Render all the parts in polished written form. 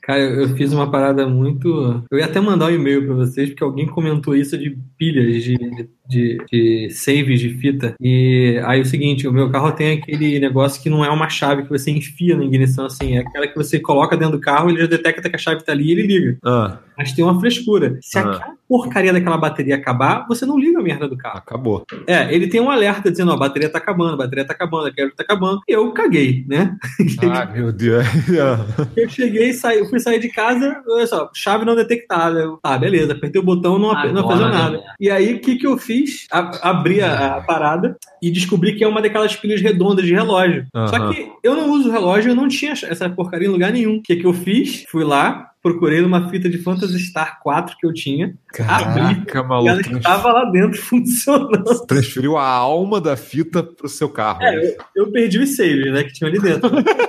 Cara, eu fiz uma parada muito... Eu ia até mandar um e-mail pra vocês, porque alguém comentou isso de pilhas, de saves de fita. E aí é o seguinte, o meu carro tem aquele negócio que não é uma chave que você enfia na ignição, assim. É aquela que você coloca dentro do carro, ele já detecta que a chave tá ali e ele liga. Mas tem uma frescura. Se aquela porcaria daquela bateria acabar, você não liga a merda do carro. Acabou. Ele tem um alerta dizendo, ó, a bateria tá acabando, a quero que tá acabando. E eu caguei, né? Meu Deus. Eu cheguei, fui sair de casa, olha só, chave não detectada. Beleza, apertei o botão, não fazia nada. E aí, o que eu fiz? Abri a parada e descobri que é uma daquelas pilhas redondas de relógio. Só que eu não uso relógio, eu não tinha essa porcaria em lugar nenhum. O que eu fiz? Fui lá, procurei numa fita de Phantasy Star 4 que eu tinha. Caraca, abri, maluco. E ela estava lá dentro funcionando. Transferiu a alma da fita pro seu carro. Eu perdi os saves, né, que tinha ali dentro.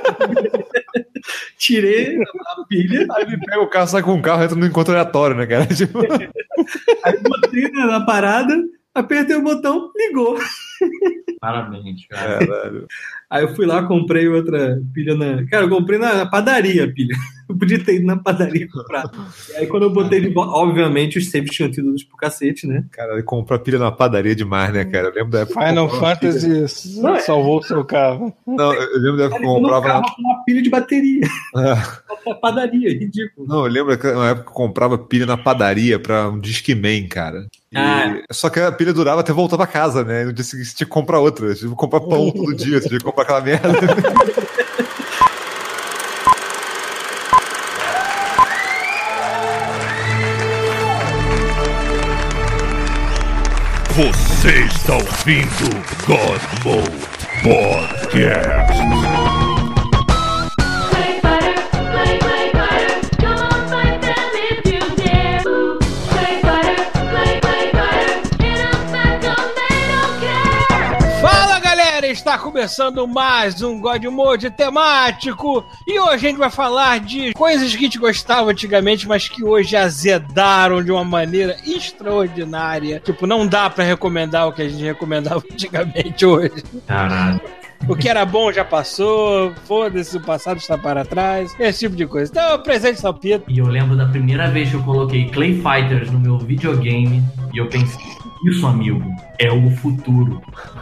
Tirei a pilha. Aí ele pega o carro, sai com o carro, entra no encontro aleatório, né, cara? Aí botei na parada, apertei o botão, ligou. Parabéns, cara. Caralho. Aí eu fui lá, comprei outra pilha Cara, eu comprei na padaria a pilha. Eu podia ter ido na padaria comprar. E aí quando eu botei de volta, obviamente os saves tinham tido pro cacete, né? Cara, ele comprou a pilha na padaria demais, né, cara? Eu lembro da época. Final Fantasy salvou o seu carro. Não, eu lembro da época que eu comprava. Com uma pilha de bateria. Na padaria, ridículo. Não, eu lembro que na época que eu comprava pilha na padaria pra um Discman, cara. Só que a pilha durava até voltar pra casa, né? No dia seguinte você tinha que comprar outra. Você tinha que comprar pão todo dia, você tinha que comprar aquela merda. Você está ouvindo God Mode Podcast. Está começando mais um God Mode temático e hoje a gente vai falar de coisas que a gente gostava antigamente, mas que hoje azedaram de uma maneira extraordinária. Tipo, não dá pra recomendar o que a gente recomendava antigamente hoje. Caralho. O que era bom já passou, foda-se, o passado está para trás, esse tipo de coisa. Então, presente Salpito. E eu lembro da primeira vez que eu coloquei Clay Fighters no meu videogame e eu pensei, isso, amigo, é o futuro.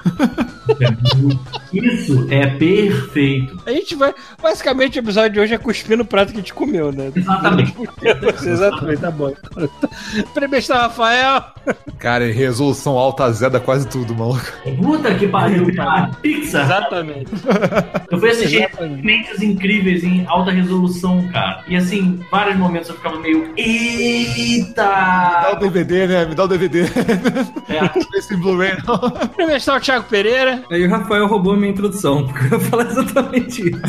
Isso é perfeito. A gente vai... Basicamente, o episódio de hoje é cuspir no prato que a gente comeu, né? Exatamente. Exatamente, tá bom. Primeiro, Rafael. Cara, resolução alta azeda quase tudo, maluco. Puta que pariu, cara. Pixar. Exatamente. Eu fui assistir Mentes Incríveis em alta resolução, cara. E assim, vários momentos eu ficava meio... Eita! Me dá o DVD, né? Me dá o DVD. Esse Blu-ray, não. Primeiro está o Thiago Pereira. Aí o Rafael roubou a minha introdução, porque eu ia falar exatamente isso.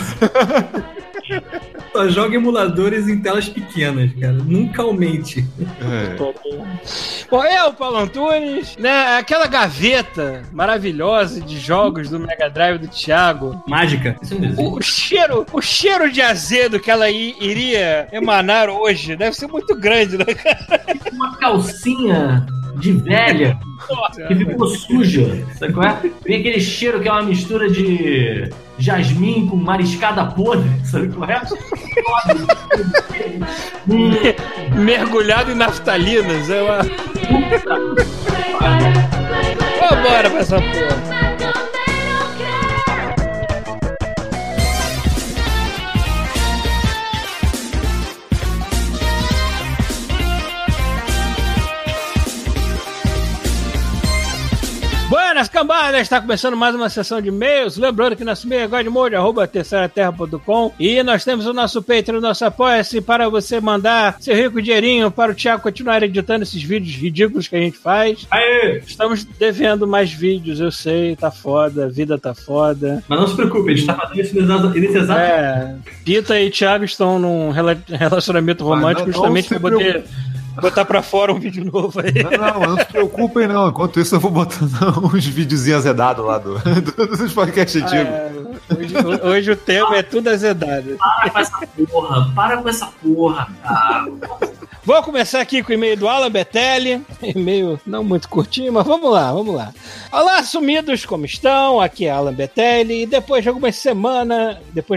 Só joga emuladores em telas pequenas, cara. Nunca aumente. Bom, eu, Paulo Antunes, né? Aquela gaveta maravilhosa de jogos do Mega Drive do Thiago. Mágica. O cheiro de azedo que ela iria emanar hoje deve ser muito grande, né, cara? Uma calcinha de velha que ficou suja, sabe qual é? Vem aquele cheiro que é uma mistura de jasmim com mariscada podre, sabe qual é? Mergulhado em naftalinas, é uma... Vambora pra essa porra. Buenas cambadas, está começando mais uma sessão de e-mails. Lembrando que nosso e-mail é godmode@terceiraterra.com e nós temos o nosso Patreon, o nosso Apoia-se, para você mandar seu rico dinheirinho para o Thiago continuar editando esses vídeos ridículos que a gente faz. Aê! Estamos devendo mais vídeos, eu sei, tá foda, a vida tá foda. Mas não se preocupe, a gente tá fazendo isso nesse exato... Pita e Thiago estão num relacionamento romântico justamente para poder... botar pra fora um vídeo novo aí. Não se preocupem não. Enquanto isso eu vou botando uns videozinhos azedados lá dos podcasts antigos. Hoje o tema é tudo azedado. Para com essa porra, cara. Vou começar aqui com o e-mail do Alan Betelli. E-mail não muito curtinho, mas vamos lá. Olá, sumidos, como estão? Aqui é Alan Betelli. E depois de algumas semanas,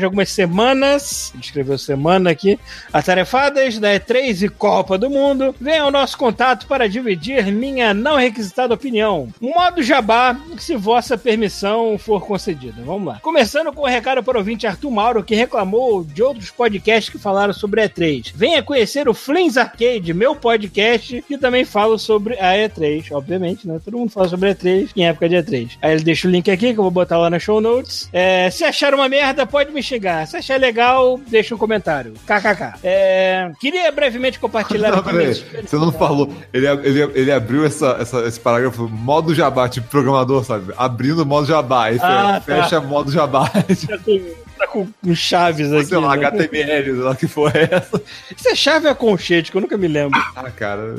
ele escreveu semana aqui, atarefadas da E3 e Copa do Mundo, vem ao nosso contato para dividir minha não requisitada opinião. Modo jabá, se vossa permissão for concedida. Vamos lá. Começando com o recado para o ouvinte Arthur Mauro, que reclamou de outros podcasts que falaram sobre a E3. Venha conhecer o Flins Arcade, meu podcast, que também falo sobre a E3, obviamente, né? Todo mundo fala sobre a E3 em época de E3. Aí ele deixa o link aqui, que eu vou botar lá na show notes. Se achar uma merda, pode me xingar. Se achar legal, deixa um comentário. KKK. Queria brevemente compartilhar... Não, peraí, você não falou. Ele abriu esse parágrafo, modo jabá, tipo programador, sabe? Abrindo o modo jabá, aí fecha modo jabá. Tá com chaves aqui. Sei lá, né? HTML, sei lá que porra é essa. Isso é chave ou conchete, que eu nunca me lembro. Cara...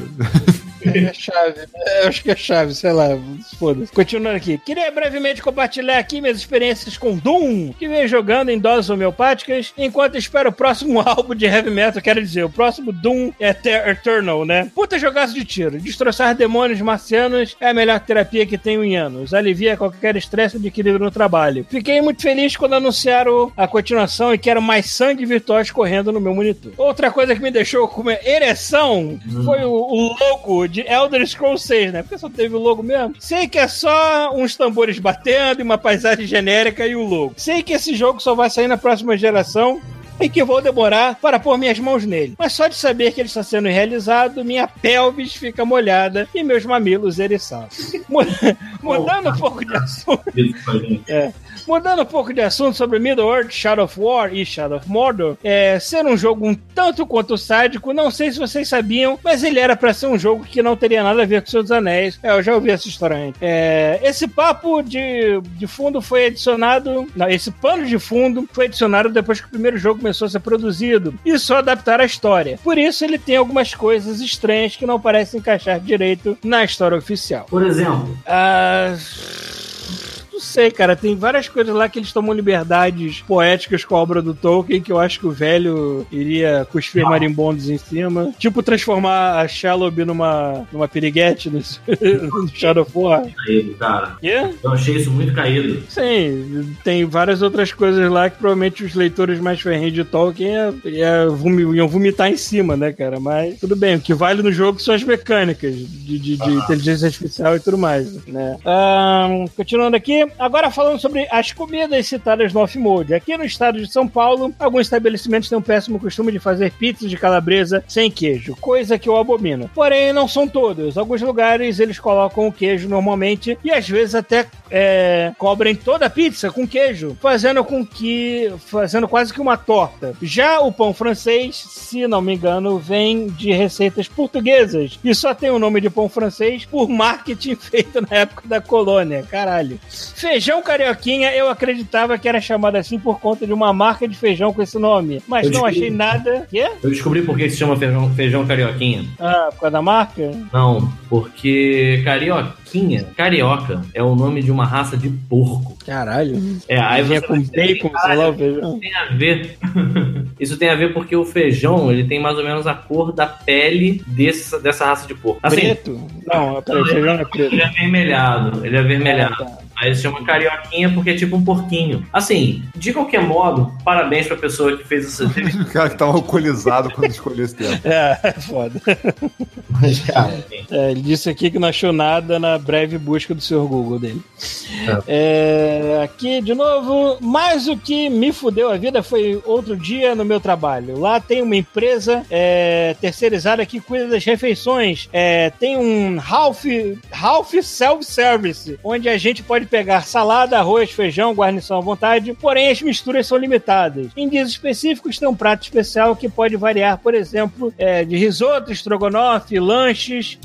É chave. Eu acho que é chave, sei lá. Foda-se. Continuando aqui. Queria brevemente compartilhar aqui minhas experiências com Doom, que venho jogando em doses homeopáticas, enquanto espero o próximo álbum de heavy metal, quero dizer, o próximo Doom Eternal, né? Puta jogaço de tiro. Destroçar demônios marcianos é a melhor terapia que tenho em anos. Alivia qualquer estresse adquirido no trabalho. Fiquei muito feliz quando anunciaram a continuação e quero mais sangue virtual escorrendo no meu monitor. Outra coisa que me deixou com uma ereção foi o logo de Elder Scrolls 6, né? Porque só teve o logo mesmo. Sei que é só uns tambores batendo e uma paisagem genérica e o logo. Sei que esse jogo só vai sair na próxima geração e que vou demorar para pôr minhas mãos nele. Mas só de saber que ele está sendo realizado, minha pelvis fica molhada e meus mamilos eriçados. Mudando um pouco de assunto. Mudando um pouco de assunto sobre Middle-earth, Shadow of War e Shadow of Mordor, ser um jogo um tanto quanto sádico, não sei se vocês sabiam, mas ele era pra ser um jogo que não teria nada a ver com Senhor dos Anéis. Eu já ouvi essa história antes. Esse papo de fundo foi adicionado... Não, esse pano de fundo foi adicionado depois que o primeiro jogo começou a ser produzido e só adaptar a história. Por isso ele tem algumas coisas estranhas que não parecem encaixar direito na história oficial. Por exemplo? Não sei, cara, tem várias coisas lá que eles tomam liberdades poéticas com a obra do Tolkien que eu acho que o velho iria cuspir marimbondos em cima. Tipo, transformar a Shelob numa piriguete no Shadow of War. Caído, cara. Yeah? Eu achei isso muito caído. Sim, tem várias outras coisas lá que provavelmente os leitores mais ferrenhos de Tolkien iam vomitar em cima, né, cara? Mas tudo bem, o que vale no jogo são as mecânicas de inteligência artificial e tudo mais, né? Continuando aqui, agora falando sobre as comidas citadas no off-mode. Aqui no estado de São Paulo, alguns estabelecimentos têm um péssimo costume de fazer pizza de calabresa sem queijo, coisa que eu abomino. Porém, não são todos. Alguns lugares eles colocam o queijo normalmente e às vezes até cobrem toda a pizza com queijo, fazendo quase que uma torta. Já o pão francês, se não me engano, vem de receitas portuguesas e só tem o nome de pão francês por marketing feito na época da colônia. Caralho. Feijão carioquinha, eu acreditava que era chamado assim por conta de uma marca de feijão com esse nome, mas não achei nada. Quê? Eu descobri por que se chama feijão carioquinha. Por causa da marca? Não, porque carioca é o nome de uma raça de porco. Caralho. Aí vinha com bacon, sei lá, o feijão. Tem a ver. Isso tem a ver porque o feijão, ele tem mais ou menos a cor da pele dessa raça de porco. Assim, preto? Não, peraí, o feijão não é preto. Ele é avermelhado. Tá. Aí se chama carioquinha porque é tipo um porquinho. Assim, de qualquer modo, parabéns pra pessoa que fez isso. O cara que tava alcoolizado quando escolheu esse tempo. É foda. Mas, cara, ele disse aqui que não achou nada na breve busca do Sr. Google dele. Aqui, de novo, mas o que me fudeu a vida foi outro dia no meu trabalho. Lá tem uma empresa terceirizada que cuida das refeições. Tem um half self-service, onde a gente pode pegar salada, arroz, feijão, guarnição à vontade, porém as misturas são limitadas. Em dias específicos tem um prato especial que pode variar, por exemplo, de risoto, estrogonofe, lanches,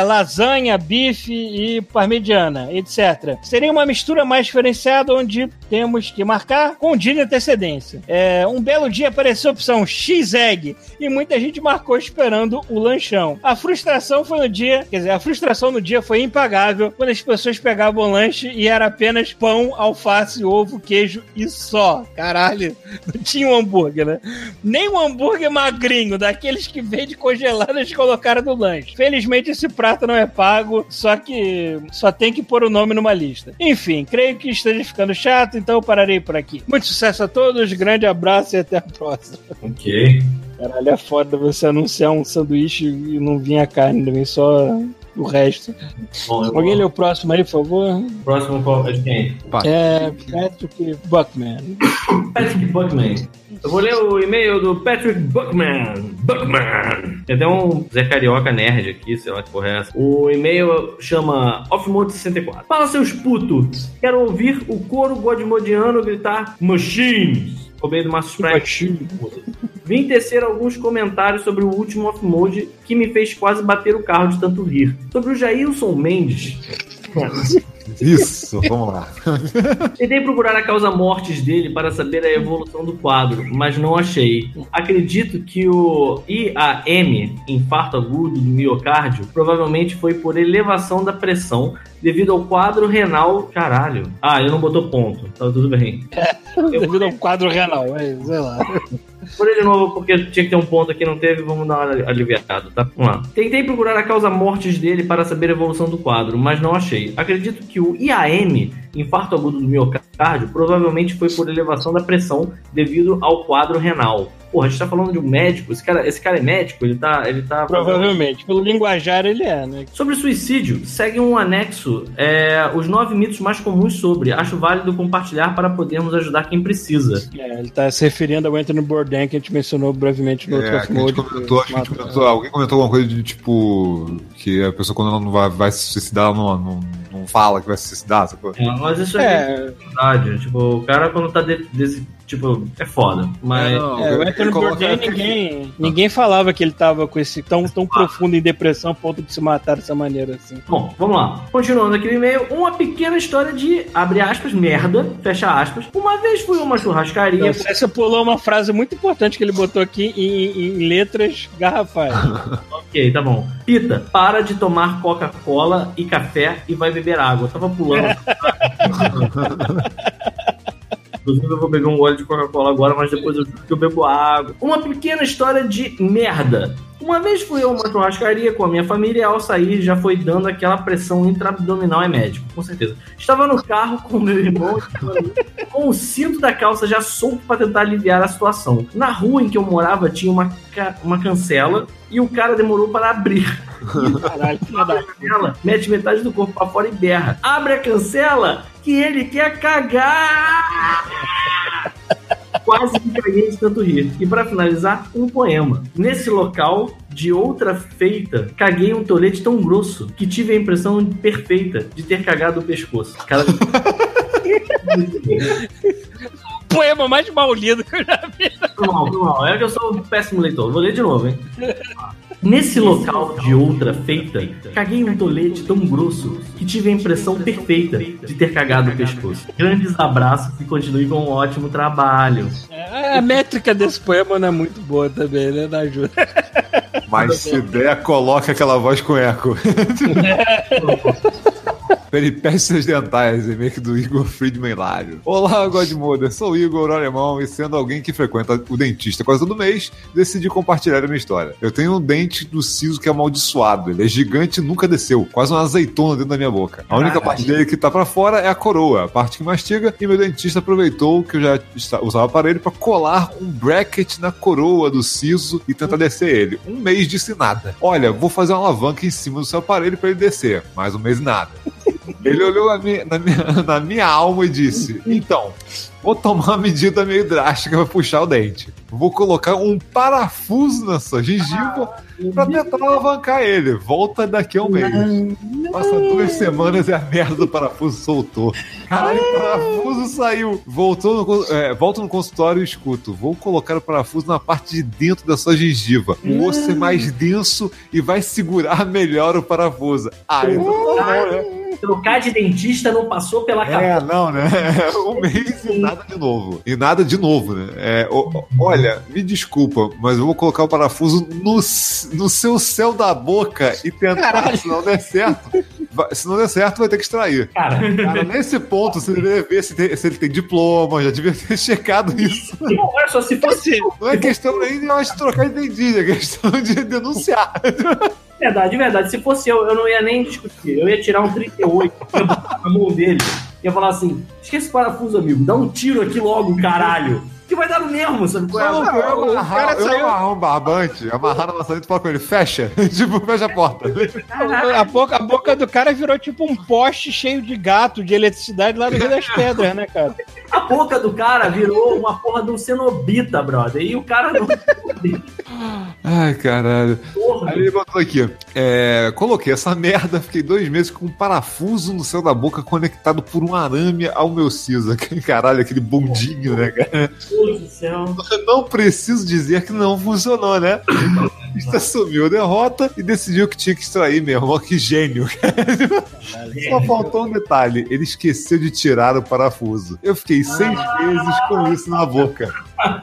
lasanha, bife e parmegiana, etc. Seria uma mistura mais diferenciada onde temos que marcar com um dia de antecedência. Um belo dia apareceu a opção X-Egg e muita gente marcou esperando o lanchão. A frustração no dia foi impagável quando as pessoas pegavam o lanche e era apenas pão, alface, ovo, queijo e só. Caralho, não tinha um hambúrguer, né? Nem um hambúrguer magrinho, daqueles que vende congelado, eles colocaram no lanche. Felizmente esse prato não é pago, só que só tem que pôr o nome numa lista. Enfim, creio que esteja ficando chato, então eu pararei por aqui. Muito sucesso a todos, grande abraço e até a próxima. Ok. Caralho, é foda você anunciar um sanduíche e não vir a carne, vem só o resto. Bom, alguém lê o próximo aí, por favor? Próximo qual é de quem? Patrick Buckman. Patrick Buckman. Eu vou ler o e-mail do Patrick Buckman. Tem até um Zé Carioca nerd aqui, sei lá que porra é essa. O e-mail chama Offmode 64. Fala, seus putos. Quero ouvir o coro godmodiano gritar Machines. Roubei do Márcio Sprite. Vim tecer alguns comentários sobre o último Offmode que me fez quase bater o carro de tanto rir. Sobre o Jailson Mendes. Isso, vamos lá. Tentei procurar a causa mortis dele para saber a evolução do quadro, mas não achei. Acredito que o IAM, infarto agudo do miocárdio, provavelmente foi por elevação da pressão devido ao quadro renal. Caralho. Ele não botou ponto. Tá tudo bem. Devido ao quadro renal, sei lá. Por ele de novo, porque tinha que ter um ponto aqui, não teve, vamos dar uma aliviada, tá? Vamos lá. Tentei procurar a causa mortis dele para saber a evolução do quadro, mas não achei. Acredito que o IAM, infarto agudo do miocárdio, provavelmente foi por elevação da pressão devido ao quadro renal. Porra, a gente tá falando de um médico, esse cara é médico, ele tá... Provavelmente, pelo linguajar ele é, né? Sobre suicídio, segue um anexo, os 9 mitos mais comuns sobre. Acho válido compartilhar para podermos ajudar quem precisa. Ele tá se referindo ao Anthony Bourdain, que a gente mencionou brevemente no outro Offmode. Alguém comentou alguma coisa de tipo, que a pessoa quando ela não vai se suicidar, ela não fala que vai se suicidar, sacou? Mas isso é verdade. Tipo, o cara quando tá tipo, é foda. Mas. O Anthony Bourdain, ninguém falava que ele tava com esse tão profundo em depressão a ponto de se matar dessa maneira assim. Bom, vamos lá. Continuando aqui o e-mail, uma pequena história de, abre aspas, merda, fecha aspas. Uma vez fui a uma churrascaria. Você pulou uma frase muito importante que ele botou aqui em letras garrafais. Ok, tá bom. Pita, para de tomar Coca-Cola e café e vai beber água. Eu tava pulando. Inclusive eu vou beber um gole de Coca-Cola agora, mas depois eu juro que eu bebo água. Uma pequena história de merda. Uma vez fui a uma churrascaria com a minha família e ao sair já foi dando aquela pressão intra-abdominal, é médico, com certeza. Estava no carro com meu irmão com o cinto da calça já solto para tentar aliviar a situação. Na rua em que eu morava tinha uma cancela e o cara demorou para abrir. Caralho, cancela, mete metade do corpo para fora e berra. Abre a cancela que ele quer cagar! Quase me caguei de tanto rir. E para finalizar, um poema. Nesse local, de outra feita, caguei um tolete tão grosso que tive a impressão perfeita de ter cagado o pescoço. Cara... Poema mais mal lido que eu já vi. Não. É que eu sou um péssimo leitor. Vou ler de novo, hein? Nesse local de outra feita, caguei um tolete tão grosso que tive a impressão perfeita de ter cagado o pescoço. Grandes abraços e continue com um ótimo trabalho. A métrica desse poema não é muito boa também, né? Não ajuda. Mas se der, coloca aquela voz com eco. Peripécias dentais, remake do Igor Friedman Hilário. Olá, Godmother, sou o Igor Alemão e sendo alguém que frequenta o dentista quase todo mês, decidi compartilhar a minha história. Eu tenho um dente do siso que é amaldiçoado, ele é gigante e nunca desceu, quase uma azeitona dentro da minha boca. A única parte dele que tá pra fora é a coroa, a parte que mastiga, e meu dentista aproveitou que eu já usava o aparelho pra colar um bracket na coroa do siso e tentar descer ele. Um mês disse nada. Olha, vou fazer uma alavanca em cima do seu aparelho pra ele descer, mais um mês nada. Ele olhou na minha alma e disse: então, vou tomar uma medida meio drástica pra puxar o dente. Vou colocar um parafuso na sua gengiva pra tentar alavancar ele. Volta daqui a um mês. Passa 2 semanas e a merda do parafuso soltou. Caralho, o parafuso saiu. Volto no consultório e escuto. Vou colocar o parafuso na parte de dentro da sua gengiva. O osso é mais denso e vai segurar melhor o parafuso. Então tá bom, né? Trocar de dentista não passou pela cabeça. Não, né? Um mês e nada de novo. E nada de novo, né? Olha, me desculpa, mas eu vou colocar o parafuso no seu céu da boca e tentar, se não der certo. Se não der certo, vai ter que extrair. Cara, nesse ponto, você deveria ver se ele tem diploma, já devia ter checado isso. Não, olha só, se fosse... Não é questão nem de trocar de dentista, é questão de denunciar. Verdade. Se fosse eu não ia nem discutir. Eu ia tirar um 38 na mão dele. Ia falar assim, esquece o parafuso, amigo. Dá um tiro aqui logo, caralho. Que vai dar no mesmo, sabe qual é? Eu amarrar um barbante, amarrar na maçaneta e falar com ele, fecha. Tipo, fecha a porta. A boca do cara virou tipo um poste cheio de gato, de eletricidade lá no Rio das Pedras, né, cara? A boca do cara virou uma porra de um cenobita, brother. E o cara não... Ai, caralho. Aí ele botou aqui, coloquei essa merda, fiquei 2 meses com um parafuso no céu da boca conectado por um arame ao meu siso. Caralho, aquele bundinho, né, cara? Meu Deus do céu. Não preciso dizer que não funcionou, né? Ele assumiu a derrota e decidiu que tinha que extrair mesmo. Olha que gênio. Só faltou um detalhe. Ele esqueceu de tirar o parafuso. Eu fiquei 6 meses com isso na boca.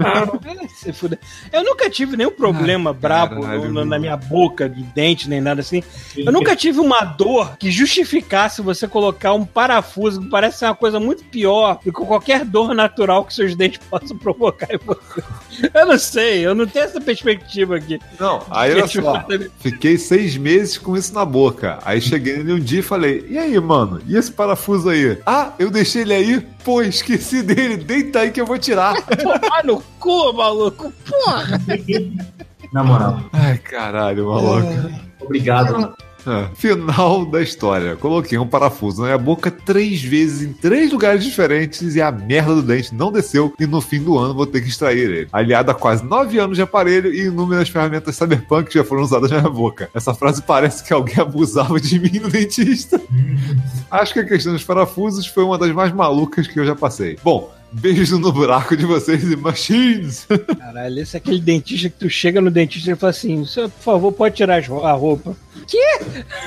Eu nunca tive nenhum problema brabo na minha boca, de dente, nem nada assim. Eu nunca tive uma dor que justificasse você colocar um parafuso, que parece ser uma coisa muito pior do que qualquer dor natural que seus dentes possam provocar em você. Eu não sei, eu não tenho essa perspectiva aqui. Não, aí olha só, fiquei 6 meses com isso na boca. Aí cheguei nele um dia e falei, e aí, mano, e esse parafuso aí? Ah, eu deixei ele aí? Pô, esqueci dele, deita aí que eu vou tirar. Tomar no cu, maluco, porra. Na moral. Ai, caralho, maluco. Obrigado. Final da história. Coloquei um parafuso na minha boca 3 vezes em 3 lugares diferentes e a merda do dente não desceu e no fim do ano vou ter que extrair ele. Aliado a quase 9 anos de aparelho e inúmeras ferramentas cyberpunk que já foram usadas na minha boca. Essa frase parece que alguém abusava de mim no dentista. Acho que a questão dos parafusos foi uma das mais malucas que eu já passei. Bom, beijo no buraco de vocês e machines. Caralho, esse é aquele dentista que tu chega no dentista e fala assim, senhor, por favor, pode tirar a roupa. Quê?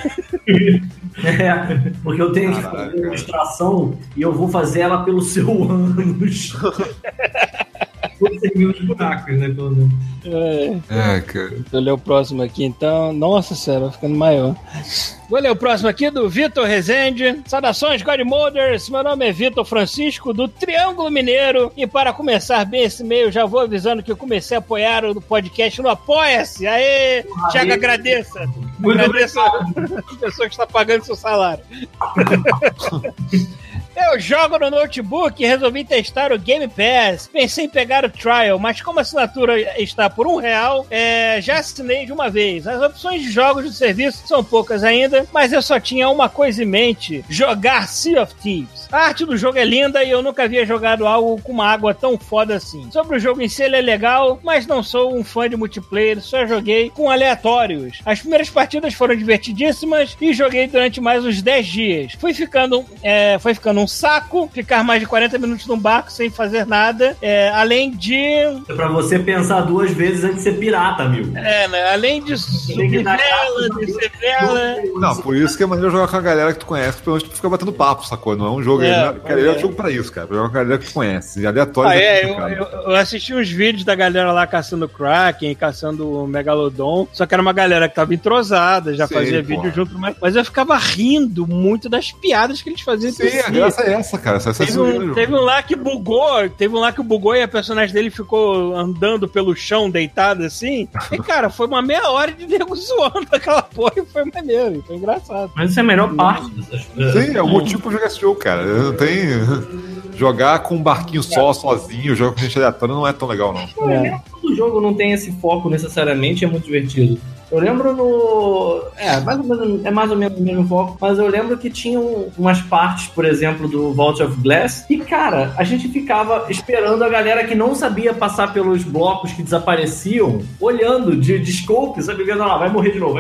Porque eu tenho que fazer uma extração e eu vou fazer ela pelo seu ânus. Vou seguir os buracos, né, pelo menos. Cara. Deixa eu ler o próximo aqui, então. Nossa senhora, vai ficando maior. Vou ler o próximo aqui do Vitor Rezende. Saudações, Godmothers. Meu nome é Vitor Francisco, do Triângulo Mineiro. E para começar bem esse e-mail, já vou avisando que eu comecei a apoiar o podcast no Apoia-se. Aê, Thiago, agradeça. Agradeça a pessoa que está pagando seu salário. Eu jogo no notebook e resolvi testar o Game Pass. Pensei em pegar o Trial, mas como a assinatura está por R$1, já assinei de uma vez. As opções de jogos do serviço são poucas ainda, mas eu só tinha uma coisa em mente: jogar Sea of Thieves. A arte do jogo é linda e eu nunca havia jogado algo com uma água tão foda assim. Sobre o jogo em si, ele é legal, mas não sou um fã de multiplayer, só joguei com aleatórios. As primeiras partidas foram divertidíssimas e joguei durante mais uns 10 dias. Foi ficando um saco ficar mais de 40 minutos num barco sem fazer nada, além de... É pra você pensar 2 vezes antes de ser pirata, amigo. Né? Além de subir vela, descer vela... Não, por isso que é maneiro jogar com a galera que tu conhece, pelo menos tu fica batendo papo, sacou? Não é um jogo... Ele é um jogo pra isso, cara. Pra jogar com a galera que tu conhece. Aleatório. Eu assisti uns vídeos da galera lá caçando Kraken, caçando Megalodon, só que era uma galera que tava entrosada, já fazia vídeo junto, mas eu ficava rindo muito das piadas que eles faziam. Sim, a graça é essa, cara. Teve um lá que bugou e a personagem dele ficou andando pelo chão, deitado assim. E, cara, foi uma meia hora de nego zoando aquela porra e foi maneiro, foi engraçado. Mas isso é a melhor parte dessas coisas. Sim, é o motivo pra jogar esse jogo, cara. Não tem... Jogar com um barquinho sozinho, jogar com gente aleatória não é tão legal, não. Todo jogo não tem esse foco necessariamente, é muito divertido. Eu lembro no... mais ou menos o mesmo foco, mas eu lembro que tinham umas partes, por exemplo, do Vault of Glass, e, cara, a gente ficava esperando a galera que não sabia passar pelos blocos que desapareciam, olhando de scope, sabe? Vendo lá, vai morrer de novo.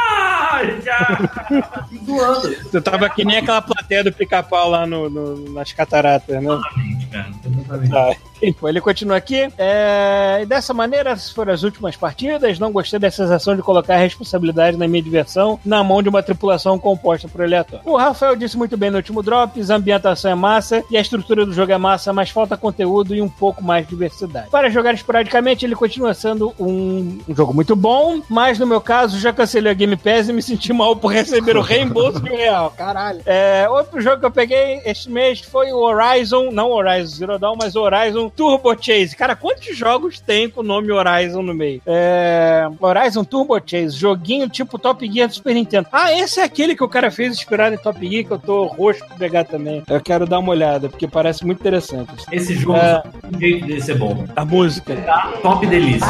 Doando. Tu tava que nem aquela plateia do Pica-Pau lá nas cataratas, né? Exatamente, cara. Exatamente. Ele continua aqui. E dessa maneira, essas foram as últimas partidas. Não gostei da sensação de colocar a responsabilidade na minha diversão na mão de uma tripulação composta por aleatório. O Rafael disse muito bem no último Drops, a ambientação é massa e a estrutura do jogo é massa, mas falta conteúdo e um pouco mais de diversidade. Para jogar esporadicamente, ele continua sendo um jogo muito bom, mas no meu caso, já cancelei a Game Pass e me senti mal por receber o reembolso de R$1. Caralho. Outro jogo que eu peguei este mês foi o Horizon, não o Horizon Zero Dawn, mas o Horizon Turbo Chase. Cara, quantos jogos tem com o nome Horizon no meio? Horizon Turbo Chase, joguinho tipo Top Gear do Super Nintendo. Esse é aquele que o cara fez inspirado em Top Gear, que eu tô roxo pra pegar também. Eu quero dar uma olhada, porque parece muito interessante. Esse jogo, o jeito dele ser bom. A música. Tá top delícia.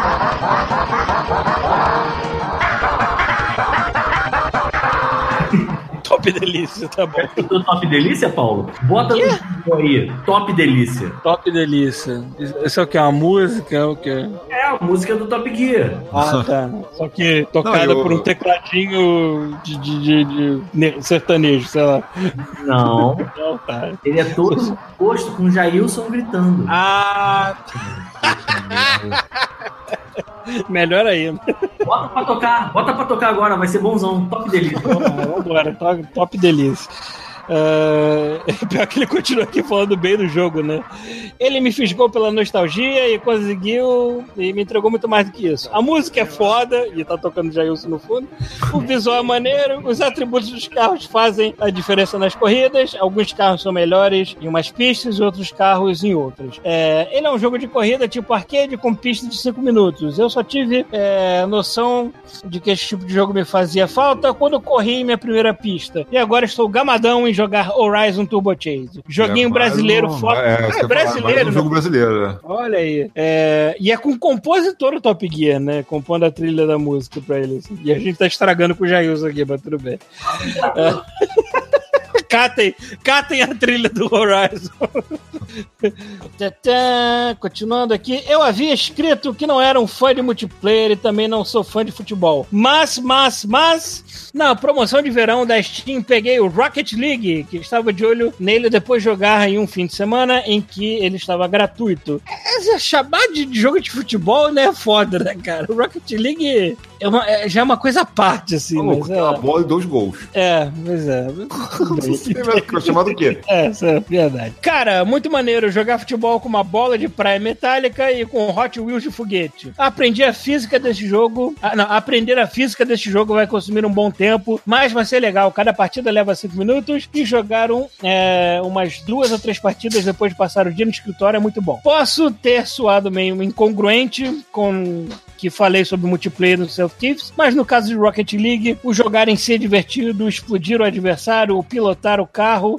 Top delícia, tá bom. Top delícia, Paulo? Bota no aí. Top delícia. Top delícia. Isso é o que? Uma música? É o que? É a música do Top Gear. Tá. Só que tocada por um tecladinho de sertanejo, sei lá. Não. Não, tá. Ele é todo posto com Jailson gritando. Melhor ainda. Bota pra tocar agora, vai ser bonzão. Top delícia. Vambora, top delícia. Pior que ele continua aqui falando bem do jogo, né? Ele me fisgou pela nostalgia e conseguiu e me entregou muito mais do que isso. A música é foda e tá tocando Jailson no fundo. O visual é maneiro, os atributos dos carros fazem a diferença nas corridas. Alguns carros são melhores em umas pistas e outros carros em outras. Ele é um jogo de corrida tipo arcade com pista de 5 minutos. Eu só tive noção de que esse tipo de jogo me fazia falta quando corri em minha primeira pista. E agora estou gamadão em jogar Horizon Turbo Chase. Joguinho brasileiro foda. Brasileiro. É um jogo brasileiro. Olha aí. E é com o compositor do Top Gear, né? Compondo a trilha da música pra ele. Assim. E a gente tá estragando com o Jailson aqui, mas tudo bem. Catem a trilha do Horizon. Continuando aqui, eu havia escrito que não era um fã de multiplayer e também não sou fã de futebol. Mas, na promoção de verão da Steam, peguei o Rocket League, que estava de olho nele depois de jogar em um fim de semana em que ele estava gratuito. Essa chamada de jogo de futebol, né, é foda, né, cara? O Rocket League já é uma coisa à parte, assim. Mas a bola e 2 gols. Pois é. Chamado o quê? Essa é verdade. Cara, muito maneiro jogar futebol com uma bola de praia metálica e com Hot Wheels de foguete. Aprender a física desse jogo vai consumir um bom tempo, mas vai ser legal. Cada partida leva 5 minutos e jogar umas 2 ou 3 partidas depois de passar o dia no escritório é muito bom. Posso ter soado meio incongruente com que falei sobre multiplayer no Sea of Thieves, mas no caso de Rocket League, o jogar em si é divertido, explodir o adversário, pilotar o carro,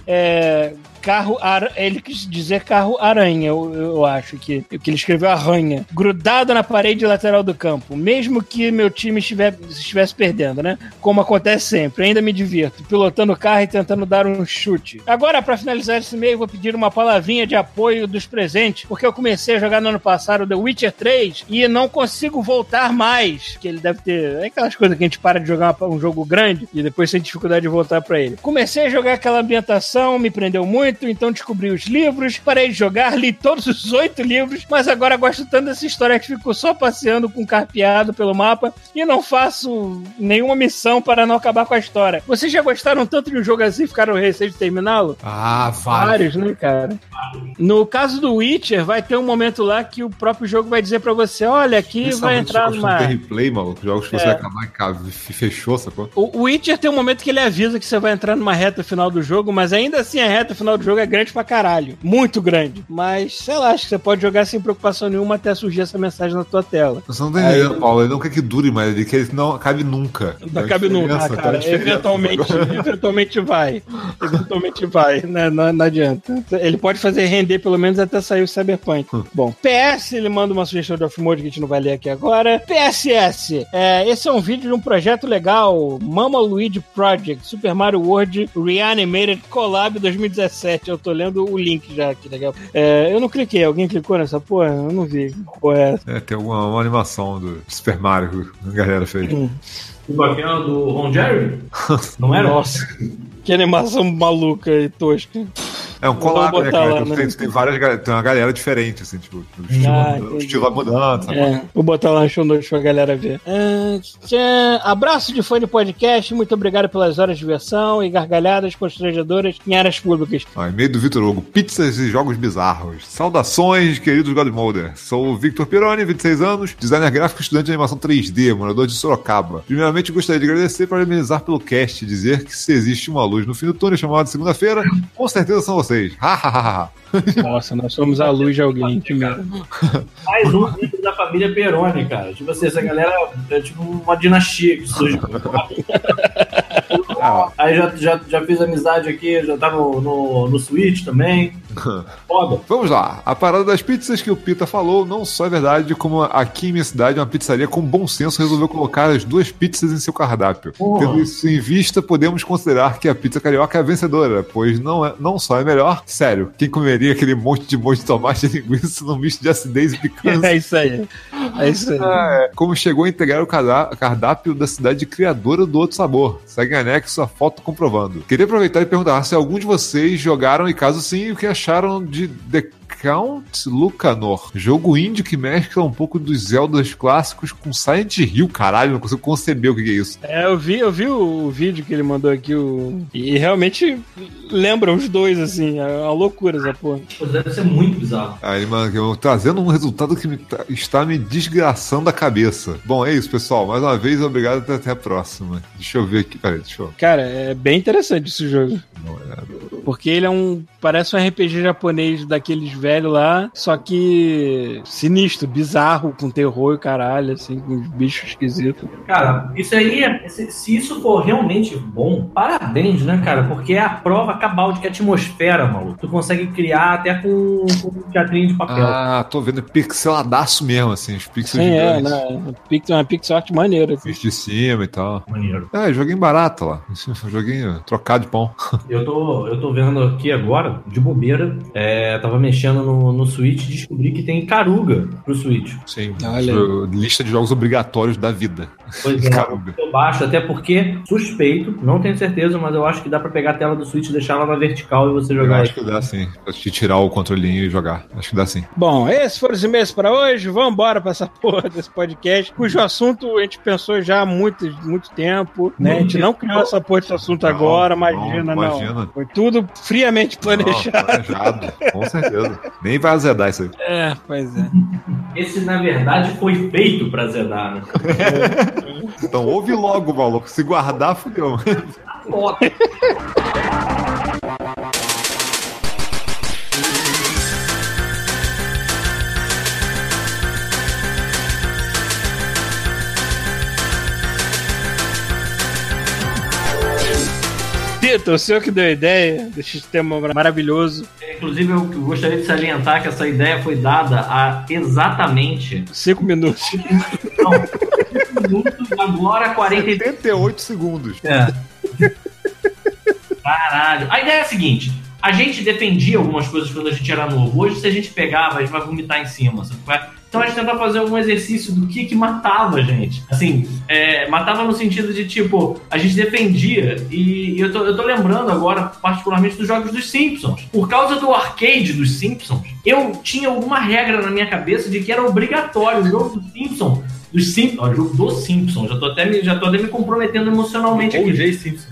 ele quis dizer carro-aranha, eu acho que ele escreveu arranha, grudado na parede lateral do campo, mesmo que meu time estivesse perdendo, né? Como acontece sempre, ainda me divirto, pilotando o carro e tentando dar um chute. Agora, para finalizar esse e-mail, vou pedir uma palavrinha de apoio dos presentes, porque eu comecei a jogar no ano passado The Witcher 3 e não consigo voltar mais, que ele deve ter aquelas coisas que a gente para de jogar um jogo grande e depois tem dificuldade de voltar para ele. Comecei a jogar aquela ambientação, me prendeu muito, então descobri os livros, parei de jogar, li todos os 8 livros, mas agora gosto tanto dessa história que fico só passeando com carpeado pelo mapa e não faço nenhuma missão para não acabar com a história. Vocês já gostaram tanto de um jogo assim e ficaram receio de terminá-lo? Vários, né, cara? No caso do Witcher, vai ter um momento lá que o próprio jogo vai dizer pra você, olha, aqui vai entrar numa... replay, maluco, jogos que você vai acabar e fechou, sacou? O Witcher tem um momento que ele avisa que você vai entrar numa reta final do jogo, mas ainda assim a reta final do jogo é grande pra caralho. Muito grande. Mas, sei lá, acho que você pode jogar sem preocupação nenhuma até surgir essa mensagem na tua tela. Você não tá entendendo, Paulo. Ele não quer que dure mais, ele quer que não acabe nunca. Não cabe nunca, cara. Eventualmente vai. Eventualmente vai. Não adianta. Ele pode fazer render pelo menos até sair o Cyberpunk. Bom, PS, ele manda uma sugestão de off-mode que a gente não vai ler aqui agora. PSS. Esse é um vídeo de um projeto legal. Mama Luigi Project, Super Mario World Reanimated Collab 2017. Eu tô lendo o link já aqui, legal. Eu não cliquei. Alguém clicou nessa porra? Eu não vi. Porra, tem uma animação do Super Mario que a galera fez. O bacana do Ron Jerry? Não era? Nossa. Que animação maluca e tosca. É um collab, né, botar cara? lá, Então, né? tem uma galera diferente, assim, tipo, o estilo vai mudando, sabe? Vou botar lá no show notes pra galera ver. Abraço de fã de podcast, muito obrigado pelas horas de diversão e gargalhadas constrangedoras em áreas públicas. E-mail do Vitor Hugo, pizzas e jogos bizarros. Saudações, queridos Godmolder. Sou o Victor Pironi, 26 anos, designer gráfico, estudante de animação 3D, morador de Sorocaba. Primeiramente, gostaria de agradecer e parabenizar pelo cast e dizer que se existe uma luz no fim do túnel chamada segunda-feira, com certeza são vocês. Nossa, nós somos a luz de alguém. Que merda. Mais um membro da família Peroni, cara. Tipo assim, essa galera é tipo uma dinastia que surge. Aí já fiz amizade aqui, já tá no Switch também. Foda. Vamos lá. A parada das pizzas que o Pita falou não só é verdade, como aqui em minha cidade, uma pizzaria com bom senso resolveu colocar as 2 pizzas em seu cardápio. Tendo isso em vista, podemos considerar que a pizza carioca é a vencedora, pois não só é melhor, sério, quem comeria aquele monte de molho de tomate e linguiça num misto de acidez e picância? É isso aí. Como chegou a integrar o cardápio da cidade criadora do Outro Sabor. Segue em anexo a foto comprovando. Queria aproveitar e perguntar se algum de vocês jogaram e caso sim, o que acharam de The Count Lucanor, jogo indie que mescla um pouco dos Zeldas clássicos com Silent Hill. Caralho, não consigo conceber o que é isso. Eu vi o vídeo que ele mandou aqui e realmente lembra os dois, assim, é uma loucura essa porra. Deve ser muito bizarro. Ele manda trazendo um resultado que está me desgraçando a cabeça. Bom, é isso, pessoal. Mais uma vez, obrigado e até a próxima. Deixa eu ver aqui. Peraí, Cara, é bem interessante esse jogo. Porque ele parece um RPG japonês daqueles velhos lá, só que sinistro, bizarro, com terror e caralho, assim, com uns bichos esquisitos. Cara, isso aí, se isso for realmente bom, parabéns, né, cara? Porque é a prova cabal de que a atmosfera, maluco, tu consegue criar até com um teatrinho de papel. Tô vendo pixeladaço mesmo, assim, os pixels gigantes. Uma pixel art maneira. Assim. De cima e tal. Maneiro. Joguinho barato lá. Joguinho trocado de pão. Eu tô vendo aqui agora, de bobeira, tava mexendo no Switch e descobri que tem Caruga pro Switch. Sim, lista de jogos obrigatórios da vida. Pois é, Caruga. Eu baixo, até porque, suspeito, não tenho certeza, mas eu acho que dá pra pegar a tela do Switch e deixar ela na vertical e você jogar. Eu acho que dá sim, pra te tirar o controlinho e jogar. Acho que dá sim. Bom, esses foram os e-mails pra hoje, vambora pra essa porra desse podcast, cujo assunto a gente pensou já há muito tempo, né? A gente não criou essa porra desse assunto agora, imagina. Foi tudo friamente planejado. Planejado, com certeza. Nem vai azedar isso aí. Pois é. Esse, na verdade, foi feito pra azedar, né? Então ouve logo, maluco. Se guardar, fudeu. Foda. Tito, o senhor que deu a ideia desse sistema maravilhoso. Inclusive, eu gostaria de salientar que essa ideia foi dada há exatamente 5 minutos. Não, 5 minutos, agora 78 segundos. Caralho. A ideia é a seguinte: a gente defendia algumas coisas quando a gente era novo. Hoje, se a gente pegava, a gente vai vomitar em cima, sabe? Então a gente tenta fazer algum exercício do que matava a gente. Assim, matava no sentido de, tipo, a gente defendia. E eu tô lembrando agora, particularmente, dos jogos dos Simpsons. Por causa do arcade dos Simpsons, eu tinha alguma regra na minha cabeça de que era obrigatório o jogo dos Simpsons. O jogo do Simpsons. Já tô até me comprometendo emocionalmente aqui. O Jay Simpson.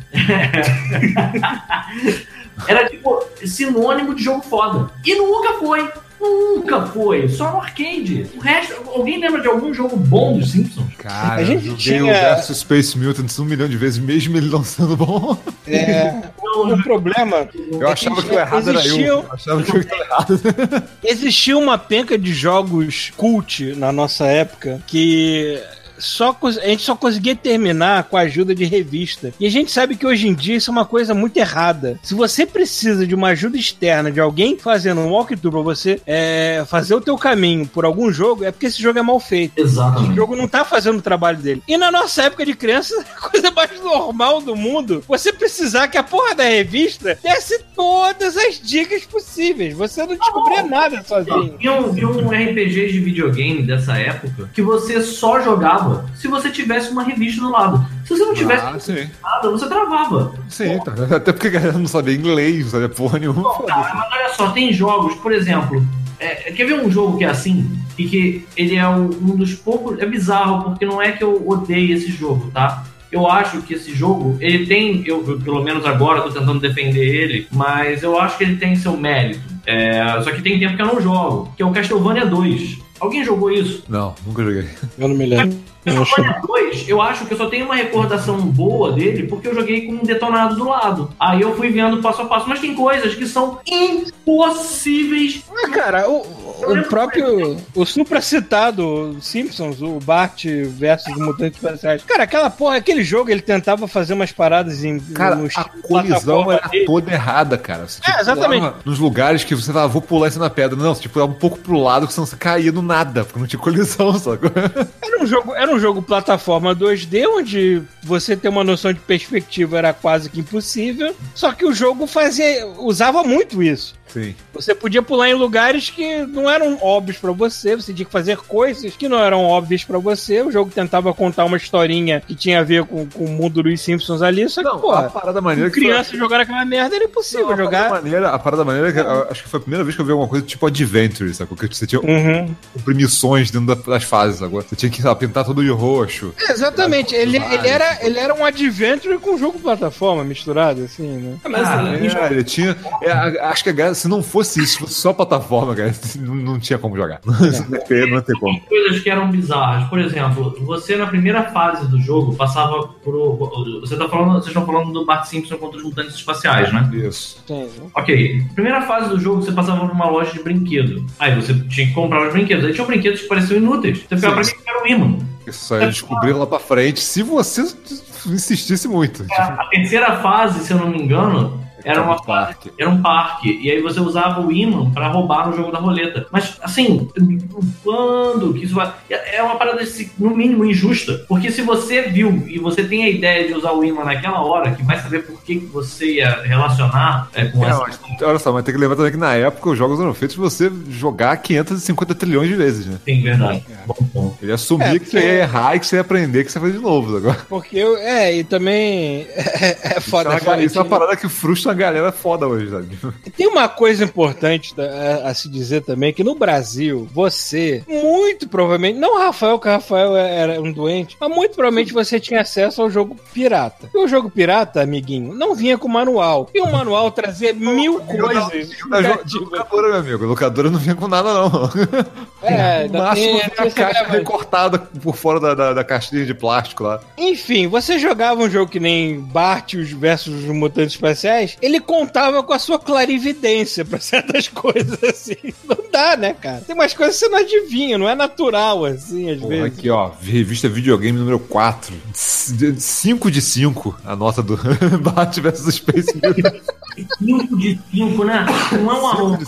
Era, tipo, sinônimo de jogo foda. E nunca foi. Nunca foi, só no arcade. O resto, alguém lembra de algum jogo bom dos Simpsons? Cara, eu joguei o Versus Space Mutants 1 milhão de vezes, mesmo ele não sendo bom. O problema... Eu achava que o errado era eu. Eu achava que eu estava errado. Existia uma penca de jogos cult na nossa época que... a gente só conseguia terminar com a ajuda de revista. E a gente sabe que hoje em dia isso é uma coisa muito errada. Se você precisa de uma ajuda externa, de alguém fazendo um walkthrough pra você fazer o teu caminho por algum jogo, é porque esse jogo é mal feito. Exatamente. O jogo não tá fazendo o trabalho dele. E na nossa época de criança, a coisa mais normal do mundo, você precisar que a porra da revista desse todas as dicas possíveis. Você não descobria nada sozinho. Vi um RPG de videogame dessa época que você só jogava travava se você tivesse uma revista do lado. Se você não tivesse nada, você travava. Sim, até porque a galera não sabia inglês, não sabia porra nenhuma. Não, cara, mas olha só, tem jogos, por exemplo, quer ver um jogo que é assim? E que ele é um dos poucos... É bizarro, porque não é que eu odeio esse jogo, tá? Eu acho que esse jogo, ele tem... Eu pelo menos agora, tô tentando defender ele, mas eu acho que ele tem seu mérito. Só que tem tempo que eu não jogo, que é o Castlevania 2. Alguém jogou isso? Não, nunca joguei. Eu não me lembro. Castlevania 2, eu acho que eu só tenho uma recordação boa dele porque eu joguei com um detonado do lado. Aí eu fui vendo passo a passo, mas tem coisas que são impossíveis. Mas, cara, o próprio... O supracitado Simpsons, o Bart versus o Mutantes Especiais. Cara, aquela porra, aquele jogo, ele tentava fazer umas paradas em... Cara, a colisão era toda errada, cara. Você, exatamente. Nos lugares que você falava, vou pular isso na pedra. Não, você pulava um pouco pro lado, que senão você caía no nada, porque não tinha colisão, sabe? Era um jogo plataforma 2D, onde você ter uma noção de perspectiva era quase que impossível, só que o jogo usava muito isso. Sim. Você podia pular em lugares que não eram óbvios pra você tinha que fazer coisas que não eram óbvias pra você. O jogo tentava contar uma historinha que tinha a ver com o mundo dos Simpsons ali, só que, a parada maneira que criança jogar aquela merda era impossível jogar. A parada maneira, acho que foi a primeira vez que eu vi alguma coisa tipo Adventure, sabe? Porque você tinha missões dentro das fases agora. Você tinha que pintar tudo de roxo. Exatamente. Ele era um Adventure com um jogo plataforma misturado, assim, né? Ele tinha... acho que a se não fosse isso, fosse só plataforma, cara, não tinha como jogar. Não ia ter como. Tem coisas que eram bizarras. Por exemplo, você na primeira fase do jogo passava por... Vocês estão falando do Bart Simpson contra os mutantes espaciais, né? Isso. Ok. Primeira fase do jogo, você passava por uma loja de brinquedo. Aí você tinha que comprar os brinquedos. Aí tinha brinquedos que pareciam inúteis. Você ficava, pra que era o imã? Isso só ia descobrir lá pra frente, se você insistisse muito. A terceira fase, se eu não me engano... Era um parque. E aí você usava o imã pra roubar no jogo da roleta. Mas, assim, quando que isso vai... É uma parada, no mínimo, injusta. Porque se você viu e você tem a ideia de usar o imã naquela hora, que vai saber por que você ia relacionar com essa... Olha só, mas tem que lembrar também que na época os jogos eram feitos pra você jogar 550 trilhões de vezes, né? Sim, verdade. Bom. Ele assumia que você ia errar e que você ia aprender que você ia fazer de novo agora. Porque e também é foda. Isso é uma parada que frustra a galera foda hoje, sabe? Tem uma coisa importante a se dizer também, que no Brasil, você, muito provavelmente, não o Rafael, que o Rafael era um doente, mas muito provavelmente você tinha acesso ao jogo pirata. E o jogo pirata, amiguinho, não vinha com manual. E o manual trazia 1000 coisas. Locadora, meu amigo. Locadora não vinha com nada, não. No máximo vinha a caixa recortada por fora da caixinha de plástico lá. Enfim, você jogava um jogo que nem Bart versus os Mutantes Especiais, ele contava com a sua clarividência pra certas coisas, assim. Não dá, né, cara? Tem umas coisas que você não adivinha, não é natural, assim, às vezes. Aqui, ó, revista Videogame número 4. 5 de 5, a nota do Bart vs Space Mutant. 5 de 5, né? Não é uma arrombado.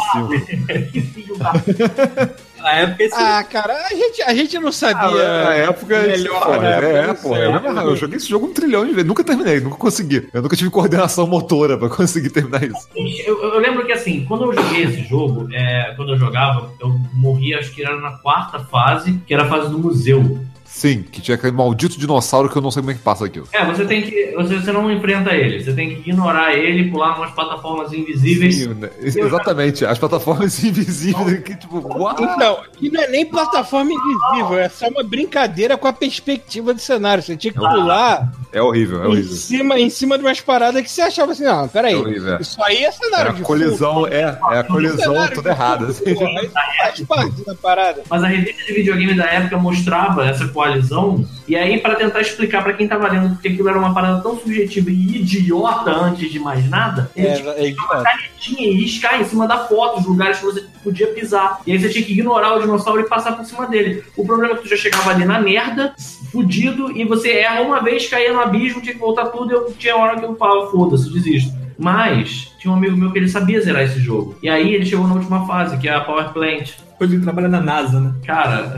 Na época cara, a gente não sabia. Na época melhor, né? Eu joguei esse jogo 1 trilhão de vezes. Nunca terminei, nunca consegui. Eu nunca tive coordenação motora pra conseguir terminar isso. Eu lembro que assim, quando eu joguei esse jogo, quando eu jogava, eu morri, acho que era na 4ª fase, que era a fase do museu. Sim, que tinha aquele maldito dinossauro que eu não sei como é que passa aquilo. Você tem que. Você não enfrenta ele, você tem que ignorar ele, pular umas plataformas invisíveis. Sim, exatamente, as plataformas invisíveis que, tipo, what? Então, e não é nem plataforma invisível, é só uma brincadeira com a perspectiva do cenário. Você tinha que pular. É horrível, é horrível. Em cima de umas paradas que você achava assim, não, peraí. Isso aí é cenário de colisão, a colisão toda errada. Assim. Faz parte da parada. Mas a revista de videogame da época mostrava essa coalizão, e aí pra tentar explicar pra quem tava lendo porque aquilo era uma parada tão subjetiva e idiota antes de mais nada, ele tinha uma canetinha e riscar em cima da foto os lugares que você podia pisar. E aí você tinha que ignorar o dinossauro e passar por cima dele. O problema é que tu já chegava ali na merda, fudido, e você erra uma vez, caía no abismo, tinha que voltar tudo, e eu tinha hora que eu falava, foda-se, desisto. Mas tinha um amigo meu que ele sabia zerar esse jogo. E aí ele chegou na última fase, que é a Power Plant. Hoje ele trabalha na NASA, né? Cara...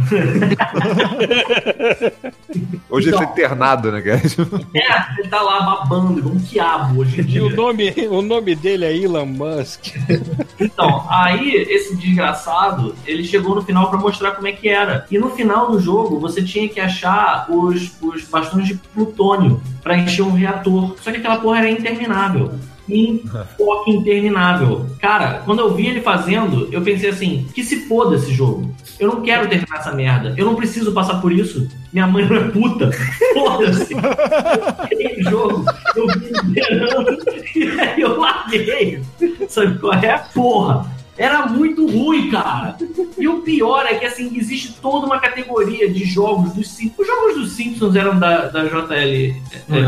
Hoje ele foi internado, né, cara? Ele tá lá babando igual um quiabo hoje em dia. E o nome dele é Elon Musk. Então, aí esse desgraçado, ele chegou no final pra mostrar como é que era. E no final do jogo, você tinha que achar os bastões de plutônio pra encher um reator. Só que aquela porra era interminável. Interminável. Cara, quando eu vi ele fazendo, eu pensei assim, que se foda esse jogo. Eu não quero terminar essa merda. Eu não preciso passar por isso. Minha mãe não é puta. Foda-se. Aquele jogo, eu vi esperando e aí eu larguei. Sabe qual é? Porra. Era muito ruim, cara. E o pior é que, assim, existe toda uma categoria de jogos dos Simpsons. Os jogos dos Simpsons eram da LJN.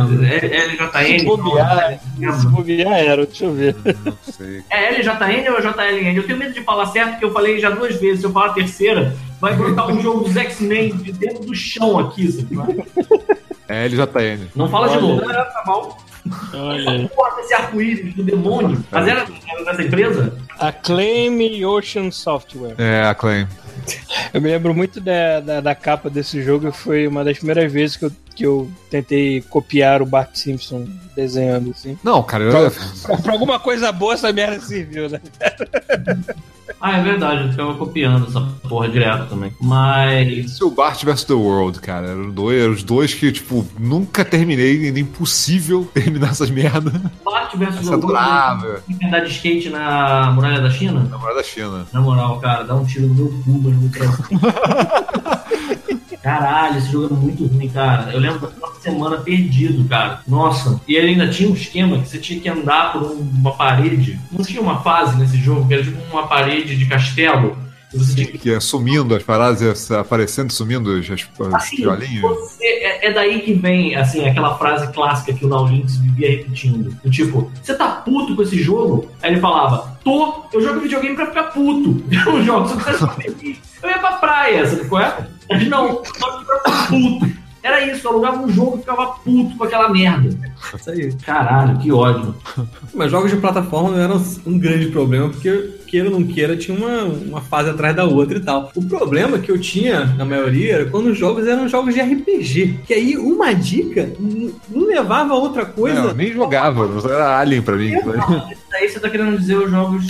Se bobear era, deixa eu ver. Não sei. É LJN ou JLN? Eu tenho medo de falar certo, porque eu falei já 2 vezes. Se eu falar a terceira, vai brotar um jogo dos X-Men de dentro do chão aqui, sabe? É LJN. Não fala de novo. Tá mal. Olha. Porra, esse arco-íris do demônio. Mas era dessa empresa? Acclaim Ocean Software. É, Acclaim. Eu me lembro muito da capa desse jogo. Foi uma das primeiras vezes que eu tentei copiar o Bart Simpson desenhando assim. Não, cara, Pra alguma coisa boa essa merda serviu, né? Ah, é verdade, eu ficava copiando essa porra direto também. Mas. esse é o Bart vs The World, cara. Eram os dois que, tipo, nunca terminei, nem impossível terminar essas merdas. Bart vs. Essa adorável. Andar de skate na muralha da China? Na Muralha da China. Na moral, cara, dá um tiro no meu cu, mas no Brasil. Caralho, esse jogo é muito ruim, cara. Eu lembro da próxima semana perdido, cara. Nossa. E ele ainda tinha um esquema que você tinha que andar por uma parede. Não tinha uma fase nesse jogo que era tipo uma parede de castelo. E você tinha Que é sumindo as paradas, aparecendo, sumindo os assim, tijolinhos. é daí que vem, assim, aquela frase clássica que o Naulins vivia repetindo. Do tipo, você tá puto com esse jogo? Aí ele falava, eu jogo videogame pra ficar puto. Eu não jogo, se eu quisesse ficar feliz, eu ia pra praia, sabe qual é? Mas não, só pra ficar puto. Era isso, eu alugava um jogo e ficava puto com aquela merda. Isso aí. Caralho, que ódio. Mas jogos de plataforma não eram um grande problema, porque, queira ou não queira, tinha uma fase atrás da outra e tal. O problema que eu tinha, na maioria, era quando os jogos eram jogos de RPG. Que aí uma dica não levava a outra coisa. Não, eu nem jogava, era Alien pra mim. Aí você tá querendo dizer os jogos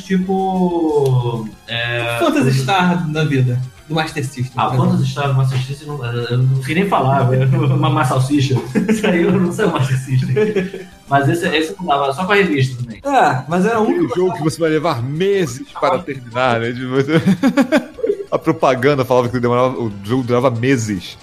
tipo. Phantasy Star da vida. Do Master System. Phantasy Star do Master System, eu não sei nem falar, uma salsicha. Isso aí eu não sei o Master System. Mas esse não dava, só com a revista também. Mas era Um jogo que você vai levar meses para terminar, né? A propaganda falava que o jogo durava meses.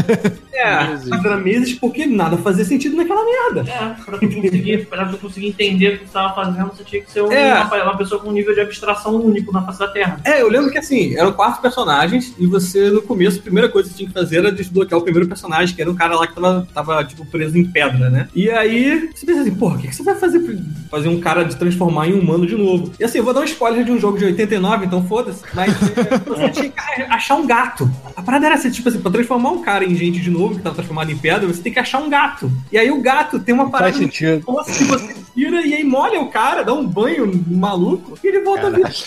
Mas era meses porque nada fazia sentido naquela merda. Pra tu conseguir entender o que tu tava fazendo, você tinha que ser uma pessoa com um nível de abstração único na face da Terra. Eu lembro que assim, eram 4 personagens e você, no começo, a primeira coisa que você tinha que fazer era desbloquear o primeiro personagem, que era um cara lá que tava tipo, preso em pedra, né? E aí, você pensa assim, porra, o que você vai fazer pra fazer um cara de transformar em humano de novo? E assim, eu vou dar um spoiler de um jogo de 89, então foda-se, mas você tinha que achar um gato. A parada era assim, tipo assim, pra transformar um cara em gente de novo, que tá transformado em pedra, você tem que achar um gato. E aí o gato tem uma parada que você tira e aí molha o cara, dá um banho maluco e ele volta a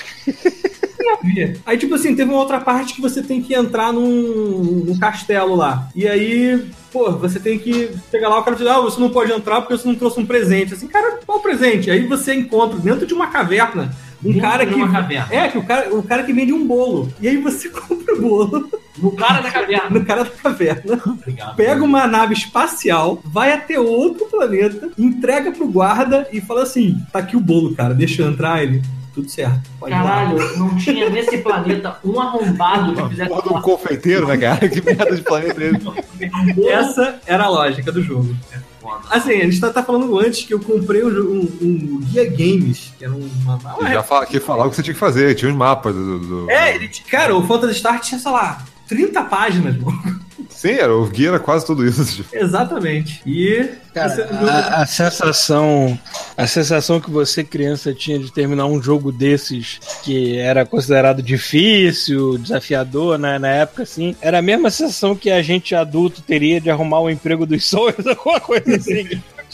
vir. Aí, tipo assim, teve uma outra parte que você tem que entrar num castelo lá. E aí, você tem que chegar lá, o cara diz, você não pode entrar porque você não trouxe um presente. Assim, cara, qual presente? Aí você encontra dentro de uma caverna um cara que... o cara que vende um bolo. E aí você compra o bolo. No cara da caverna. No cara da caverna. Obrigado. Pega uma nave espacial, vai até outro planeta, entrega pro guarda e fala assim, tá aqui o bolo, cara, deixa eu entrar. Ele... Tudo certo. Caralho, não tinha nesse planeta um arrombado que fizesse... Um confeiteiro, né, cara? Que merda de planeta é esse? Essa era a lógica do jogo. Assim, a gente tá falando antes que eu comprei um Guia Games, que era uma... Que falava o que você tinha que fazer, tinha os mapas do... Cara, o Phantasy Star tinha, sei lá, 30 páginas, mano. Sim, o guia era quase tudo isso. Exatamente. E... Cara, a sensação que você, criança, tinha de terminar um jogo desses que era considerado difícil, desafiador, né, na época, assim, era a mesma sensação que a gente adulto teria de arrumar o emprego dos sonhos, alguma coisa assim.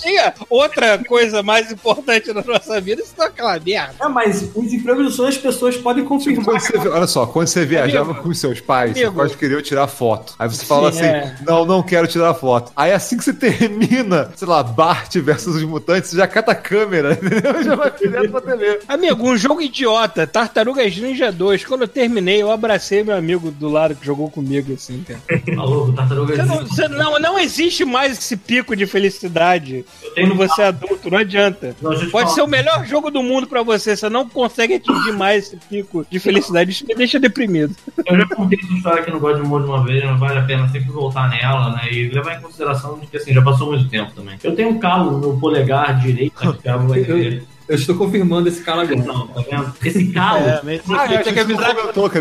tinha outra coisa mais importante na nossa vida, isso não é aquela merda. Mas os empregos do sonho as pessoas podem confirmar. Olha só, quando você viajava com os seus pais, você pode querer tirar foto. Aí você fala assim, não quero tirar foto. Aí assim que você termina, sei lá, Bart versus os mutantes, você já cata a câmera, entendeu? Já vai direto pra TV. Amigo, um jogo idiota, Tartarugas Ninja 2. Quando eu terminei, eu abracei meu amigo do lado que jogou comigo, assim, cara. Maluco, Tartarugas Ninja. Não existe mais esse pico de felicidade quando você é adulto, não adianta. Pode ser o melhor jogo do mundo pra você não consegue atingir mais esse pico de felicidade. Isso me deixa deprimido. Eu já contei essa história aqui no God Mode uma vez, não vale a pena sempre voltar nela, né? E levar em consideração de que, assim, já passou muito tempo também. Eu tenho um calo no polegar direito, que eu estou confirmando esse calo agora. Não, tá vendo? Esse calo... tem que avisar que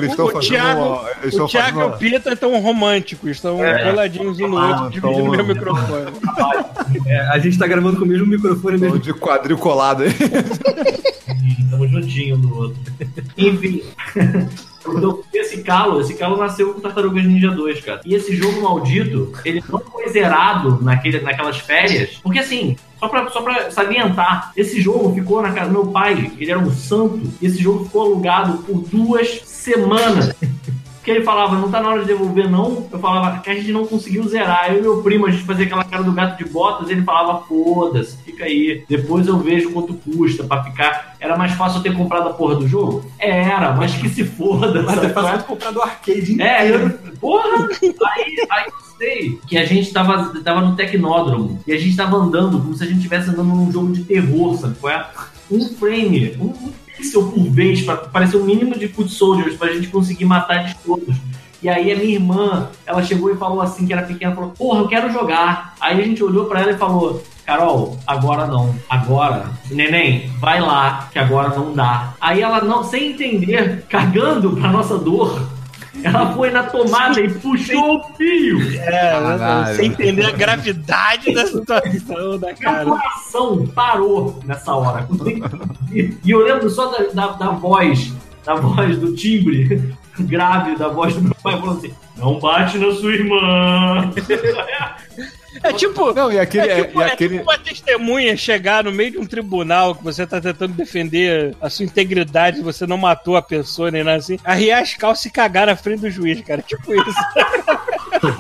o Thiago e o Pita estão românticos, estão coladinhos um no outro, dividindo o meu microfone. A gente tá gravando com o mesmo microfone mesmo. De quadril colado aí. Estamos juntinho um do outro. Enfim... Então, esse calo nasceu com Tartarugas Ninja 2, cara. E esse jogo maldito, ele não foi zerado naquelas férias, porque assim, só pra salientar, esse jogo ficou na casa do meu pai, ele era um santo, e esse jogo ficou alugado por 2 semanas. Porque ele falava, não tá na hora de devolver não, eu falava que a gente não conseguiu zerar. Eu e meu primo, a gente fazia aquela cara do gato de botas, ele falava, foda-se, fica aí, depois eu vejo quanto custa pra ficar. Era mais fácil eu ter comprado a porra do jogo? Era, mas que se foda. Mas é fácil comprar do arcade. Porra! Aí eu sei que a gente tava no Tecnódromo, e a gente tava andando como se a gente estivesse andando num jogo de terror, sabe qual é? Um frame, um pixel por vez, pra parecer o mínimo de Foot Soldiers, pra gente conseguir matar eles todos. E aí a minha irmã, ela chegou e falou assim, que era pequena, falou, porra, eu quero jogar. Aí a gente olhou pra ela e falou, Carol, agora não. Agora, neném, vai lá, que agora não dá. Aí ela, não, sem entender, cagando pra nossa dor, ela foi na tomada e puxou o fio. Sem entender a gravidade da situação da cara. Meu coração parou nessa hora. E eu lembro só da voz do timbre grave da voz do meu pai falando assim, não bate na sua irmã. É tipo, não, é tipo uma testemunha chegar no meio de um tribunal que você tá tentando defender a sua integridade, você não matou a pessoa nem nada assim, arriar as calças e cagar na frente do juiz, cara. Tipo isso.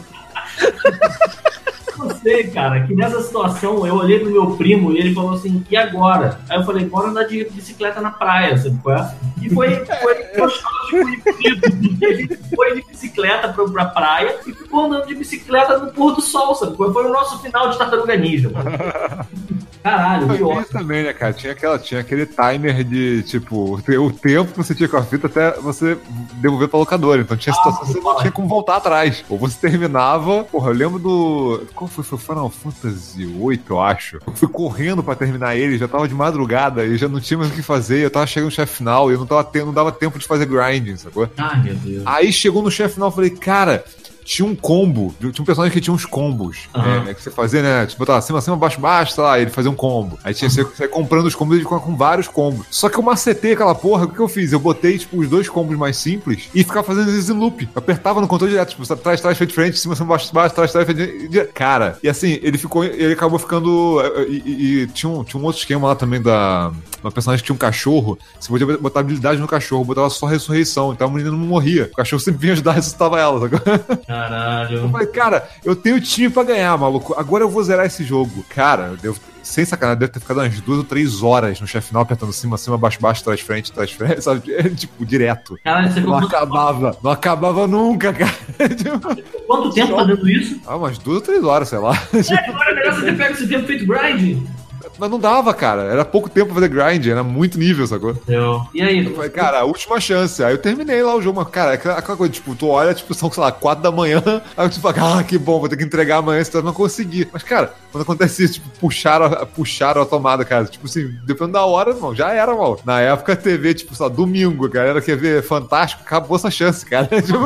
Eu sei, cara, que nessa situação eu olhei pro meu primo e ele falou assim, e agora? Aí eu falei, bora andar de bicicleta na praia, sabe qual é? E foi a gente foi de bicicleta pra praia e ficou andando de bicicleta no pôr do sol, sabe qual é? Foi o nosso final de Tartaruga Ninja, mano. Caralho, que ótimo. Isso também, né, cara? Tinha aquele timer de, tipo, o tempo que você tinha com a fita até você devolver pra locadora. Então tinha situação que você não tinha como voltar atrás. Ou você terminava... Porra, eu lembro do... Qual foi? Foi Final Fantasy VIII, eu acho. Eu fui correndo pra terminar ele, já tava de madrugada e já não tinha mais o que fazer. Eu tava chegando no chefe final e eu não dava tempo de fazer grinding, sacou? Ai, meu Deus. Aí chegou no chefe final e falei, cara... Tinha um combo, tinha um personagem que tinha uns combos, né, que você fazia, né, tipo, botava acima, baixo, sei lá, ele fazia um combo. Aí tinha você sair comprando os combos e com vários combos. Só que eu macetei aquela porra, o que eu fiz? Eu botei, tipo, os 2 combos mais simples e ficava fazendo isso em loop. Eu apertava no controle direto, tipo, trás, frente, cima, baixo, trás, frente. Cara, e assim, ele acabou ficando... E tinha um outro esquema lá também uma personagem que tinha um cachorro, você podia botar habilidade no cachorro, botava só ressurreição, então a menina não morria. O cachorro sempre vinha ajudar e ressuscitava ela, sabe? Caralho. Eu falei, cara, eu tenho time pra ganhar, maluco. Agora eu vou zerar esse jogo. Cara, sem sacanagem, deve ter ficado umas 2 ou 3 horas no chefe final, apertando cima, baixo, trás, frente, sabe? Tipo, direto. Caralho, você não acabava nunca, cara. Quanto tempo fazendo isso? Umas 2 ou 3 horas, sei lá. Agora é melhor você ter pego esse tempo feito grind. Mas não dava, cara. Era pouco tempo pra fazer grind, era muito nível, sacou? E aí? Eu falei, cara, a última chance. Aí eu terminei lá o jogo, mas, cara, aquela coisa, tipo, tu olha, tipo, são, sei lá, 4 da manhã, aí tu fala, que bom, vou ter que entregar amanhã, se eu não conseguir. Mas, cara, quando acontece isso, tipo, puxaram a tomada, cara, tipo assim, dependendo da hora, irmão, já era, mano. Na época, a TV, tipo, sei lá, domingo, a galera quer ver Fantástico, acabou essa chance, cara.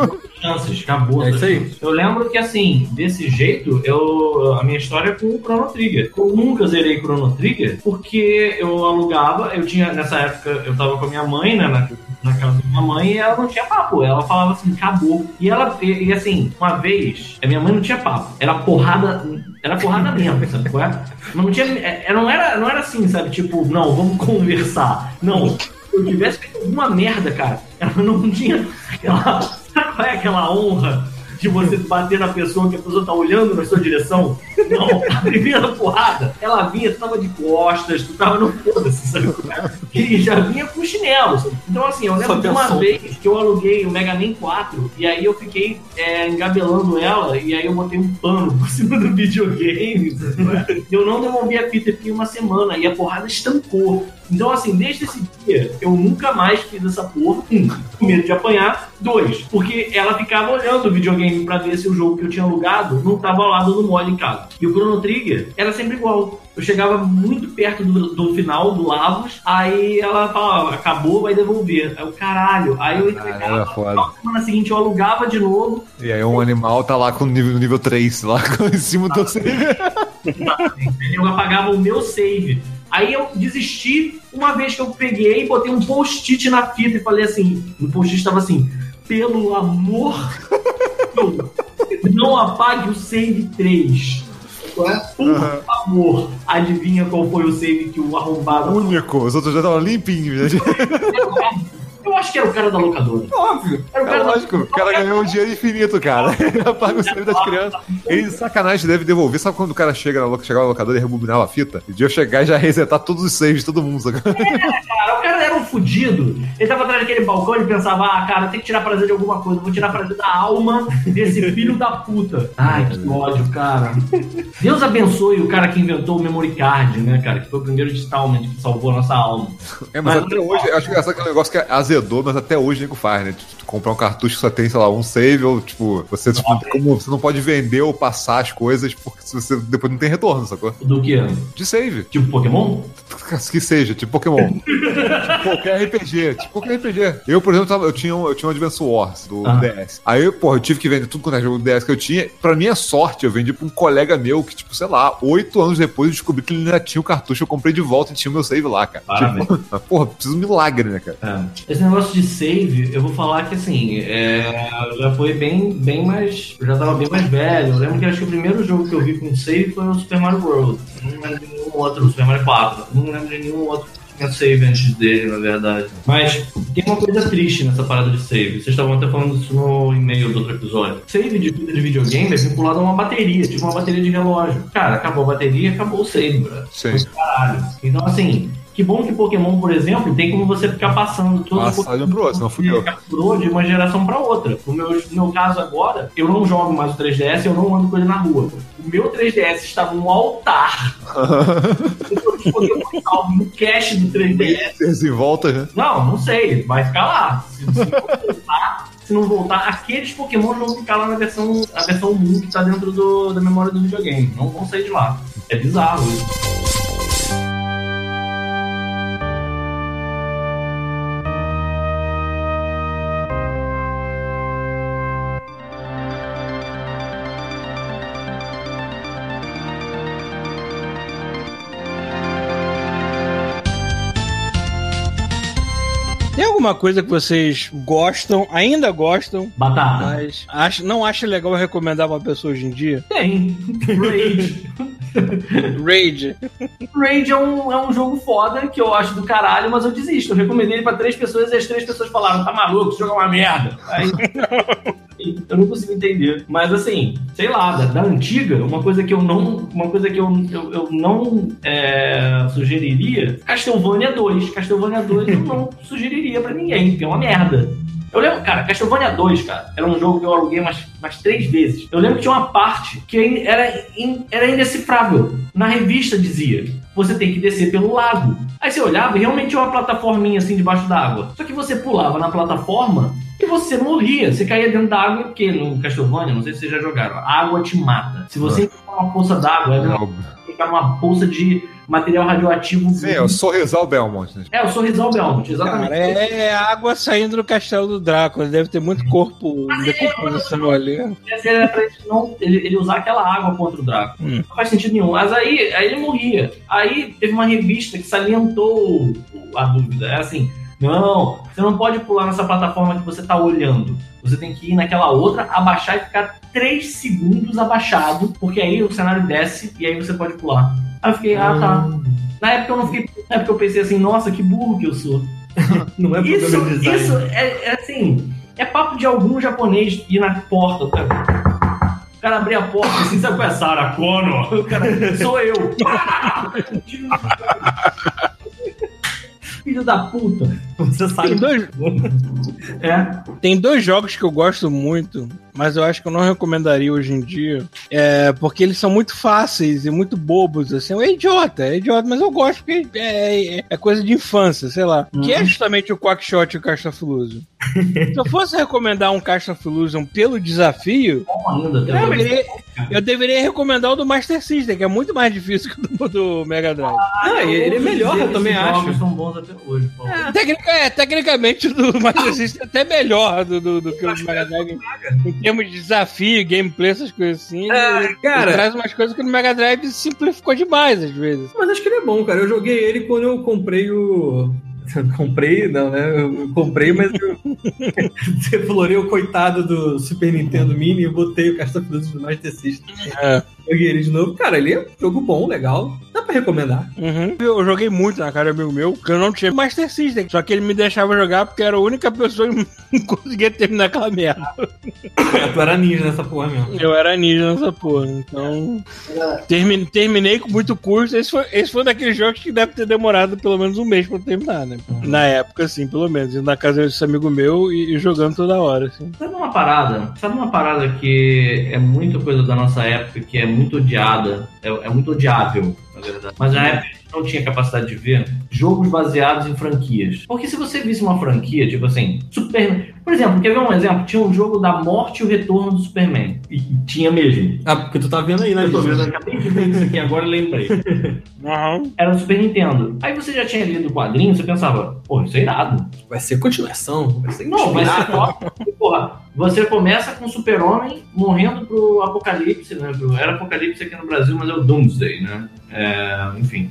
Acabou. É isso aí. Eu lembro que, assim, desse jeito, a minha história é com o Chrono Trigger. Eu nunca zerei Chrono Trigger, porque eu alugava, eu tinha, nessa época, eu tava com a minha mãe, né, na casa da minha mãe, e ela não tinha papo, ela falava assim, acabou. E assim, uma vez, a minha mãe não tinha papo, era porrada Era porrada mesmo, sabe? Mas não tinha. Não era assim, sabe? Tipo, não, vamos conversar. Não. Se eu tivesse feito alguma merda, cara, ela não tinha aquela. Sabe qual é aquela honra de você bater na pessoa que a pessoa tá olhando na sua direção? Não, a primeira porrada, ela vinha, tu tava de costas, tu tava no foda-se, sabe? E já vinha com chinelo, sabe? Então, assim, eu lembro de uma vez que eu aluguei o Mega Man 4 e aí eu fiquei engabelando ela e aí eu botei um pano por cima do videogame, sabe? Eu não devolvi a fita, fiquei uma semana e a porrada estancou. Então, assim, desde esse dia, eu nunca mais fiz essa porra. Com medo de apanhar. 2, porque ela ficava olhando o videogame pra ver se o jogo que eu tinha alugado não tava ao lado do mod em casa. E o Chrono Trigger era sempre igual. Eu chegava muito perto do final, do Lavos, aí ela falava, acabou, vai devolver. Aí eu, caralho. Aí eu entregava, na semana seguinte eu alugava de novo. E aí um animal tá lá com no nível 3, lá em cima do save. Eu apagava o meu save. Aí eu desisti uma vez que eu peguei, botei um post-it na fita e falei assim, no post-it estava assim, pelo amor de Deus, não apague o save 3. Por favor, adivinha qual foi o save que o arrombado... Único, os outros já estavam limpinhos. Eu acho que era o cara da locadora. Óbvio. Era o cara lógico, o cara ganhou um dinheiro infinito, cara. Ele apaga o save das crianças. Ele, sacanagem, deve devolver. Sabe quando o cara chegava na locadora e rebobinava a fita? E de eu chegar e já resetar todos os saves de todo mundo, sabe? Cara, o cara era um fudido. Ele tava atrás daquele balcão e pensava, cara, tem que tirar prazer de alguma coisa. Vou tirar prazer da alma desse filho da puta. Ai, que ódio, cara. Deus abençoe o cara que inventou o memory card, né, cara? Que foi o primeiro installment que salvou a nossa alma. Mas até hoje, acho que é um negócio que azedou, mas até hoje nego faz, né? Tu comprar um cartucho que só tem, sei lá, um save, ou tipo, você não pode vender ou passar as coisas porque você depois não tem retorno, sacou? Do que? De save. Tipo Pokémon? Que seja, tipo Pokémon. Tipo qualquer RPG. Eu, por exemplo, eu tinha um Advance Wars do DS. Aí, porra, eu tive que vender tudo quanto é jogo do DS que eu tinha. Pra minha sorte, eu vendi pra um colega meu que, tipo, sei lá, 8 anos depois eu descobri que ele ainda tinha o cartucho, eu comprei de volta e tinha o meu save lá, cara. Tipo, porra, preciso de um milagre, né, cara? Esse negócio de save, eu vou falar que, assim, já foi bem mais... Eu já tava bem mais velho. Eu lembro que acho que o primeiro jogo que eu vi com save foi o Super Mario World. Não lembro de nenhum outro, Super Mario 4. Não lembro de nenhum outro que tinha save antes dele, na verdade. Mas tem uma coisa triste nessa parada de save. Vocês estavam até falando isso no e-mail do outro episódio. Save de fita de videogame é vinculado a uma bateria, tipo uma bateria de relógio. Cara, acabou a bateria, acabou o save, bro. Sim. Caralho. Então, assim... Que bom que Pokémon, por exemplo, tem como você ficar passando todos os Pokémon pro outro, senão fudeu. Capturou de uma geração pra outra. No meu caso agora, eu não jogo mais o 3DS, eu não ando com ele na rua. O meu 3DS estava no altar. Eu Pokémon salvo no cache do 3DS. Em volta, né? Não sei, vai ficar lá. Se não voltar, aqueles Pokémon vão ficar lá a versão 1 que tá dentro da memória do videogame. Não vão sair de lá. É bizarro isso. Tem alguma coisa que vocês gostam, ainda gostam, Batata. mas não acha legal recomendar pra uma pessoa hoje em dia? Tem. Raid. Raid. Raid é um jogo foda que eu acho do caralho, mas eu desisto. Eu recomendei ele pra 3 pessoas e as 3 pessoas falaram, tá maluco, esse jogo é uma merda. Aí eu não consigo entender. Mas assim, sei lá, da antiga, uma coisa que eu não sugeriria, Castlevania 2. Castlevania 2 eu não sugeriria pra ninguém, porque é uma merda. Eu lembro, cara, Castlevania 2, cara, era um jogo que eu aluguei umas 3 vezes. Eu lembro que tinha uma parte que era indecifrável. Na revista dizia, você tem que descer pelo lago. Aí você olhava e realmente tinha uma plataforminha assim debaixo d'água. Só que você pulava na plataforma e você morria. Você caía dentro da água, porque no Castlevania, não sei se vocês já jogaram, a água te mata. Se você entrar numa poça d'água, ficar numa poça de material radioativo. Sim, é o Sorrisal Belmont. Né? É, o Sorrisal Belmont, exatamente. Cara, é água saindo do castelo do Drácula. Deve ter muito corpo de decomposição ali. Era pra ele usar aquela água contra o Drácula. Não faz sentido nenhum. Mas aí ele morria. Aí teve uma revista que salientou a dúvida. É assim, Não, você não pode pular nessa plataforma que você tá olhando. Você tem que ir naquela outra, abaixar e ficar 3 segundos abaixado, porque aí o cenário desce e aí você pode pular. Aí eu fiquei, tá. Na época eu não fiquei. Na época eu pensei assim, nossa, que burro que eu sou. Não é problema de design. Isso é assim, é papo de algum japonês ir na porta, cara. O cara abrir a porta assim, sabe qual é Sarah Connor? O cara, sou eu. Filho da puta. Você sabe. Tem 2 jogos que eu gosto muito, mas eu acho que eu não recomendaria hoje em dia, porque eles são muito fáceis e muito bobos, assim. É idiota, mas eu gosto porque é coisa de infância, sei lá. Que é justamente o Quackshot e o Cast of Illusion. Se eu fosse recomendar um Cast of Illusion pelo desafio, eu deveria recomendar o do Master System, que é muito mais difícil que o do Mega Drive. Ele é melhor, eu também acho. São bons até hoje, pô. Tecnicamente o do Master System é até melhor do que o do Mega Drive. Em termos de desafio, gameplay, essas coisas assim, ele traz umas coisas que no Mega Drive simplificou demais, às vezes. Mas acho que ele é bom, cara. Eu joguei ele quando eu comprei o... Comprei, não, né? Eu comprei, mas eu deflorei o coitado do Super Nintendo Mini e botei o Cast of Illusion do Master System. Joguei ele de novo. Cara, ele é um jogo bom, legal. Dá pra recomendar. Eu joguei muito na cara do amigo meu, porque eu não tinha Master System. Só que ele me deixava jogar porque era a única pessoa que não conseguia terminar aquela merda. Tu era ninja nessa porra mesmo. Eu era ninja nessa porra. Então, terminei com muito curso. Esse foi um daqueles jogos que deve ter demorado pelo menos um mês pra terminar, né? Na época, assim, pelo menos. Na casa desse amigo meu e jogando toda hora, assim. Sabe uma parada que é muita coisa da nossa época, que é muito odiada, é muito odiável, na verdade. Mas na época a gente não tinha capacidade de ver jogos baseados em franquias. Porque se você visse uma franquia, tipo assim, Por exemplo, quer ver um exemplo? Tinha um jogo da morte e o retorno do Superman. E tinha mesmo. Porque tu tá vendo aí, né? Eu tô vendo, acabei de ver isso aqui agora e lembrei. Era do Super Nintendo. Aí você já tinha lido o quadrinho, você pensava, isso é irado. Vai ser continuação, vai ser vai ser top. Porra, você começa com o Super-Homem morrendo pro Apocalipse, né? Era Apocalipse aqui no Brasil, mas é o Doomsday, né? Enfim.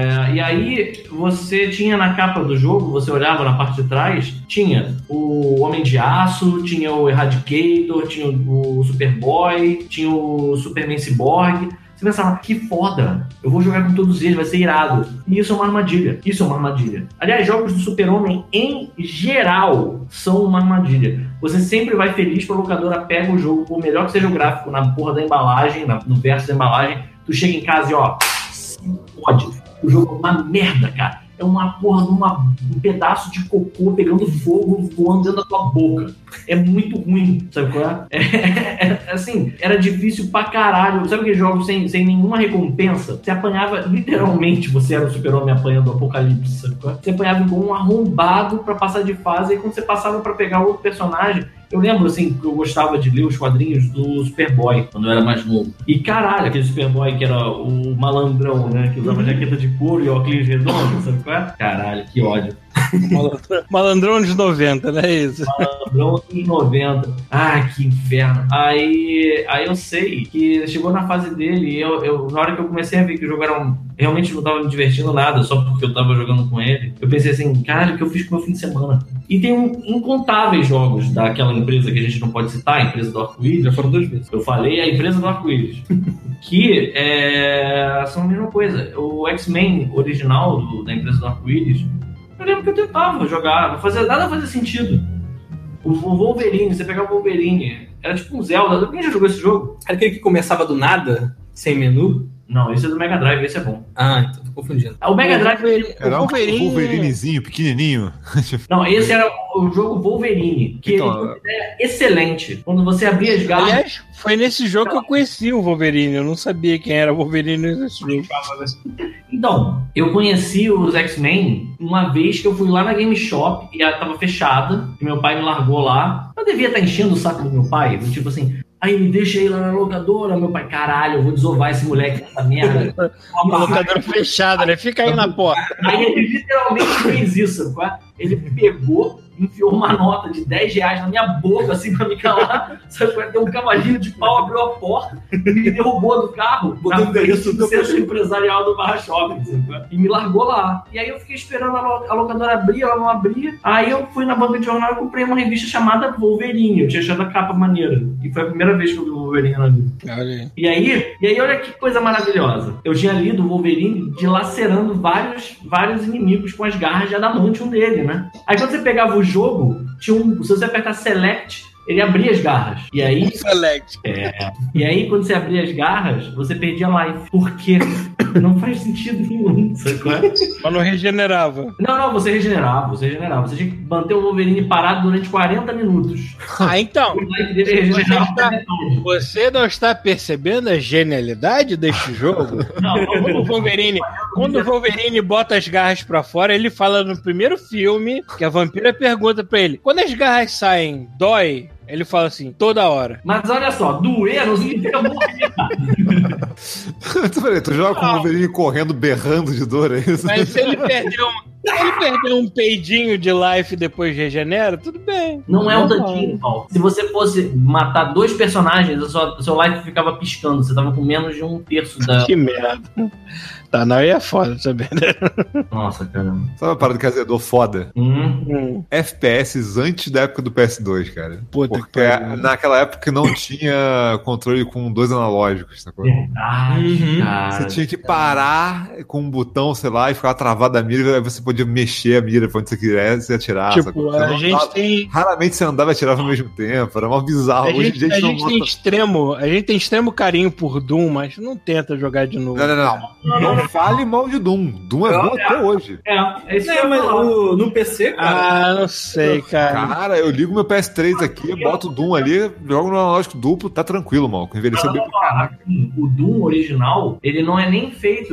E aí você tinha na capa do jogo, você olhava na parte de trás, tinha o Homem de Aço, tinha o Eradicator, tinha o Superboy, tinha o Superman Cyborg. Você pensava, que foda, eu vou jogar com todos eles, vai ser irado. E isso é uma armadilha. Aliás, jogos do Super-Homem, em geral, são uma armadilha. Você sempre vai feliz que a locadora pega o jogo, por melhor que seja o gráfico, na porra da embalagem, no verso da embalagem, tu chega em casa e pode. O jogo é uma merda, cara. É uma porra de um pedaço de cocô pegando fogo voando dentro da tua boca. É muito ruim, sabe qual é? Assim, era difícil pra caralho. Sabe aquele jogo sem nenhuma recompensa? Você apanhava, literalmente, você era o Super-Homem apanhando o Apocalipse, sabe qual é? Você apanhava igual um arrombado pra passar de fase, e quando você passava pra pegar outro personagem, eu lembro, assim, que eu gostava de ler os quadrinhos do Superboy, quando eu era mais novo. E, caralho, aquele Superboy que era o malandrão, né? Que usava jaqueta de couro e óculos redondos, sabe qual é? Caralho, que ódio. Malandrão dos 90, não é isso? Malandrão dos 90. Ai, que inferno. Aí eu sei que chegou na fase dele e na hora que eu comecei a ver que o jogo realmente não tava me divertindo nada, só porque eu tava jogando com ele, eu pensei assim, caralho, o que eu fiz com o meu fim de semana? E tem incontáveis jogos daquela empresa que a gente não pode citar, a empresa do Arco-Íris. Já foram 2 vezes. Eu falei a empresa do Arco-Íris. Que são a mesma coisa. O X-Men original da empresa do Arco-Íris, eu lembro que eu tentava jogar, nada fazia sentido. O Wolverine, você pegava o Wolverine, era tipo um Zelda. Quem já jogou esse jogo? Era aquele que começava do nada, sem menu? Não, esse é do Mega Drive, esse é bom. Então tô confundindo. O Mega Drive... Era um Wolverinezinho, pequenininho. Não, esse era o jogo Wolverine, que ele é excelente. Quando você abria as garras... Aliás, foi nesse jogo que eu conheci o Wolverine. Eu não sabia quem era o Wolverine nesse jogo. Então, eu conheci os X-Men uma vez que eu fui lá na Game Shop e ela tava fechada, e meu pai me largou lá. Eu devia estar enchendo o saco do meu pai, tipo assim... Aí me deixa aí lá na locadora, meu pai, caralho, eu vou desovar esse moleque nessa merda. A locadora fechada, né? Fica aí na porta. Aí ele literalmente fez isso, ele pegou enfiou uma nota de R$10 na minha boca, assim, pra me calar. Sabe, deu um cavalinho de pau, abriu a porta, me derrubou do carro, botou o endereço do centro empresarial do Barra Shopping, sabe? E me largou lá. E aí eu fiquei esperando a locadora abrir, ela não abria. Aí eu fui na banca de jornal e comprei uma revista chamada Wolverine. Eu tinha achado a capa maneira. E foi a primeira vez que eu vi o Wolverine na vida. E aí olha que coisa maravilhosa. Eu tinha lido o Wolverine dilacerando vários inimigos com as garras de adamantium dele, né? Aí quando você pegava o jogo, se você apertar Select, ele abria as garras. E aí... Select. E aí, quando você abria as garras, você perdia life. Por quê? Não faz sentido nenhum, sabe? Mas não regenerava. Não, você regenerava. Você tinha que manter o Wolverine parado durante 40 minutos. Então, você não está percebendo a genialidade deste jogo? Quando o Wolverine bota as garras pra fora, ele fala no primeiro filme, que a vampira pergunta pra ele, quando as garras saem, dói? Ele fala assim, toda hora. Mas olha só, doer não significa morrer. Tu joga com o Wolverine correndo, berrando de dor, é isso? Mas se ele perder um peidinho de life e depois regenera, tudo bem. Não é um tantinho, Paulo. Se você fosse matar 2 personagens, o seu life ficava piscando. Você tava com menos de 1/3 da... Que merda. Tá, não, aí é foda, sabe? Nossa, caramba. Sabe uma parada que azedou foda? FPS antes da época do PS2, cara. Puta porque naquela época não tinha controle com 2 analógicos, sacou? Verdade, cara. Você tinha que parar com um botão, sei lá, e ficar travado da mira, e aí você podia mexer a mira pra onde você quisesse e atirar. Tipo, a gente tem... Raramente você andava e atirava ao mesmo tempo, era mal bizarro. A gente tem extremo carinho por Doom, mas não tenta jogar de novo. Não fale mal de Doom. Doom é bom até hoje. É isso que mas no PC, cara. Não sei, cara. Cara, eu ligo meu PS3 aqui, boto o Doom ali, jogo no analógico duplo, tá tranquilo, mal. Envelheceu bem pra caraca. O Doom original, ele não é nem feito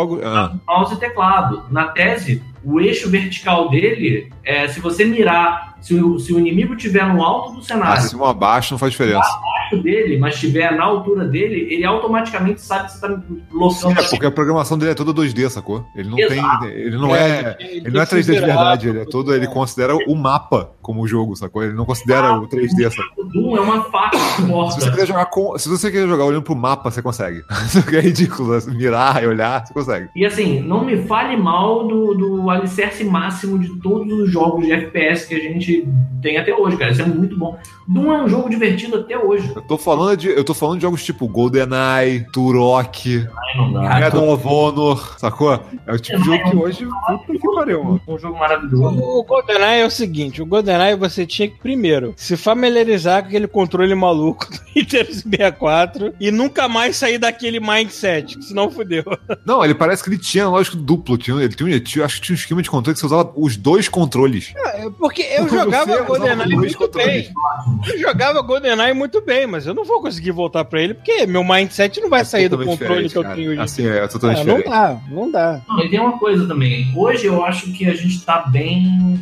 mouse e teclado. Na tese, o eixo vertical dele, se você mirar, se o inimigo estiver no alto do cenário, acima ou abaixo não faz diferença. Abaixo dele, mas estiver na altura dele, ele automaticamente sabe que você tá locando. Porque a programação dele é toda 2D, sacou? Ele não tem. Ele não é 3D de verdade, ele considera o mapa como o jogo, sacou? Ele não considera o 3D, sacou? O Doom é uma faca morta. Se você quer jogar olhando pro mapa, você consegue. É ridículo, mirar e olhar, você consegue. E assim, não me fale mal do alicerce máximo de todos os jogos de FPS que a gente tem até hoje, cara. Isso é muito bom. Doom é um jogo divertido até hoje. Eu tô falando de jogos tipo GoldenEye, Turok, Medal of Honor, sacou? É o tipo de jogo que hoje, puta que pariu, mano. Um jogo maravilhoso. O GoldenEye é o seguinte, o GoldenEye você tinha que primeiro se familiarizar com aquele controle maluco do Nintendo 64 e nunca mais sair daquele mindset, que senão fudeu. Não, ele parece que ele tinha lógico duplo, acho que tinha um esquema de controle que você usava os 2 controles. Porque eu jogava GoldenEye muito bem. Eu jogava GoldenEye muito bem, mas eu não vou conseguir voltar pra ele, porque meu mindset não vai sair do controle que eu tenho hoje. Assim, é totalmente diferente. Não dá. Não, e tem uma coisa também. Hoje eu acho que a gente tá bem...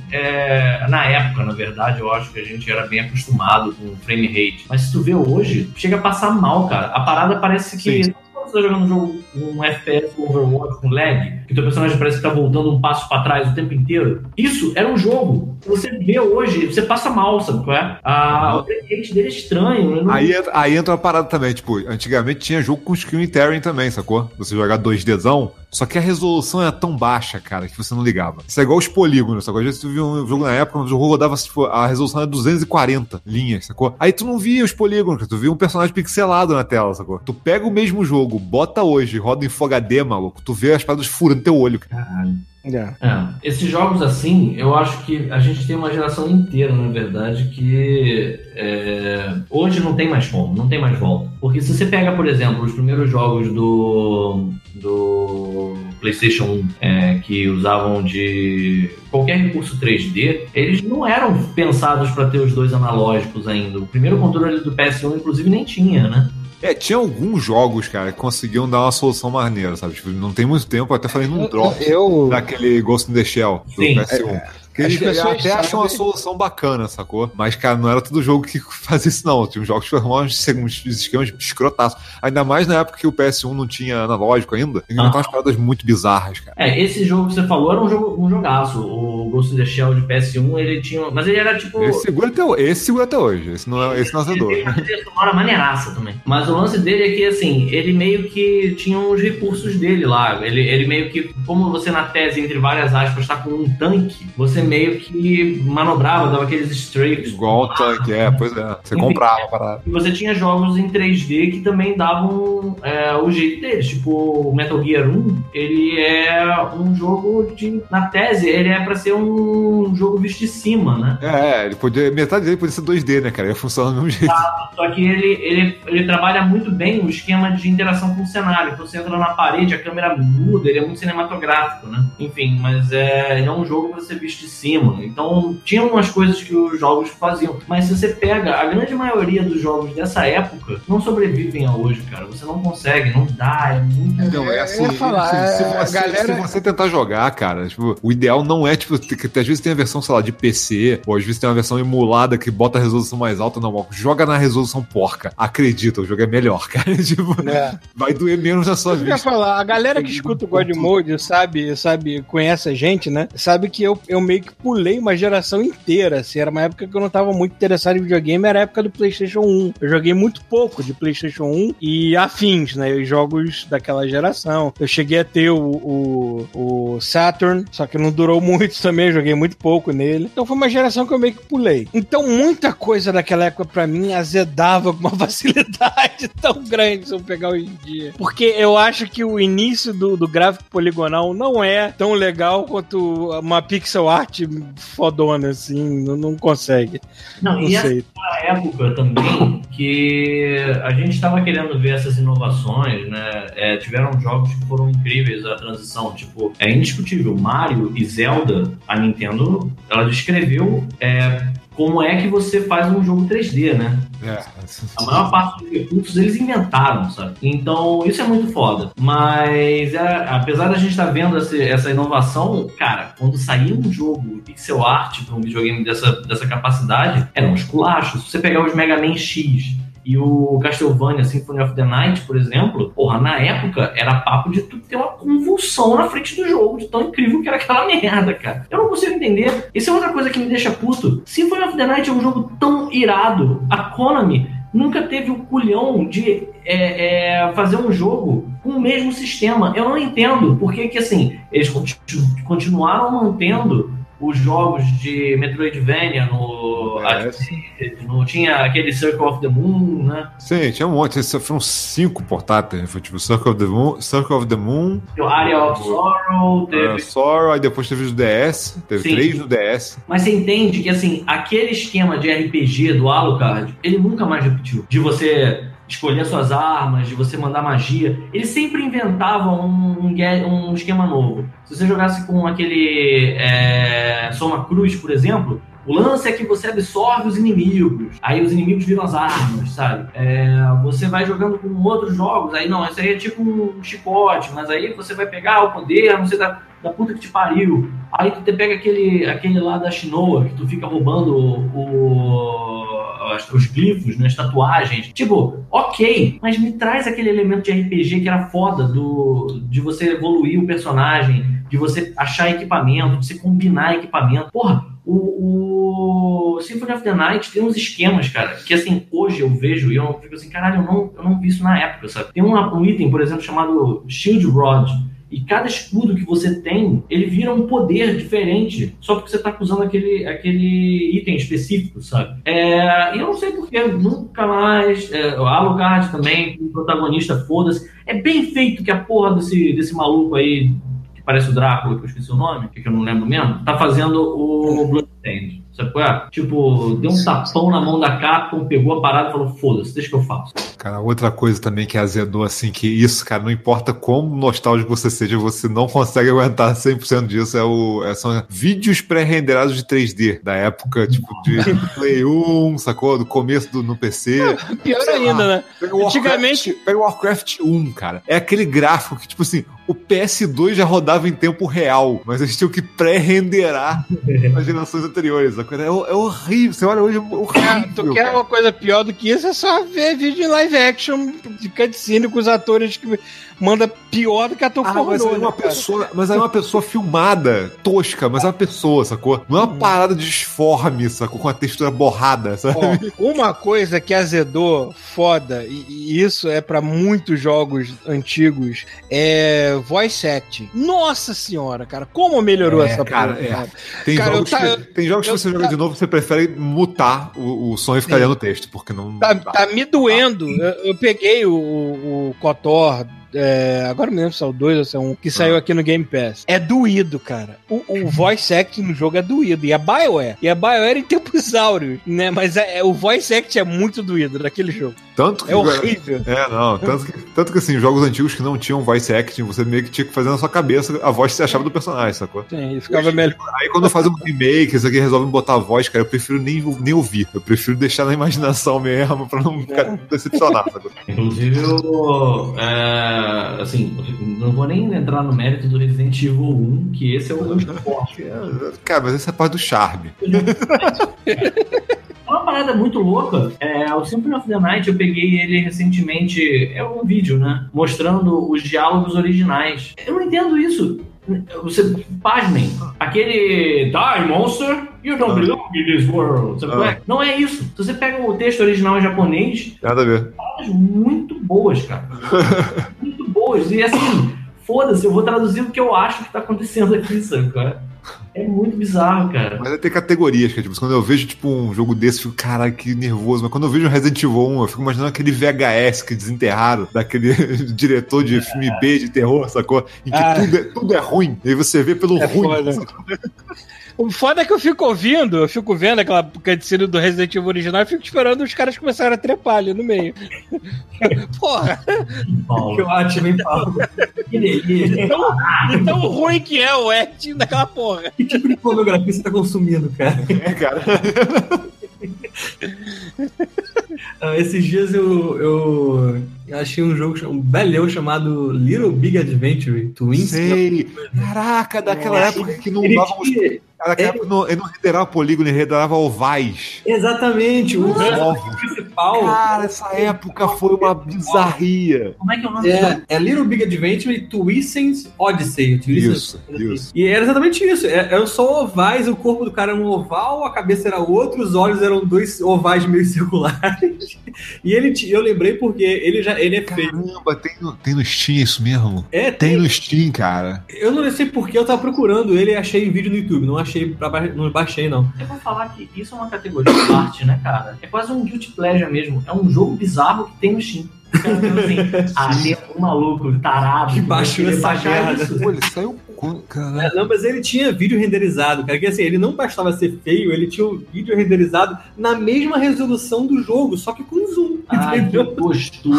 na época, na verdade, eu acho que a gente era bem acostumado com frame rate. Mas se tu vê hoje, chega a passar mal, cara. A parada parece que... Sim. Quando você tá jogando um jogo, um FPS com Overwatch, com lag, que o teu personagem parece que tá voltando um passo pra trás o tempo inteiro. Isso era um jogo. Você vê hoje, você passa mal, sabe qual é? O frame dele é estranho. Aí entra uma parada também, tipo, antigamente tinha jogo com screen tearing também, sacou? Você jogar 2Dzão, só que a resolução era tão baixa, cara, que você não ligava. Isso é igual os polígonos, sacou? Às vezes tu viu um jogo na época, o jogo rodava, tipo, a resolução era 240 linhas, sacou? Aí tu não via os polígonos, tu via um personagem pixelado na tela, sacou? Tu pega o mesmo jogo, bota hoje, roda em Full HD, maluco, tu vê as paradas furando teu olho. Caralho. Esses jogos assim, eu acho que a gente tem uma geração inteira, na verdade, que hoje não tem mais como, não tem mais volta. Porque se você pega, por exemplo, os primeiros jogos do PlayStation 1 que usavam de qualquer recurso 3D, eles não eram pensados para ter os 2 analógicos ainda. O primeiro controle do PS1, inclusive, nem tinha, né? Tinha alguns jogos, cara, que conseguiam dar uma solução maneira, sabe? Tipo, não tem muito tempo, eu até falei num drop daquele Ghost in the Shell do PS1. Que As eles pessoas até acham uma sabem. solução bacana, sacou? Mas, cara, não era todo jogo que fazia isso, não. Tinha uns jogos que formavam uns esquemas escrotaços. Ainda mais na época que o PS1 não tinha analógico ainda. Ele inventava umas paradas muito bizarras, cara. Esse jogo que você falou era um jogaço. O Ghost in the Shell de PS1, ele tinha... Mas ele era tipo... Esse segura até hoje. Esse não é azedor. Ele tem uma trilha sonora maneiraça também. Mas o lance dele é que, assim, ele meio que tinha os recursos dele lá. Ele meio que, como você na tese, entre várias aspas, tá com um tanque, você meio que manobrava, dava aqueles strafes. Igual o tanque, pois é. Você comprava a parada. E você tinha jogos em 3D que também davam o jeito deles. Tipo, o Metal Gear 1, ele é um jogo de... Na tese, ele é pra ser um jogo visto de cima, né? Metade dele podia ser 2D, né, cara? Ia funcionar do mesmo jeito. Só que ele trabalha muito bem o esquema de interação com o cenário. Então você entra na parede, a câmera muda, ele é muito cinematográfico, né? Enfim, mas ele é um jogo pra ser visto de cima. Então tinha umas coisas que os jogos faziam. Mas se você pega, a grande maioria dos jogos dessa época não sobrevivem a hoje, cara. Você não consegue, não dá, é muito... Não, assim, eu ia falar, se você tentar jogar, cara, tipo, o ideal não é, tipo, que às vezes tem a versão, sei lá, de PC, ou às vezes tem uma versão emulada que bota a resolução mais alta, não, joga na resolução porca. Acredita, o jogo é melhor, cara. Tipo, vai doer menos na sua Eu ia vista. falar, a galera que escuta o God Mode sabe, conhece a gente, né? Sabe que eu meio que pulei uma geração inteira, assim, era uma época que eu não tava muito interessado em videogame, era a época do PlayStation 1. Eu joguei muito pouco de PlayStation 1 e afins, né? Os jogos daquela geração. Eu cheguei a ter o Saturn, só que não durou muito também, eu joguei muito pouco nele. Então foi uma geração que eu meio que pulei. Então muita coisa daquela época pra mim azedava com uma facilidade tão grande se eu pegar hoje em dia. Porque eu acho que o início do gráfico poligonal não é tão legal quanto uma pixel art fodona, assim, não consegue. Não, e sei. essa época também que a gente estava querendo ver essas inovações, né? Tiveram jogos que foram incríveis a transição, tipo, é indiscutível, Mario e Zelda, a Nintendo, ela descreveu como é que você faz um jogo 3D, né? A maior parte dos recursos eles inventaram, sabe? Então, isso é muito foda. Mas, apesar da gente estar vendo essa inovação, cara, quando saía um jogo pixel art para um videogame dessa capacidade, era um esculacho. Se você pegar os Mega Man X e o Castlevania Symphony of the Night, por exemplo, porra, na época era papo de tu ter uma convulsão na frente do jogo, de tão incrível que era aquela merda, cara. Eu não consigo entender. Isso é outra coisa que me deixa puto. Symphony of the Night é um jogo tão irado. A Konami nunca teve o culhão de fazer um jogo com o mesmo sistema. Eu não entendo porque que, assim, eles continuaram mantendo os jogos de Metroidvania tinha aquele Circle of the Moon, né? Sim, tinha um monte. Foram 5 portáteis. Foi tipo Circle of the Moon, O Area of Sorrow, teve... Sorrow, aí depois teve os DS. Teve 3 no DS. Mas você entende que, assim, aquele esquema de RPG do Alucard, ele nunca mais repetiu. De você escolher suas armas, de você mandar magia. Eles sempre inventavam um esquema novo. Se você jogasse com aquele Soma Cruz, por exemplo, o lance é que você absorve os inimigos. Aí os inimigos viram as armas, sabe? Você vai jogando com outros jogos. Aí não, isso aí é tipo um chicote. Mas aí você vai pegar o poder, não sei, da puta que te pariu. Aí tu pega aquele lá da Shinoa, que tu fica roubando os glifos, né, as tatuagens. Tipo, ok, mas me traz aquele elemento de RPG que era foda, de você evoluir o personagem, de você achar equipamento, de você combinar equipamento. Porra, o Symphony of the Night tem uns esquemas, cara, que assim, hoje eu vejo e eu fico assim, caralho, eu não vi isso na época, sabe? Tem um item, por exemplo, chamado Shield Rod, e cada escudo que você tem, ele vira um poder diferente, só porque você tá usando aquele item específico, sabe? E eu não sei porquê, nunca mais. O Alucard também, o protagonista, foda-se. É bem feito que a porra desse maluco aí, que parece o Drácula, que eu esqueci o nome, que eu não lembro mesmo, tá fazendo o Bloodstained. Sabe qual é? Tipo, deu um tapão na mão da Capcom, pegou a parada e falou, foda-se, deixa que eu faço. Cara, outra coisa também que azedou, assim, que isso, cara, não importa quão nostálgico você seja, você não consegue aguentar 100% disso, são vídeos pré-renderados de 3D, da época, tipo, de Play 1, sacou? Do começo no PC. Pior ainda, né? Pega o Warcraft 1, cara. É aquele gráfico que, tipo assim, o PS2 já rodava em tempo real, mas eles tinham que pré-renderar as gerações anteriores. É horrível. Você olha hoje, é horrível. Tu quer uma coisa pior do que isso? É só ver vídeo em live action de cutscene com os atores que manda pior do que ator pornô. Mas aí uma pessoa filmada, tosca, mas é uma pessoa, sacou? Não é uma parada disforme, sacou? Com a textura borrada, sabe? Ó, uma coisa que azedou foda, e isso é pra muitos jogos antigos, é voice acting. Nossa senhora, cara, como melhorou essa cara, porra? Tem jogos que você joga de novo, você prefere mutar o som e ficar lendo o texto, porque não... Tá me doendo. Eu peguei o KOTOR, agora não me lembro se é o 2 ou se é um, que saiu aqui no Game Pass. É doído, cara. O voice acting no jogo é doído. E a BioWare em tempos áureos, né? Mas o voice acting é muito doído daquele jogo. Tanto que, horrível. Tanto que assim, jogos antigos que não tinham voice acting, você meio que tinha que fazer na sua cabeça a voz que você achava do personagem, sacou? Sim, ficava melhor. Aí quando faz um remake, isso aqui resolve botar a voz, cara, eu prefiro nem ouvir. Eu prefiro deixar na imaginação mesmo, pra não ficar decepcionado, sacou? Inclusive, assim, não vou nem entrar no mérito do Resident Evil 1, que esse é o muito forte. Cara, mas essa é a parte do charme. Uma parada muito louca, o Symphony of the Night, eu peguei ele recentemente, é um vídeo, né? Mostrando os diálogos originais. Eu não entendo isso. Você, pasmem, aquele Die Monster, you don't belong in this world. Não é isso. Se você pega o texto original em japonês, nada a ver. Palavras muito boas, cara. Muito boas. E assim, foda-se, eu vou traduzir o que eu acho que tá acontecendo aqui, sabe, cara? É muito bizarro, cara. Mas tem categorias, cara. Tipo, quando eu vejo, tipo, um jogo desse, eu fico, caralho, que nervoso. Mas quando eu vejo Resident Evil 1, eu fico imaginando aquele VHS que desenterraram daquele diretor de filme B de terror, sacou? Em que tudo é ruim. E aí você vê pelo ruim. O foda é que eu fico vendo aquela cutscene do Resident Evil original e fico esperando os caras começarem a trepar ali no meio. Porra! Que ótimo, hein, Paulo? Que delícia. Então ruim que é o acting daquela porra. Que tipo de pornografia você tá consumindo, cara? Cara. Esses dias eu achei um jogo, um belhão chamado Little Big Adventure Twins. Sei. Caraca, daquela época que não dava ele não renderava polígono, ele renderava ovais. Exatamente, o ovos principal. Cara, essa época foi uma bizarria. Como é que é o nome? É Little Big Adventure e Twisted Odyssey. Isso. E era exatamente isso. Eram só ovais, o corpo do cara era um oval, a cabeça era outro, os olhos eram dois ovais meio circulares. E eu lembrei porque ele é feio. Caramba, tem no Steam isso mesmo? Tem no Steam, cara. Eu não sei porque eu tava procurando ele e achei vídeo no YouTube. Não baixei, não. Eu vou falar que isso é uma categoria de arte, né, cara? É quase um guilty pleasure mesmo. É um jogo bizarro que tem no Steam. Tem um maluco tarado que baixou essa merda. Pô, ele saiu. Não, mas ele tinha vídeo renderizado, cara. Que assim, ele não bastava ser feio, ele tinha o vídeo renderizado na mesma resolução do jogo, só que com zoom. Que postura.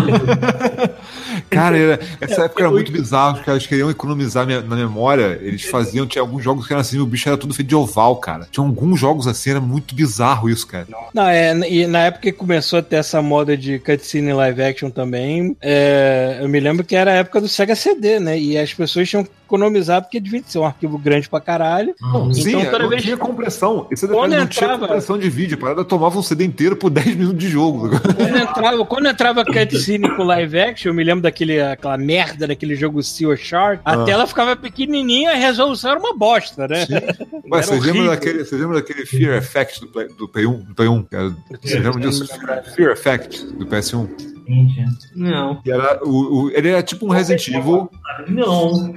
Cara, essa época era muito bizarro, porque eles queriam economizar na memória. Eles tinha alguns jogos que eram assim, o bicho era tudo feito de oval, cara. Tinha alguns jogos assim, era muito bizarro isso, cara. Não, e na época que começou a ter essa moda de cutscene live action também, eu me lembro que era a época do Sega CD, né? E as pessoas tinham que economizar porque devia ser um arquivo grande pra caralho. Sim, então, toda vez tinha compressão. Isso não tinha compressão de vídeo. A parada tomava um CD inteiro por 10 minutos de jogo. Quando entrava cutscene com live action, eu me lembro aquela merda daquele jogo Sea Shark, a tela ficava pequenininha e a resolução era uma bosta, né? Mas você lembra daquele Fear Effect do Play 1? Você lembra disso? Fear Effect do PS1? Não. Ele era tipo um Resident Evil. Não.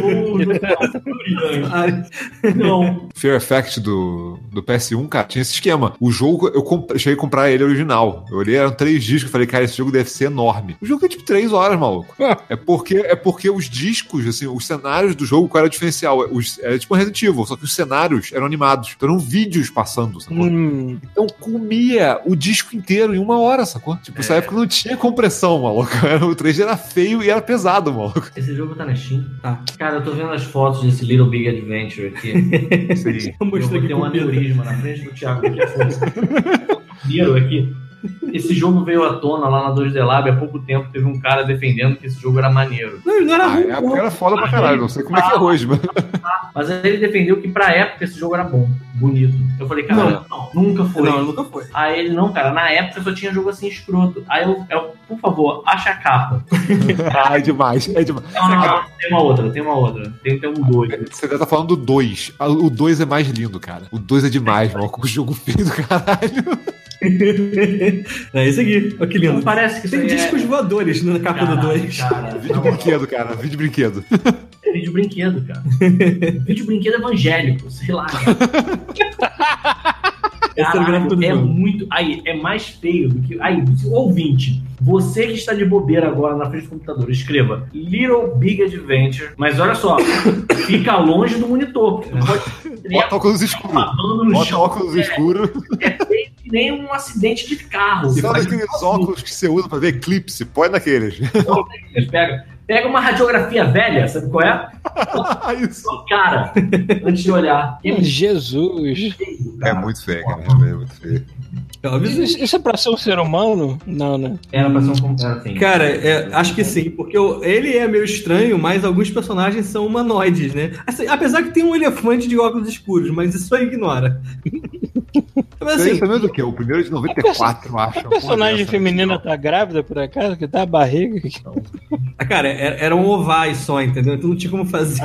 Não. Fear Effect do PS1, cara, tinha esse esquema. O jogo, eu cheguei a comprar ele original. Eu olhei, eram 3 discos, falei, cara, esse jogo deve ser enorme. O jogo é tipo 3 horas, maluco. É porque os discos, assim, os cenários do jogo, qual era o diferencial? Era tipo um Resident Evil, só que os cenários eram animados. Então eram vídeos passando, sacou? Então comia o disco inteiro em 1 hora, sacou? Tipo, nessa época não tinha compressão, maluco. O 3D era feio e era pesado, maluco. Esse jogo tá na Steam? Tá. Cara, eu tô vendo as fotos desse Little Big Adventure aqui. Sim. Eu vou ter um aneurisma na frente do Thiago daqui a pouco. Primeiro aqui. Esse jogo veio à tona lá na 2D Lab há pouco tempo. Teve um cara defendendo que esse jogo era maneiro. Não, ele não era ruim. Na época era foda pra caralho, não sei como é que é hoje, mas... Mas aí ele defendeu que pra época esse jogo era bom, bonito. Eu falei, cara, não, nunca foi. Não, nunca foi. Aí ele, não, cara, na época só tinha jogo assim escroto. Aí eu por favor, acha a capa. É demais. Tem uma outra. Tem um 2. Você tá falando do 2. O 2 é mais lindo, cara. O 2 é demais, mano. Com o jogo feio do caralho. É isso aqui. Olha que lindo. Não parece que tem discos voadores na capa do 2. Vídeo brinquedo, cara. Vídeo brinquedo. É vídeo brinquedo, cara. Vídeo brinquedo evangélico, sei lá. Caralho, é muito. Aí, é mais feio do que. Aí, ouvinte, você que está de bobeira agora na frente do computador, escreva Little Big Adventure, mas olha só, fica longe do monitor. Bota óculos escuros. É feio que nem um acidente de carro. Sabe aqueles óculos que você usa pra ver eclipse? Põe naqueles. Pega uma radiografia velha, sabe qual é? Isso. Cara, antes de olhar. Jesus. É muito feio, cara. É muito feio. Isso é pra ser um ser humano? Não, né? Era pra ser um computador assim. Cara, acho que sim, porque ele é meio estranho, mas alguns personagens são humanoides, né? Assim, apesar que tem um elefante de óculos escuros, mas isso aí ignora. Mas, assim, você mesmo do que? O primeiro de 94, eu acho. A personagem feminina tá grávida, por acaso? Que tá a barriga? Cara, eram ovais só, entendeu? Então não tinha como fazer.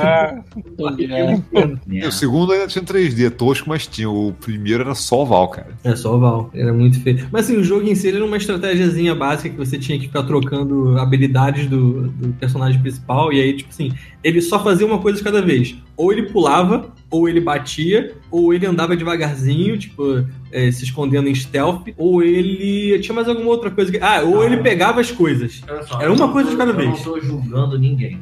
O segundo ainda tinha 3D, tosco, mas tinha. O primeiro era só oval, cara. É só oval, era muito feio. Mas assim, o jogo em si era uma estratégiazinha básica que você tinha que ficar trocando habilidades do personagem principal, e aí, tipo assim, ele só fazia uma coisa de cada vez. Ou ele pulava, ou ele batia, ou ele andava devagarzinho, tipo, se escondendo em stealth, ou ele... Tinha mais alguma outra coisa que... ou ele pegava as coisas. Só, era uma coisa de cada vez. Eu não tô julgando ninguém.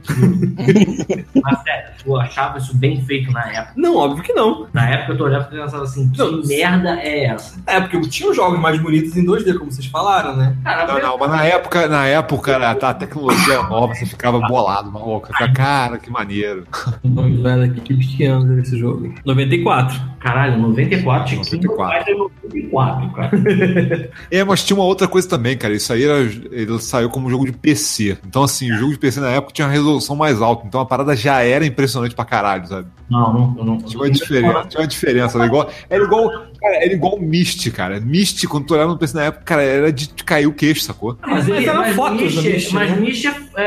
Mas sério, tu achava isso bem feito na época? Não, óbvio que não. Na época eu tô olhando e pensava assim, que merda é essa? É, porque tinha jogos mais bonitos em 2D, como vocês falaram, né? Não, mas na época a tecnologia nova, você ficava bolado, maluco. Cara, que maneiro. Vamos ver aqui que ano desse jogo. 94. Caralho, 94 tinha 94, cara. Mas tinha uma outra coisa também, cara. Isso aí ele saiu como jogo de PC. Então, assim, o jogo de PC na época tinha uma resolução mais alta. Então a parada já era impressionante pra caralho, sabe? Não. Tinha uma diferença. Era igual Myst, cara. Myst, quando tu olhava no PC na época, cara, era de cair o queixo, sacou? Mas eram fotos do Myst. Mas Myst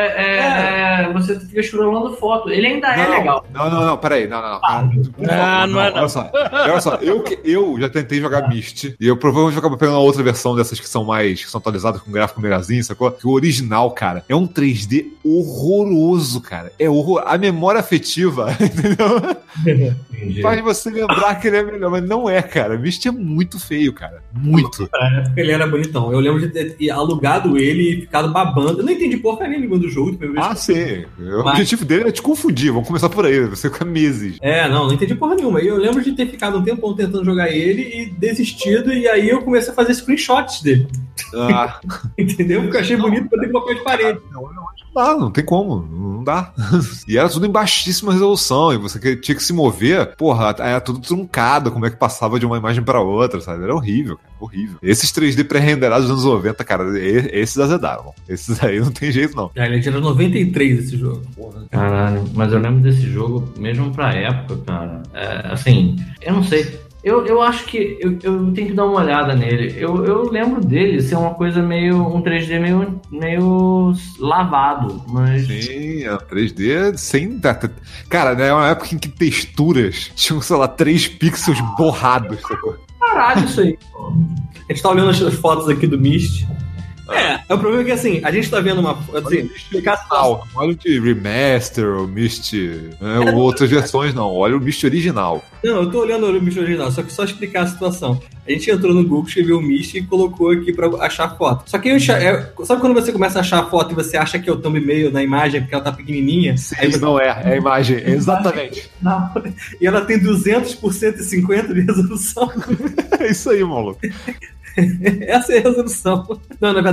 você fica escrolando foto. Ele ainda é legal. Não, peraí. Não é não. Olha só, eu já tentei jogar Myst, e eu provavelmente vou acabar pegando uma outra versão dessas que são atualizadas com gráfico melhorzinho, sacou? Que o original, cara, é um 3D horroroso, cara. É horror. A memória afetiva, entendeu? Faz você lembrar que ele é melhor, mas não é, cara. Myst é muito feio, cara. Muito. Ele era bonitão. Eu lembro de ter alugado ele e ficado babando. Eu não entendi porra nenhuma do jogo. Sim. O objetivo dele era te confundir. Vamos começar por aí. Você fica meses. Não entendi porra nenhuma. E eu lembro de ter ficado um tempão tentando jogar ele e desistido. E aí eu comecei a fazer screenshots dele. Entendeu? Porque eu achei bonito pra ter papel de parede. Não tem como. Não dá. E era tudo em baixíssima resolução. E você tinha que se mover. Porra, era tudo truncado. Como é que passava de uma imagem pra outra, sabe? Era horrível, cara. Horrível. Esses 3D pré-renderados dos anos 90, cara, esses azedaram. Esses aí não tem jeito, não. Ele era 93 esse jogo. Porra. Caralho, mas eu lembro desse jogo, mesmo pra época, cara. Assim, eu não sei. Eu acho que eu tenho que dar uma olhada nele. Eu lembro dele ser uma coisa um 3D meio lavado, mas... Sim, 3D sem... Cara, né, é uma época em que texturas tinham, sei lá, 3 pixels borrados. Caralho, isso aí. A gente tá olhando as fotos aqui do Myst. O problema é que, assim, a gente tá vendo uma... Assim, olha o de Remaster, o Myst... ou outras versões, não. Olha o Myst original. Não, eu tô olhando o Myst original, só que só explicar a situação. A gente entrou no Google, escreveu o Myst e colocou aqui pra achar foto. Só que sabe quando você começa a achar a foto e você acha que é o thumbnail na imagem porque ela tá pequenininha? Sim, aí não é a imagem, exatamente. Não. E ela tem 200 por 150 de resolução. É isso aí, maluco. Essa é a resolução. Não, na verdade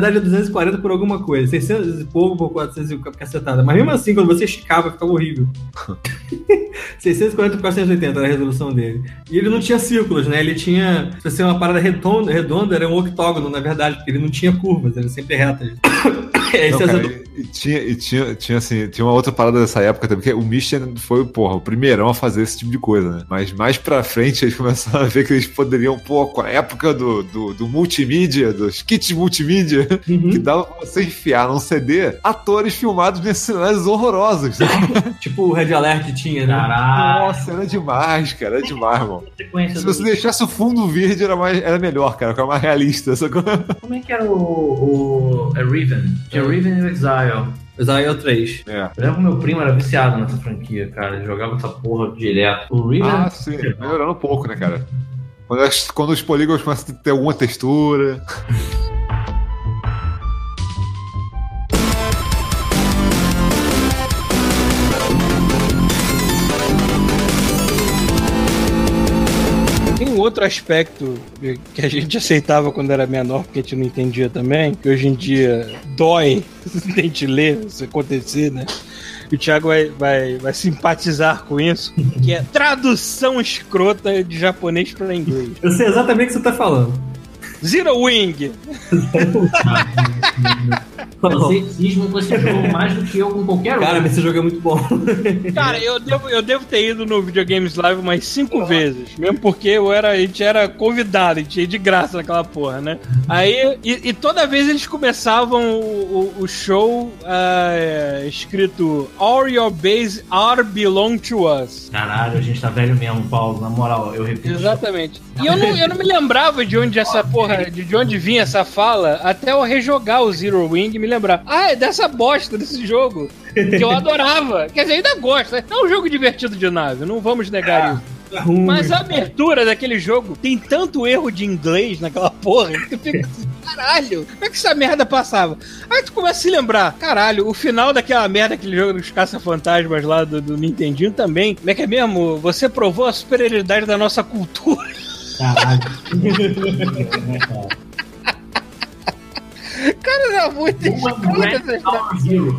verdade é 240 por alguma coisa. 600 e pouco por 400 e cacetada. Mas mesmo assim, quando você esticava, ficava horrível. 640 por 480 era a resolução dele. E ele não tinha círculos, né? Ele tinha... Se você uma parada redonda, era um octógono, na verdade, porque ele não tinha curvas, era sempre retas. Não, cara, tinha uma outra parada dessa época também, que o Mission foi, o primeirão a fazer esse tipo de coisa, né? Mas mais pra frente eles começaram a ver que eles poderiam, com a época do multimídia, dos kits multimídia, que dava pra você enfiar num CD atores filmados nesses cenários horrorosos. Tipo o Red Alert tinha, né? Caraca. Nossa, era demais, cara, era demais, mano. Se você deixasse o fundo verde, era melhor, cara, era mais realista. Como é que era o Riven? Tinha Riven e o Exile. Exile 3. É. Eu lembro que meu primo era viciado nessa franquia, cara. Ele jogava essa porra direto. O Riven... Ah, sim, melhorando um pouco, né, cara? Quando os polígonos começam a ter alguma textura... Tem um outro aspecto que a gente aceitava quando era menor, porque a gente não entendia também, que hoje em dia dói a gente ler, isso acontecer, né? E o Thiago vai simpatizar com isso, que é tradução escrota de japonês para inglês. Eu sei exatamente o que você tá falando. Zero Wing! Sexismo, você jogou mais do que eu com qualquer um. Cara, esse jogo é muito bom. Cara, eu devo ter ido no Videogames Live umas 5 vezes. Mesmo porque a gente era convidado, a gente ia de graça naquela porra, né? Aí, e toda vez eles começavam o show escrito All your base are belong to us. Caralho, a gente tá velho mesmo, Paulo. Na moral, eu repito. Exatamente. E eu não me lembrava de onde essa porra, de onde vinha essa fala, até eu rejogar o Zero Wing e me lembrar. Ah, é dessa bosta desse jogo. Que eu adorava. Quer dizer, ainda gosto. É um jogo divertido de nave, não vamos negar isso. Mas a abertura daquele jogo tem tanto erro de inglês naquela porra que tu fica assim, caralho, como é que essa merda passava? Aí tu começa a se lembrar, caralho, o final daquela merda, aquele jogo dos caça-fantasmas lá do Nintendinho também, como é que é mesmo? Você provou a superioridade da nossa cultura. Caralho. Cara, era muito escroto essa história.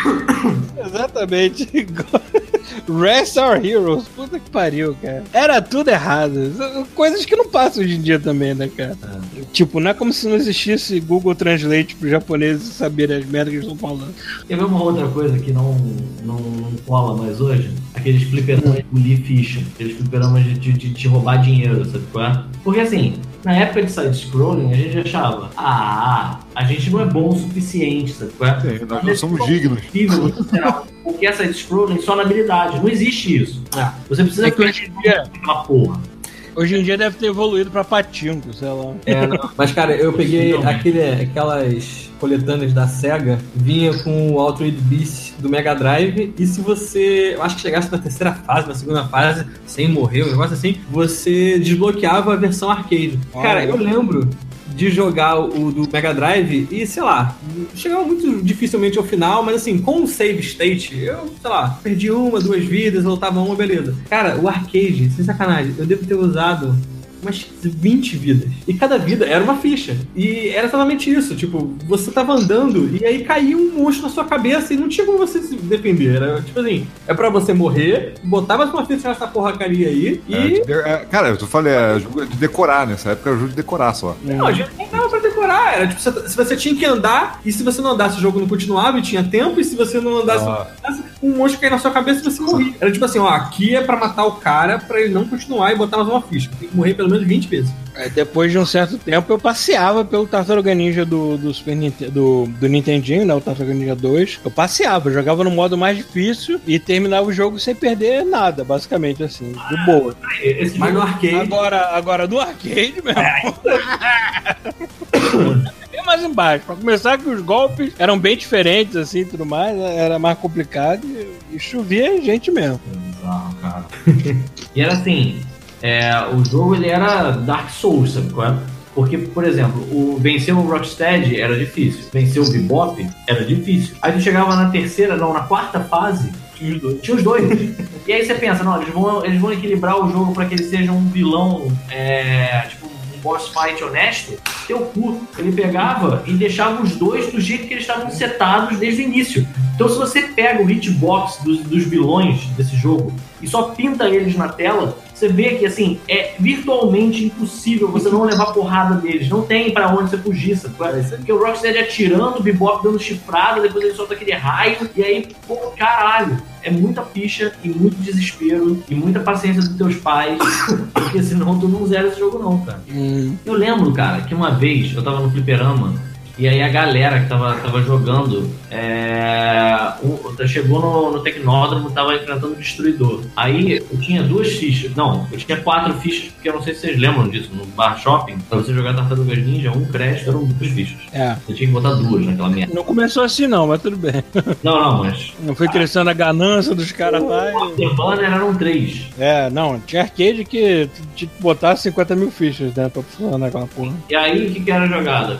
Exatamente. Rest Our Heroes. Puta que pariu, cara. Era tudo errado. Coisas que não passam hoje em dia também, né, cara? Tipo, não é como se não existisse Google Translate pro japoneses saberem as merdas que eles estão falando. Quer ver uma outra coisa que não cola mais hoje? Aqueles fliperamas de bulir ficha. Aqueles fliperamas de roubar dinheiro, sabe qual é? Porque assim, na época de side-scrolling, a gente achava, a gente não é bom o suficiente, sabe qual é? Sim, nós não somos dignos. Porque essa side-scrolling só na habilidade. Não existe isso. Você precisa hoje em dia aquela porra. Hoje em dia deve ter evoluído pra patinco, sei lá. Não. Mas, cara, eu peguei aquelas coletâneas da SEGA, vinha com o Altered Beast do Mega Drive, e se você, eu acho que chegasse na terceira fase, na segunda fase, sem morrer, um negócio assim, você desbloqueava a versão arcade. Cara, eu lembro de jogar o do Mega Drive e, sei lá, chegava muito dificilmente ao final, mas assim, com o save state, eu, sei lá, perdi 1, 2 vidas, voltava uma, beleza. Cara, o arcade, sem sacanagem, eu devo ter usado umas 20 vidas. E cada vida era uma ficha. E era exatamente isso. Tipo, você tava andando e aí caiu um monstro na sua cabeça e não tinha como você se defender. Era tipo assim, é pra você morrer, botar mais uma ficha nessa porcaria aí e... Cara, eu falei, é jogo de decorar, nessa época era jogo de decorar só. Não, a gente nem dava pra decorar. Era tipo, se você tinha que andar e se você não andasse o jogo não continuava e tinha tempo, e se você não andasse, um monstro caía na sua cabeça e você morria. Era tipo assim, aqui é pra matar o cara pra ele não continuar e botar mais uma ficha. Tem que morrer pelo menos 20 vezes. Depois de um certo tempo, eu passeava pelo Tartaruga Ninja do Super Nintendo, do Nintendinho, né? O Tartaruga Ninja 2. Eu passeava, eu jogava no modo mais difícil e terminava o jogo sem perder nada, basicamente, assim, de boa. Mas no arcade... Agora no arcade, meu irmão. Bem mais embaixo. Pra começar, que os golpes eram bem diferentes, assim, e tudo mais. Era mais complicado e chovia gente mesmo. Exato, cara. E era assim... o jogo ele era Dark Souls, sabe qual é? Porque, por exemplo, vencer o Rocksteady era difícil, vencer o Bebop era difícil. Aí tu chegava na quarta fase, tinha os dois. E aí você pensa, não, eles vão equilibrar o jogo pra que ele seja um vilão, tipo um boss fight honesto, teu cu. Ele pegava e deixava os dois do jeito que eles estavam setados desde o início. Então se você pega o hitbox dos vilões desse jogo e só pinta eles na tela, você vê que, assim, é virtualmente impossível você não levar porrada deles. Não tem pra onde você fugir, sabe? Porque o Rocksteady atirando, o Bebop dando chifrada, depois ele solta aquele raio, e aí, pô, caralho. É muita ficha e muito desespero e muita paciência dos teus pais, porque senão tu não zera esse jogo não, cara. Eu lembro, cara, que uma vez eu tava no fliperama e aí a galera que tava jogando chegou no Tecnódromo, tava enfrentando o Destruidor. Aí eu tinha 2 fichas. Não, eu tinha 4 fichas, porque eu não sei se vocês lembram disso. No Bar Shopping, pra você jogar Tartarugas Ninja, um crédito eram 2 fichas. Você tinha que botar 2 naquela merda. Não começou assim não, mas tudo bem. Não, mas... Não foi crescendo a ganância dos caras lá. O Banner eram 3. Não, tinha arcade que tinha que botar 50 mil fichas, né, pra funcionar naquela porra. E aí, o que era a jogada?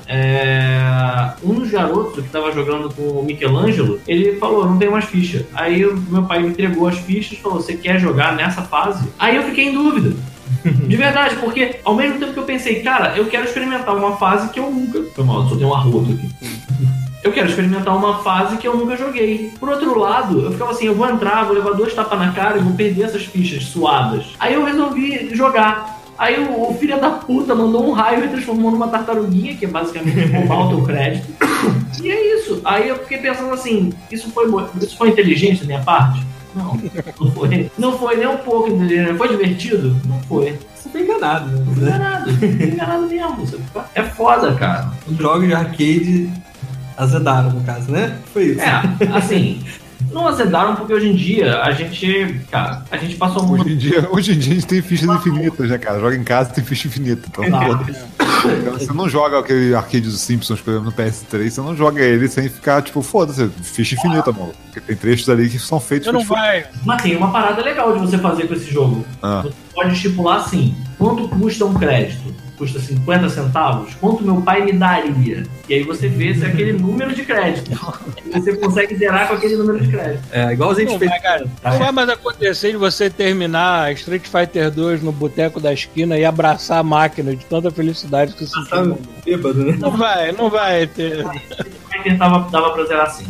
Um dos garotos que tava jogando com o Michelangelo, ele falou, não tem mais ficha. Aí meu pai me entregou as fichas e falou, você quer jogar nessa fase? Aí eu fiquei em dúvida. De verdade, porque ao mesmo tempo que eu pensei, cara, eu quero experimentar uma fase que eu nunca... Foi mal, só tem um arroto aqui. Eu quero experimentar uma fase que eu nunca joguei. Por outro lado, eu ficava assim, eu vou entrar, vou levar 2 tapas na cara e vou perder essas fichas suadas. Aí eu resolvi jogar. Aí o filho da puta mandou um raio e transformou numa tartaruguinha, que é basicamente roubar o teu crédito. E é isso. Aí eu fiquei pensando assim, isso foi inteligente da minha parte? Não foi. Não foi nem um pouco inteligente. Foi divertido? Não foi. Você foi enganado, né? Fui enganado mesmo. É foda, cara. Os jogos de arcade azedaram, no caso, né? Foi isso. Assim... Não azedaram porque hoje em dia a gente passou muito... Hoje em dia a gente tem fichas infinitas, né, cara? Joga em casa e tem ficha infinita. Então, então você não joga aquele arcade dos Simpsons, por exemplo, no PS3, você não joga ele sem ficar, tipo, foda-se, ficha infinita, mano. Porque tem trechos ali que são feitos... Mas tem uma parada legal de você fazer com esse jogo. Você pode estipular assim, quanto custa um crédito? Custa 50 centavos? Quanto meu pai me daria? E aí você vê se é aquele número de crédito. E você consegue zerar com aquele número de crédito. Igual a gente fez. Não vai mais acontecer de você terminar Street Fighter 2 no boteco da esquina e abraçar a máquina de tanta felicidade que você sentiu. Bêbado, né? Não vai ter. Dava pra zerar assim.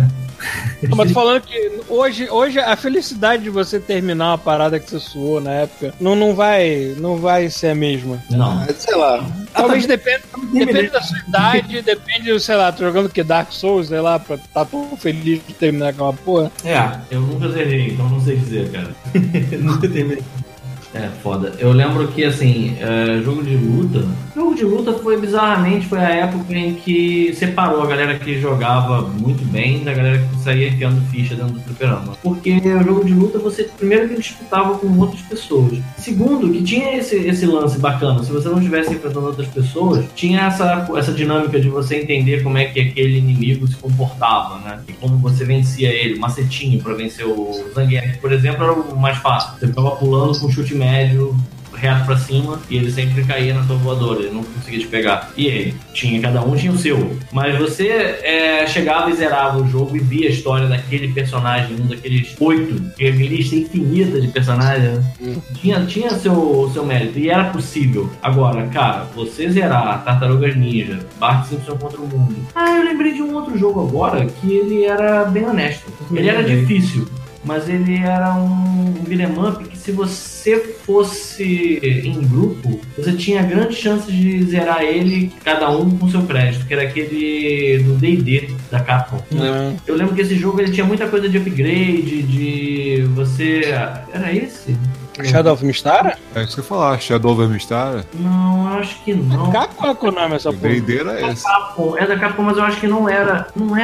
Não, mas tô falando que hoje a felicidade de você terminar uma parada que você suou na época não vai ser a mesma. Não. Sei lá. Talvez depende da sua idade, depende, sei lá, tô jogando que Dark Souls, sei lá, pra tá tão feliz de terminar aquela porra. Eu nunca zerei, então não sei dizer, cara. Nunca terminei. É, foda. Eu lembro que, assim, jogo de luta foi a época em que separou a galera que jogava muito bem da galera que saía enfiando ficha dentro do fliperama. Porque o jogo de luta, você primeiro que disputava com outras pessoas. Segundo, que tinha esse lance bacana. Se você não estivesse enfrentando outras pessoas, tinha essa dinâmica de você entender como é que aquele inimigo se comportava, né? E como você vencia ele. Macetinho pra vencer o Zangief, por exemplo, era o mais fácil. Você ficava pulando com chute médio, reto pra cima, e ele sempre caía na tua voadora, ele não conseguia te pegar. E aí, cada um tinha o seu. Mas você chegava e zerava o jogo e via a história daquele personagem, um daqueles 8, que é uma lista infinita de personagens, né? Tinha seu mérito, e era possível. Agora, cara, você zerar Tartarugas Ninja, Bart Simpson contra o Mundo. Eu lembrei de um outro jogo agora, que ele era bem honesto. Ele era difícil, mas ele era um beat'em up que, se você fosse em grupo, você tinha grandes chances de zerar ele, cada um com seu crédito, que era aquele do D&D da Capcom. Eu lembro que esse jogo ele tinha muita coisa de upgrade, de você... Era esse? Shadow of Mystara? É isso que eu ia falar, Shadow of Mystara? Não, eu acho que não. Capcom é o nome essa porra? O D&D era esse. É da Capcom, mas eu acho que não era...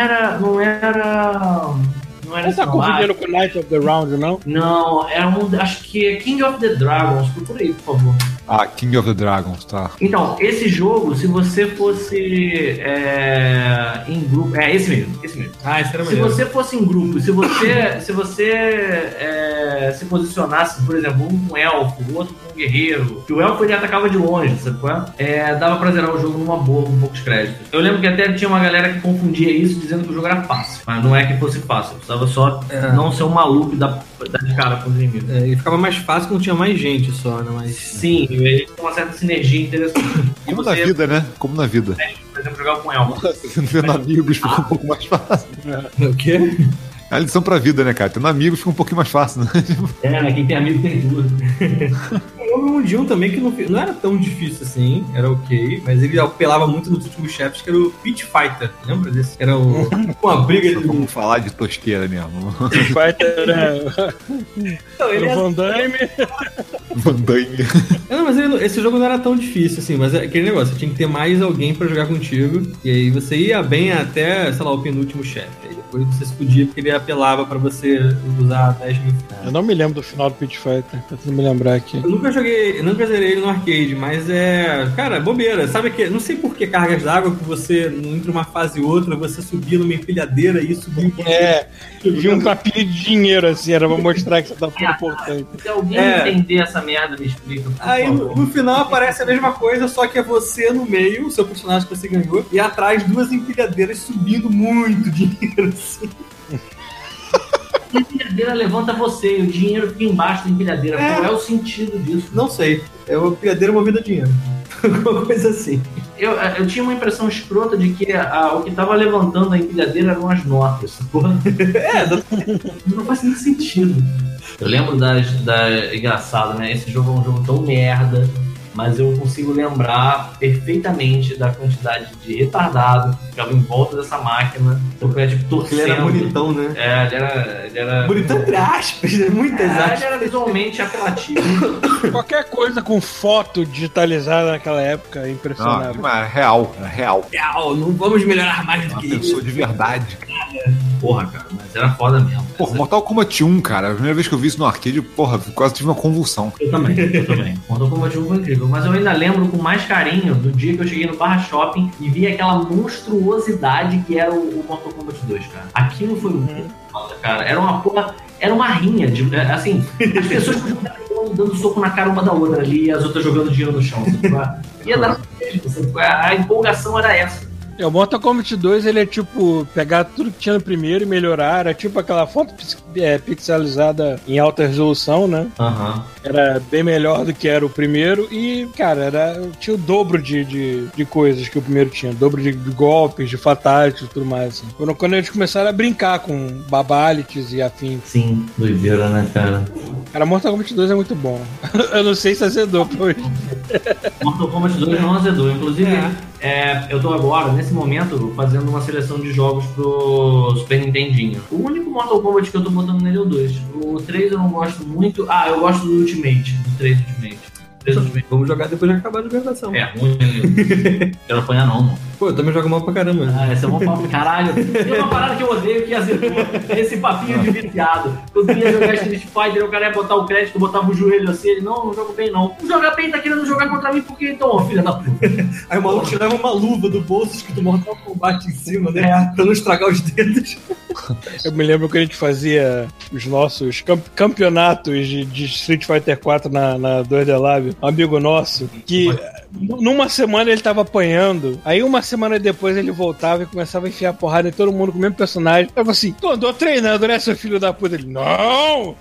Não tá confundindo com Knight of the Round, não? Não, era acho que é King of the Dragons. Procura aí, por favor. King of the Dragons, tá. Então, esse jogo, se você fosse em grupo... esse mesmo. Esse era se você fosse em grupo, se você se posicionasse, por exemplo, um com elfo, o outro com guerreiro, que o elfo ele atacava de longe, sabe qual é? Dava pra zerar o jogo numa boa, com poucos créditos. Eu lembro que até tinha uma galera que confundia isso dizendo que o jogo era fácil, mas não é que fosse fácil, precisava só não ser um maluco e dar de cara com os inimigos. E ficava mais fácil quando tinha mais gente só, né? Mas... Sim, ele tem uma certa sinergia interessante. Como na vida, né? Como na vida. Por exemplo, jogar com elfo. Tendo amigos fica um pouco mais fácil. O quê? É a lição pra vida, né, cara? Tendo amigos fica um pouquinho mais fácil, né? Né? Quem tem amigo tem tudo. Eu de um também que não era tão difícil assim, era ok, mas ele apelava muito nos últimos chefes, que era o Pit Fighter. Lembra desse? Era uma briga de... Vamos falar de tosqueira mesmo. Pit Fighter, né? Não, ele Van Damme. Van Damme. Não, mas esse jogo não era tão difícil assim, mas é aquele negócio, você tinha que ter mais alguém pra jogar contigo, e aí você ia bem até, sei lá, o penúltimo chefe. Aí depois você se podia, porque ele apelava pra você usar 10 mil. Eu não me lembro do final do Pit Fighter, tentando me lembrar aqui. Eu nunca zerei ele no arcade, mas cara, bobeira. Sabe que, não sei por que cargas d'água que você, entre uma fase e outra, você subia numa empilhadeira e subia. Vi um capilho de dinheiro assim, era pra mostrar que você tá ficando importante. Se alguém entender essa merda, me explica. Aí no final aparece a mesma coisa, só que é você no meio, o seu personagem que você ganhou, e atrás duas empilhadeiras subindo muito dinheiro assim. A empilhadeira levanta você e o dinheiro fica embaixo da empilhadeira. Qual é o sentido disso? Não sei. É uma empilhadeira movida a dinheiro. Alguma coisa assim. Eu tinha uma impressão escrota de que o que tava levantando a empilhadeira eram as notas. Não faz nenhum sentido. Eu lembro engraçado, né? Esse jogo é um jogo tão merda, mas eu consigo lembrar perfeitamente da quantidade de retardado que ficava em volta dessa máquina. Então, tipo, torcendo. Ele era bonitão, né? Ele era... Bonitão entre aspas, muitas aspas. Ele era visualmente apelativo. Qualquer coisa com foto digitalizada naquela época é impressionante. Não, era real. Não vamos melhorar mais do Uma que pessoa isso. de verdade. Porra, cara, mas era foda mesmo. Porra, Mortal Kombat 1, cara, a primeira vez que eu vi isso no arcade, porra, quase tive uma convulsão. Eu também. Mortal Kombat 1 foi incrível. Mas eu ainda lembro com mais carinho do dia que eu cheguei no Barra Shopping e vi aquela monstruosidade que era o Mortal Kombat 2, cara. Aquilo foi muito foda, cara. Era uma porra, era uma rinha de, assim, as pessoas dando soco na cara uma da outra ali e as outras jogando dinheiro no chão. Ia dar a empolgação era essa. O Mortal Kombat 2, ele é tipo pegar tudo que tinha no primeiro e melhorar. Era tipo aquela foto pixelizada em alta resolução, né? Era bem melhor do que era o primeiro. E, cara, tinha o dobro de coisas que o primeiro tinha. O dobro de golpes, de fatalities e tudo mais. Assim. Quando eles começaram a brincar com babalities e afins. Sim, doideira, né, cara? Cara, Mortal Kombat 2 é muito bom. Eu não sei se azedou pra hoje. Mortal Kombat 2 não azedou. Inclusive, eu tô agora, nesse momento, fazendo uma seleção de jogos pro Super Nintendinho. O único Mortal Kombat que eu tô botando nele é o 2. O 3 eu não gosto muito. Eu gosto do Ultimate, do 3 Ultimate. Vamos jogar depois de acabar a jogação. É ruim, né? Quero apanhar não, mano. Pô, eu também jogo mal pra caramba. Esse é um papo, caralho. Tem uma parada que eu odeio que azedou. Esse papinho de viciado. Eu ia jogar Street Fighter, o cara ia botar o crédito, botava o joelho assim, ele, não jogo bem não. Não joga bem, tá querendo jogar contra mim porque então, filha da puta. Aí o maluco te leva uma luva do bolso escrito Mortal Kombat em cima, né? Pra não estragar os dedos. Eu me lembro que a gente fazia os nossos campeonatos de Street Fighter 4 na 2D Lab. Um amigo nosso, que numa semana ele tava apanhando, aí uma semana depois ele voltava e começava a enfiar porrada em todo mundo com o mesmo personagem. Eu falei assim, tu andou treinando, né, seu filho da puta? Ele, não,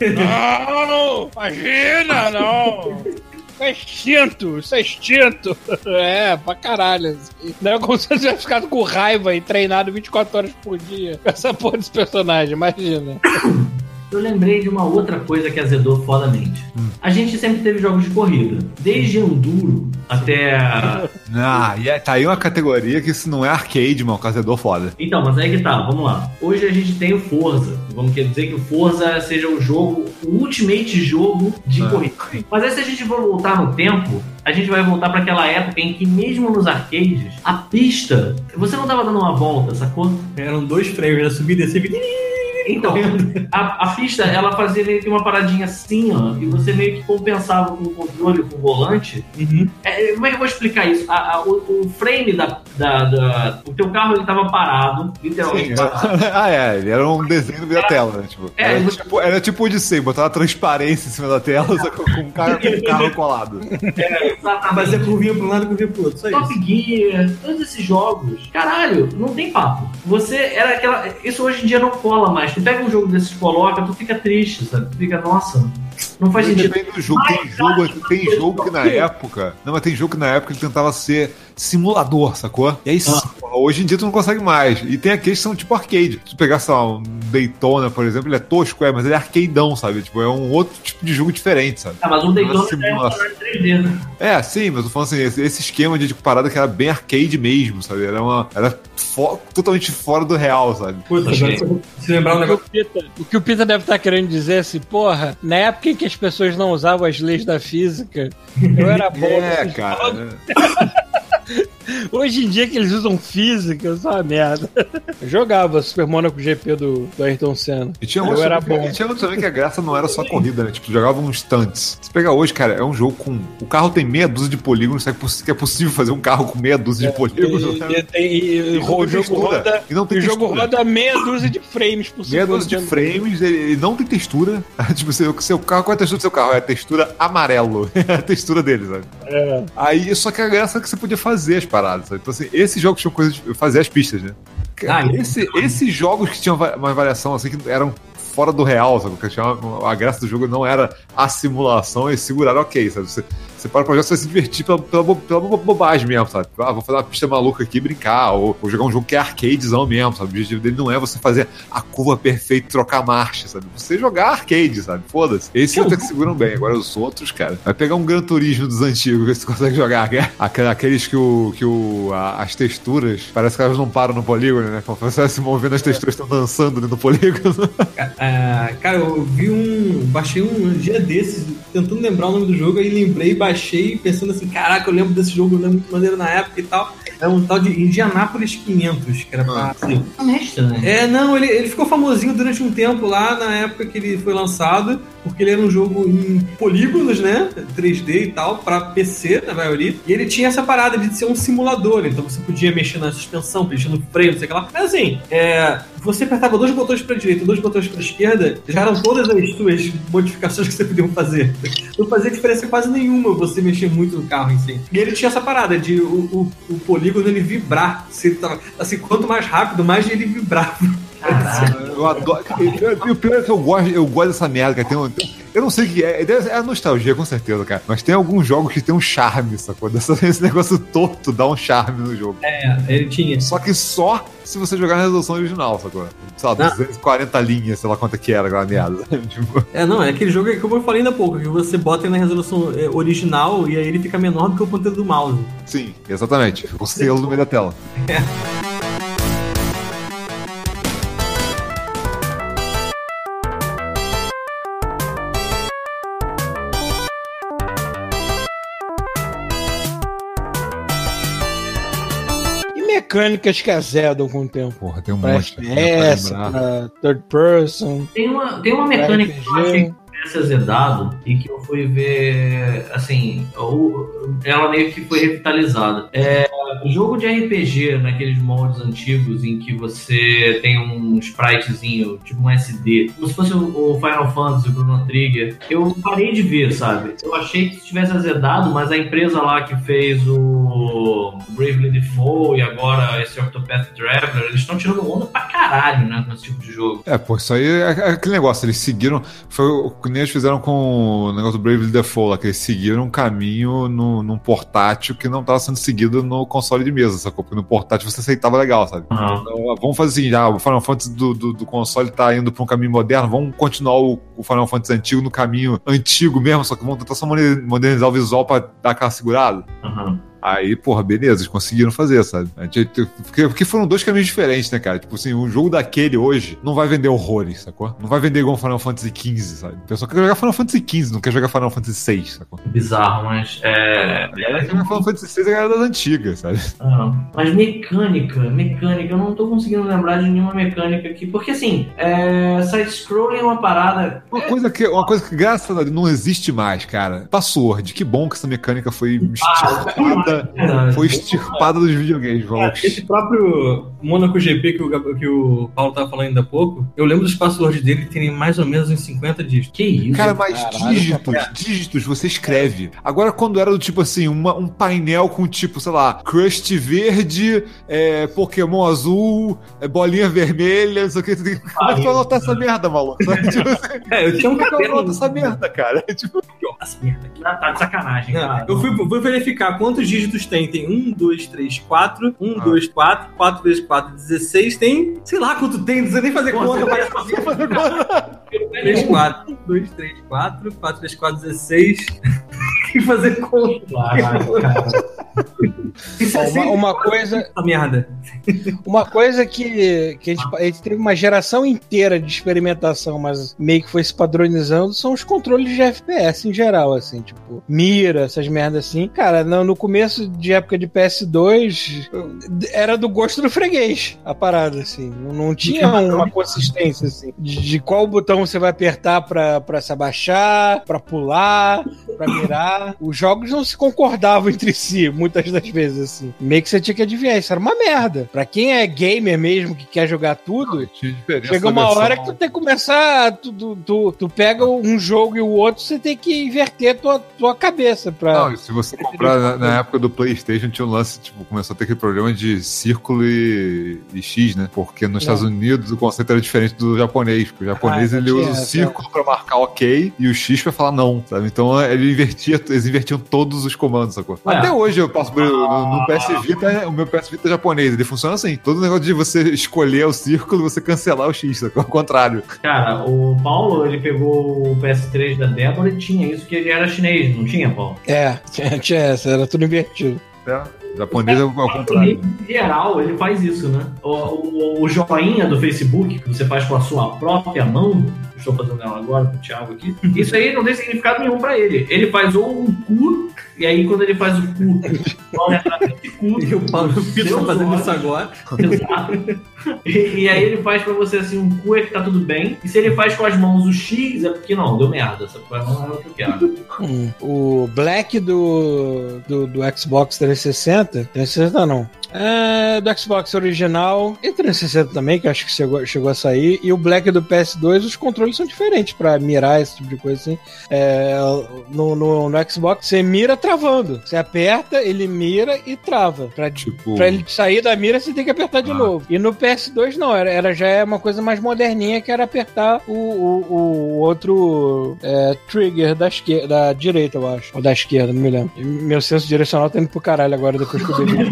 imagina, não. Isso é extinto. Pra caralho. Assim. Não é como se eu tivesse ficado com raiva e treinado 24 horas por dia com essa porra desse personagem, imagina. Eu lembrei de uma outra coisa que azedou fodamente. A gente sempre teve jogos de corrida. Desde Enduro até... Tá aí uma categoria que isso não é arcade, mano, que azedou foda. Então, mas aí que tá, vamos lá. Hoje a gente tem o Forza. Vamos querer dizer que o Forza seja o ultimate jogo de corrida. Mas aí se a gente for voltar no tempo, a gente vai voltar para aquela época em que mesmo nos arcades, a pista, você não tava dando uma volta, sacou? Eram 2 freios, na subida e descida. Então, a pista, ela fazia meio que uma paradinha assim, ó, e você meio que compensava com o controle, com o volante. Uhum. Como é que eu vou explicar isso? O frame o teu carro, ele tava parado, literalmente parado. Ele era um desenho do meio da tela, né? Tipo, era tipo o Odyssey, botar uma transparência em cima da tela, só com um carro colado. Exatamente. Fazer curvinha pra um lado e curvinha pro outro, só isso. Top Gear, todos esses jogos. Caralho, não tem papo. Isso hoje em dia não cola mais. Tu pega um jogo desses e coloca, tu fica triste, sabe? Tu fica, nossa, não faz sentido. Depende do jogo. Tem jogo que na época... Não, mas tem jogo que na época ele tentava ser simulador, sacou? E aí, hoje em dia tu não consegue mais. E tem aqueles que são tipo arcade. Se tu pegar, sei lá, um Daytona, por exemplo, ele é tosco, mas ele é arcadeão, sabe? Tipo, é um outro tipo de jogo diferente, sabe? Mas um Daytona é 3D, né? Sim, mas eu tô falando assim, esse esquema de parada que era bem arcade mesmo, sabe? Era totalmente fora do real, sabe? Puta, se lembrar um negócio... O que o Peter deve estar querendo dizer é assim, porra, na época em que as pessoas não usavam as leis da física, eu era bom. Cara. Hoje em dia que eles usam física, eu sou uma merda. Eu jogava Super Monaco GP do Ayrton Senna. E tinha outro também que a graça não era só corrida, né? Tipo, jogava uns stunts. Se pegar hoje, cara, é um jogo com... O carro tem meia dúzia de polígonos, sabe que é possível fazer um carro com meia dúzia de polígonos? O jogo roda meia dúzia de frames por segundo. Meia dúzia de frames, ele não tem textura. Tipo, seu carro, qual é a textura do seu carro? É a textura amarelo. É a textura dele, sabe? Aí, só que a graça é que você podia fazer as paradas, sabe? Então, assim, esses jogos tinham coisa de fazer as pistas, né? Esses jogos que tinham uma variação, assim, que eram fora do real, sabe? Porque a graça do jogo não era a simulação e segurar ok, sabe? Você para pra jogar, você vai se divertir pela bobagem mesmo, sabe? Vou fazer uma pista maluca aqui e brincar, ou jogar um jogo que é arcadezão mesmo, sabe? O objetivo dele não é você fazer a curva perfeita e trocar marcha, sabe? Você jogar arcade, sabe? Foda-se. Esses até que seguram bem. Agora os outros, cara, vai pegar um Gran Turismo dos antigos, ver se você consegue jogar, né? Aqueles que as texturas, parece que elas não param no polígono, né? Como você vai se movendo, as texturas estão dançando no polígono. Cara, eu baixei um dia desses, tentando lembrar o nome do jogo, aí lembrei, baixei, pensando assim, caraca, eu lembro desse jogo, eu lembro muito maneiro na época e tal. É um tal de Indianapolis 500, que era pra... Não, ele ficou famosinho durante um tempo lá, na época que ele foi lançado, porque ele era um jogo em polígonos, né, 3D e tal, pra PC, na maioria, e ele tinha essa parada de ser um simulador, então você podia mexer na suspensão, mexer no freio, não sei o que lá. Mas assim, você apertava 2 botões pra direita, 2 botões pra esquerda, já eram todas as suas modificações que você podia fazer. Não fazia diferença quase nenhuma você mexer muito no carro em si. E ele tinha essa parada de o polígono ele vibrar. Se ele tava, assim, quanto mais rápido, mais ele vibrava. Caralho, eu adoro. E o pior é que eu gosto dessa merda, cara. Eu não sei o que é. É a nostalgia, com certeza, cara. Mas tem alguns jogos que tem um charme, sacou? Esse negócio torto dá um charme no jogo. Ele tinha. Só que só se você jogar na resolução original, sacou? Sei lá, 240 linhas, sei lá quanto que era aquela merda. Tipo... É aquele jogo que eu falei ainda há pouco, que você bota na resolução original e aí ele fica menor do que o ponteiro do mouse. Sim, exatamente. O selo no meio da tela. Mecânicas que azedam com o tempo. Porra, tem um pra monte. FPS, pra third person. Tem uma mecânica que eu achei que tivesse azedado e que eu fui ver, assim, ela meio que foi revitalizada. Jogo de RPG naqueles moldes antigos em que você tem um spritezinho, tipo um SD, como se fosse o Final Fantasy, o Chrono Trigger, eu parei de ver, sabe? Eu achei que tivesse azedado, mas a empresa lá que fez o Bravely Default e agora esse Octopath Traveler, eles estão tirando onda pra caralho, né, com esse tipo de jogo. Isso aí é aquele negócio, eles seguiram, foi o que eles fizeram com o negócio do Bravely Default lá, que eles seguiram um caminho num portátil que não estava sendo seguido no console de mesa, sacou? Porque no portátil você aceitava legal, sabe? Uhum. Então, vamos fazer assim, o Final Fantasy do console tá indo pra um caminho moderno, vamos continuar o Final Fantasy antigo no caminho antigo mesmo, só que vamos tentar só modernizar o visual pra dar aquela segurada. Uhum. Aí, porra, beleza, eles conseguiram fazer, sabe? Porque foram dois caminhos diferentes, né, cara? Tipo assim, um jogo daquele hoje não vai vender horrores, sacou? Não vai vender igual Final Fantasy XV, sabe? O pessoal quer jogar Final Fantasy XV, não quer jogar Final Fantasy VI, sacou? Bizarro, mas Final Fantasy VI é a galera das antigas, sabe? Mas mecânica, eu não tô conseguindo lembrar de nenhuma mecânica aqui, porque assim, side-scrolling é uma parada... Uma coisa que, graças a Deus, não existe mais, cara. Password, que bom que essa mecânica foi extirpada dos videogames, Esse próprio Monaco GP que o Paulo tava falando ainda há pouco, eu lembro dos passwords dele terem mais ou menos uns 50 dígitos. Que isso? Cara, mas dígitos você escreve. Agora, quando era do tipo assim, um painel com tipo, sei lá, Crust verde, Pokémon azul, bolinha vermelha, não sei o que. Como é que eu anotar essa merda, maluco? Tipo assim, eu tinha um cabelo. Eu anoto essa merda, cara. Tipo, essa merda aqui. Tá de sacanagem, cara. Eu fui verificar quantos dígitos tem. Tem 1, 2, 3, 4. 1, 2, 4. 4 vezes 4, 16. Tem, sei lá quanto tem, não precisa nem fazer conta. 3, 4. 2, 3, 4. 4 vezes 4, 16. Tem que fazer conta. Cara. Isso uma coisa. Merda. Uma coisa que a gente teve uma geração inteira de experimentação, mas meio que foi se padronizando, são os controles de FPS em geral, assim, tipo, mira, essas merdas assim. Cara, no começo de época de PS2, era do gosto do freguês a parada, assim. Não tinha uma consistência, assim, de qual botão você vai apertar pra se abaixar, pra pular, pra mirar. Os jogos não se concordavam entre si, muitas das vezes, assim. Meio que você tinha que adivinhar, isso era uma merda. Pra quem é gamer mesmo, que quer jogar tudo, chega uma hora que tu tem que começar, tu pega um jogo e o outro, você tem que inverter tua cabeça pra... Não, se você comprar na época do PlayStation, tinha um lance, tipo, começou a ter aquele problema de círculo e X, né? Porque nos Estados Unidos o conceito era diferente do japonês, porque o japonês ele usa o círculo pra marcar ok e o X pra falar não, sabe? Então eles invertiam todos os comandos, sacou? Até hoje eu passo por no PS Vita, o meu PS Vita é japonês, ele funciona assim. Todo negócio de você escolher o círculo e você cancelar o X, sacou? Ao contrário. Cara, o Paulo, ele pegou o PS3 da Débora e tinha isso que ele era chinês, não tinha, Paulo? Tinha essa, era tudo invertido. O japonês é ao contrário. Em geral, ele faz isso, né? O joinha do Facebook, que você faz com a sua própria mão, estou fazendo ela agora com o Thiago aqui, isso aí não tem significado nenhum pra ele. Ele faz ou um cu, e aí quando ele faz o cu, esse cu, e o Paulo tá fazendo isso agora. Exato. E aí ele faz pra você assim, um cu é que tá tudo bem, e se ele faz com as mãos o X, é porque não, deu merda, essa não é o que eu quero. O Black do Xbox 360 não. Do Xbox original e 360 também, que acho que chegou a sair, e o Black do PS2, os controles são diferentes pra mirar, esse tipo de coisa assim. No Xbox você mira travando, você aperta, ele mira e trava. Pra ele sair da mira você tem que apertar de novo. E no PS2 não, já é uma coisa mais moderninha, que era apertar o outro trigger da direita, eu acho, ou da esquerda, não me lembro. Meu senso direcional tá indo pro caralho agora, depois que eu vi.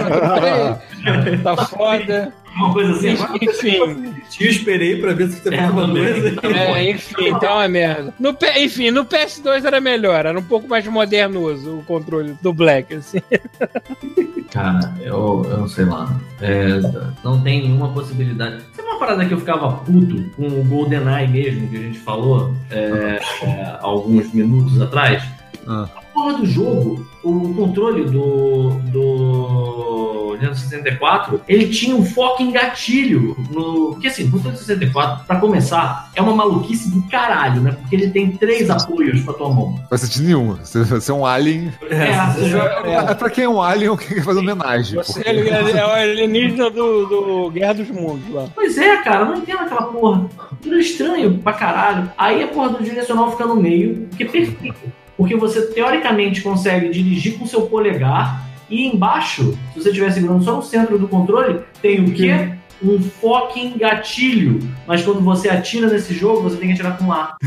Tá foda. Uma coisa assim, enfim. Eu esperei pra ver se você faz uma coisa. Enfim, tá uma merda. No PS2 era melhor, era um pouco mais modernoso o controle do Black, assim. Cara, eu não sei lá. Não tem nenhuma possibilidade. Sabe uma parada que eu ficava puto com o GoldenEye mesmo, que a gente falou alguns minutos atrás? A porra do jogo, o controle do Nintendo 64, ele tinha um foco em gatilho. Porque assim, o controle 64, pra começar, é uma maluquice do caralho, né? Porque ele tem 3 apoios pra tua mão. Não faz sentido nenhum. Você é um alien. Pra quem é um alien, o que quer fazer homenagem? É o alienígena do Guerra dos Mundos lá. Pois é, cara, eu não entendo aquela porra. Tudo estranho pra caralho. Aí a porra do direcional fica no meio, que é perfeito. Porque você, teoricamente, consegue dirigir com seu polegar e embaixo, se você estiver segurando só no centro do controle, tem o quê? um fucking gatilho, mas quando você atira nesse jogo, você tem que atirar com A.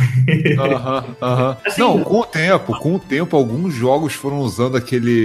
Assim, não, com o tempo, alguns jogos foram usando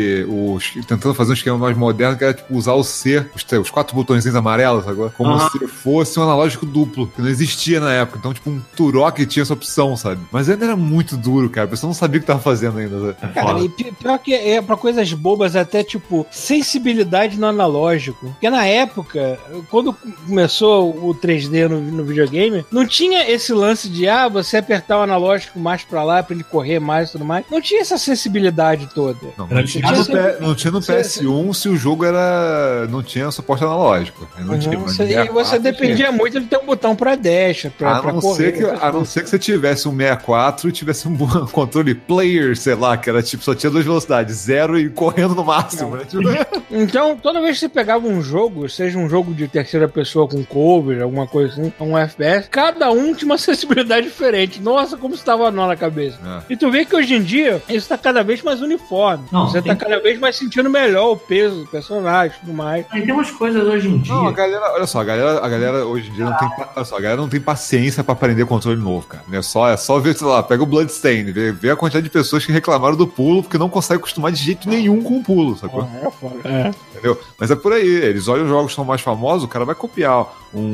tentando fazer um esquema mais moderno, que era tipo usar o C, os 4 botõezinhos amarelos agora, como se fosse um analógico duplo, que não existia na época. Então, tipo, um Turok tinha essa opção, sabe? Mas ainda era muito duro, cara. A pessoa não sabia o que tava fazendo ainda, sabe? Cara, e pior que é pra coisas bobas, até tipo, sensibilidade no analógico. Porque na época, quando começou o 3D no videogame, não tinha esse lance de, você apertar o analógico mais pra lá, pra ele correr mais e tudo mais. Não tinha essa sensibilidade toda. Não tinha no PS1 se o jogo não tinha suporte analógico. Não tinha, e você dependia muito de ter um botão pra dash, pra correr. A não ser que você tivesse um 64 e tivesse um controle player, sei lá, que era tipo, só tinha 2 velocidades, 0 e correndo no máximo, né? Então, toda vez que você pegava um jogo, seja um jogo de terceira pessoa com cover, alguma coisa assim, um FPS, cada um tinha uma sensibilidade diferente. Nossa, como estava nó na cabeça. E tu vê que hoje em dia, isso tá cada vez mais uniforme. Você tá cada vez mais sentindo melhor o peso do personagem e tudo mais. Tem umas coisas hoje em dia. Não, olha só, a galera hoje em dia não tem. Olha só, a galera não tem paciência pra aprender controle novo, cara. É só ver, sei lá, pega o Bloodstain, vê a quantidade de pessoas que reclamaram do pulo porque não conseguem acostumar de jeito nenhum com o pulo, sacou? Entendeu? Mas é por aí, eles olham os jogos que são mais famosos, o cara vai copiar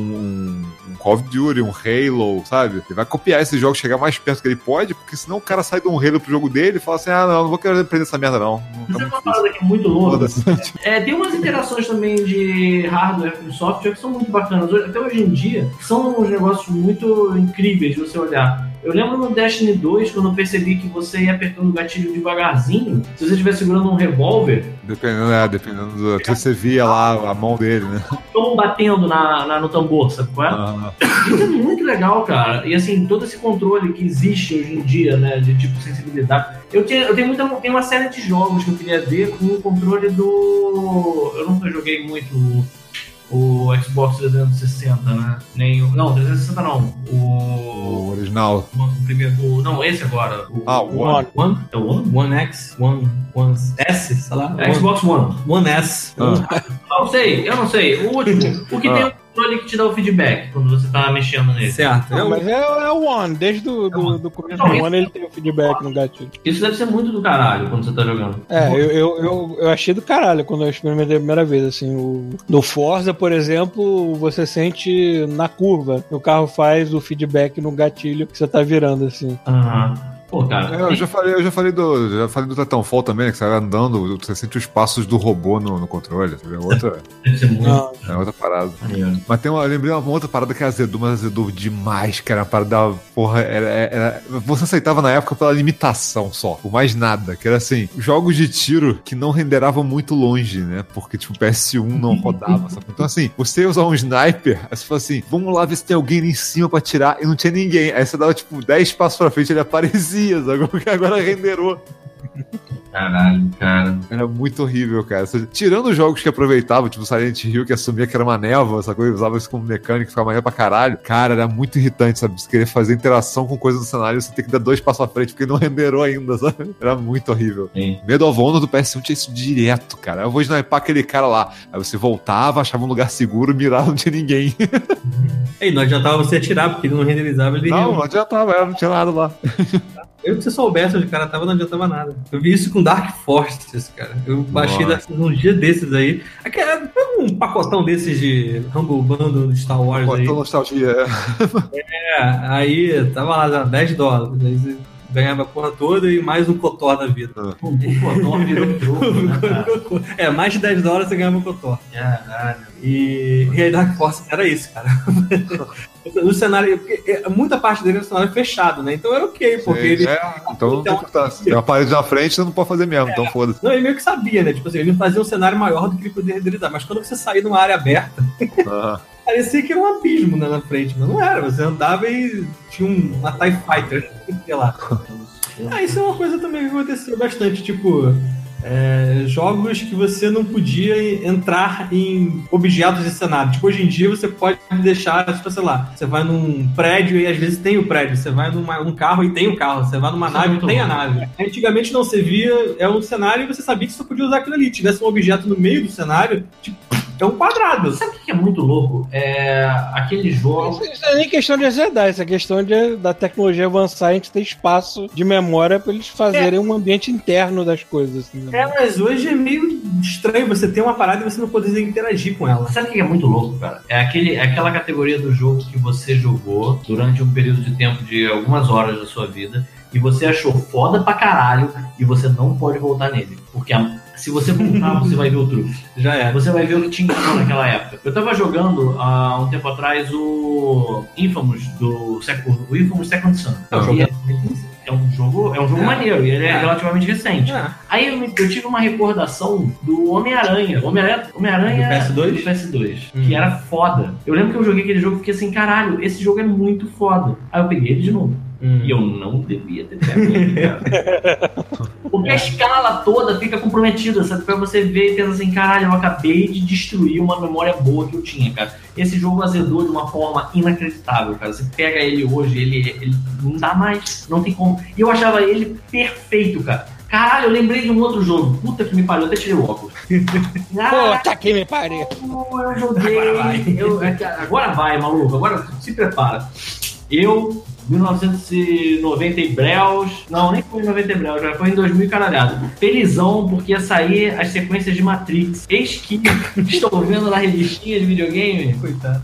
um Call of Duty, um Halo, sabe? Ele vai copiar esses jogos, chegar mais perto que ele pode, porque senão o cara sai de um Halo pro jogo dele e fala assim, não vou querer aprender essa merda não. Mas é uma parada que é muito louca. Tem umas interações também de hardware com software que são muito bacanas. Até hoje em dia, são uns negócios muito incríveis de você olhar. Eu lembro no Destiny 2, quando eu percebi que você ia apertando o gatilho devagarzinho, se você estiver segurando um revólver... Dependendo do... Você via lá a mão dele, né? Estão batendo no tambor, sabe qual é? Isso é muito legal, cara. E assim, todo esse controle que existe hoje em dia, né, de tipo sensibilidade... Eu tenho uma série de jogos que eu queria ver com o controle do... Eu nunca joguei muito o Xbox 360, né? Não, 360 não. O original. O primeiro. Não, esse agora. O One? É o One? One X? One S? Sei lá. Xbox One. One S. Eu não sei. O último. O que tem o controle que te dá o feedback quando você tá mexendo nele. Certo. Mas é o One. Desde do começo do One ele tem o feedback no gatilho. Isso deve ser muito do caralho quando você tá jogando. Eu achei do caralho quando eu experimentei a primeira vez, assim. No Forza, por exemplo, você sente na curva. O carro faz o feedback no gatilho que você tá virando, assim. Pô, cara. Eu já falei do Titanfall também, né, que você vai andando, você sente os passos do robô no controle. É outra parada. Mas eu lembrei uma outra parada que azedou demais, cara. Uma parada, porra, você aceitava na época pela limitação só, por mais nada. Que era assim, jogos de tiro que não renderavam muito longe, né? Porque, tipo, o PS1 não rodava, sabe? Então, assim, você ia usar um sniper, aí você fala assim, vamos lá ver se tem alguém ali em cima pra atirar, e não tinha ninguém. Aí você dava, tipo, 10 passos pra frente, ele aparecia. Agora renderou. Caralho, cara. Era muito horrível, cara. Tirando os jogos que aproveitavam, tipo Silent Hill, que assumia que era uma névoa, essa coisa, usava isso como mecânica, ficava maneiro pra caralho. Cara, era muito irritante, sabe? Você querer fazer interação com coisas no cenário, você tem que dar 2 passos à frente, porque não renderou ainda, sabe? Era muito horrível. Medal of Honor do PS1 tinha isso direto, cara. Eu vou snipar aquele cara lá. Aí você voltava, achava um lugar seguro, mirava, não tinha ninguém. Não adiantava você atirar, porque ele não renderizava. Não adiantava, não tinha nada lá. Eu que você soubesse onde o cara tava, não adiantava nada. Eu vi isso com Dark Forces, cara. Eu baixei um dia desses aí. Um pacotão desses de Humble Bundle de Star Wars aí. Nostalgia. Aí tava lá, $10. Aí você ganhava a porra toda e mais um Kotor da vida. O Kotor virou jogo, né, cara? Mais de $10 você ganhava um Kotor. E aí Dark Forces era isso, cara. No cenário, porque muita parte dele é um cenário fechado, né? Então era ok, porque ele... Então tem uma parede na frente, você não pode fazer mesmo, então foda-se. Não, ele meio que sabia, né? Tipo assim, ele fazia um cenário maior do que ele poderia renderizar, mas quando você saía numa área aberta, parecia que era um abismo, né, na frente, mas não era, você andava e tinha uma TIE Fighter, sei lá. Isso é uma coisa também que aconteceu bastante, tipo... jogos que você não podia entrar em objetos de cenário. Tipo, hoje em dia você pode deixar, tipo, sei lá, você vai num prédio e às vezes tem o prédio, você vai num carro e tem o carro, você vai numa nave e tem a nave. Antigamente não, você via um cenário e você sabia que você podia usar aquilo ali. Tivesse um objeto no meio do cenário, tipo, é um quadrado. Sabe o que é muito louco? É aquele jogo... Isso não é nem questão de azedar, isso é questão da tecnologia avançar, a gente ter espaço de memória pra eles fazerem um ambiente interno das coisas. Assim, né? Mas hoje é meio estranho você ter uma parada e você não poder interagir com ela. Sabe o que é muito louco, cara? É aquela categoria do jogo que você jogou durante um período de tempo de algumas horas da sua vida e você achou foda pra caralho e você não pode voltar nele. Porque se você voltar, você vai ver o truque. Já é. Você vai ver o que tinha naquela época. Eu tava jogando há um tempo atrás o Infamous Second Son. É um jogo maneiro, e ele é relativamente recente. Aí eu tive uma recordação do Homem-Aranha do PS2, que era foda. Eu lembro que eu joguei aquele jogo e fiquei assim, caralho, esse jogo é muito foda. Aí eu peguei ele de novo. E eu não devia ter pego ele, cara. Porque a escala toda fica comprometida, sabe? Pra você ver e pensa assim, caralho, eu acabei de destruir uma memória boa que eu tinha, cara. Esse jogo azedou de uma forma inacreditável, cara. Você pega ele hoje, ele não dá mais, não tem como. E eu achava ele perfeito, cara. Caralho, eu lembrei de um outro jogo. Puta que me pariu, eu até tirei o óculos. Puta que me pariu. Eu joguei. Agora vai, maluco. Agora se prepara. 1990 e breus. Não, nem foi em 90 e breus, já foi em 2000 e caralhado. Felizão, porque ia sair as sequências de Matrix. Eis que estou vendo na revistinha de videogame. Coitado.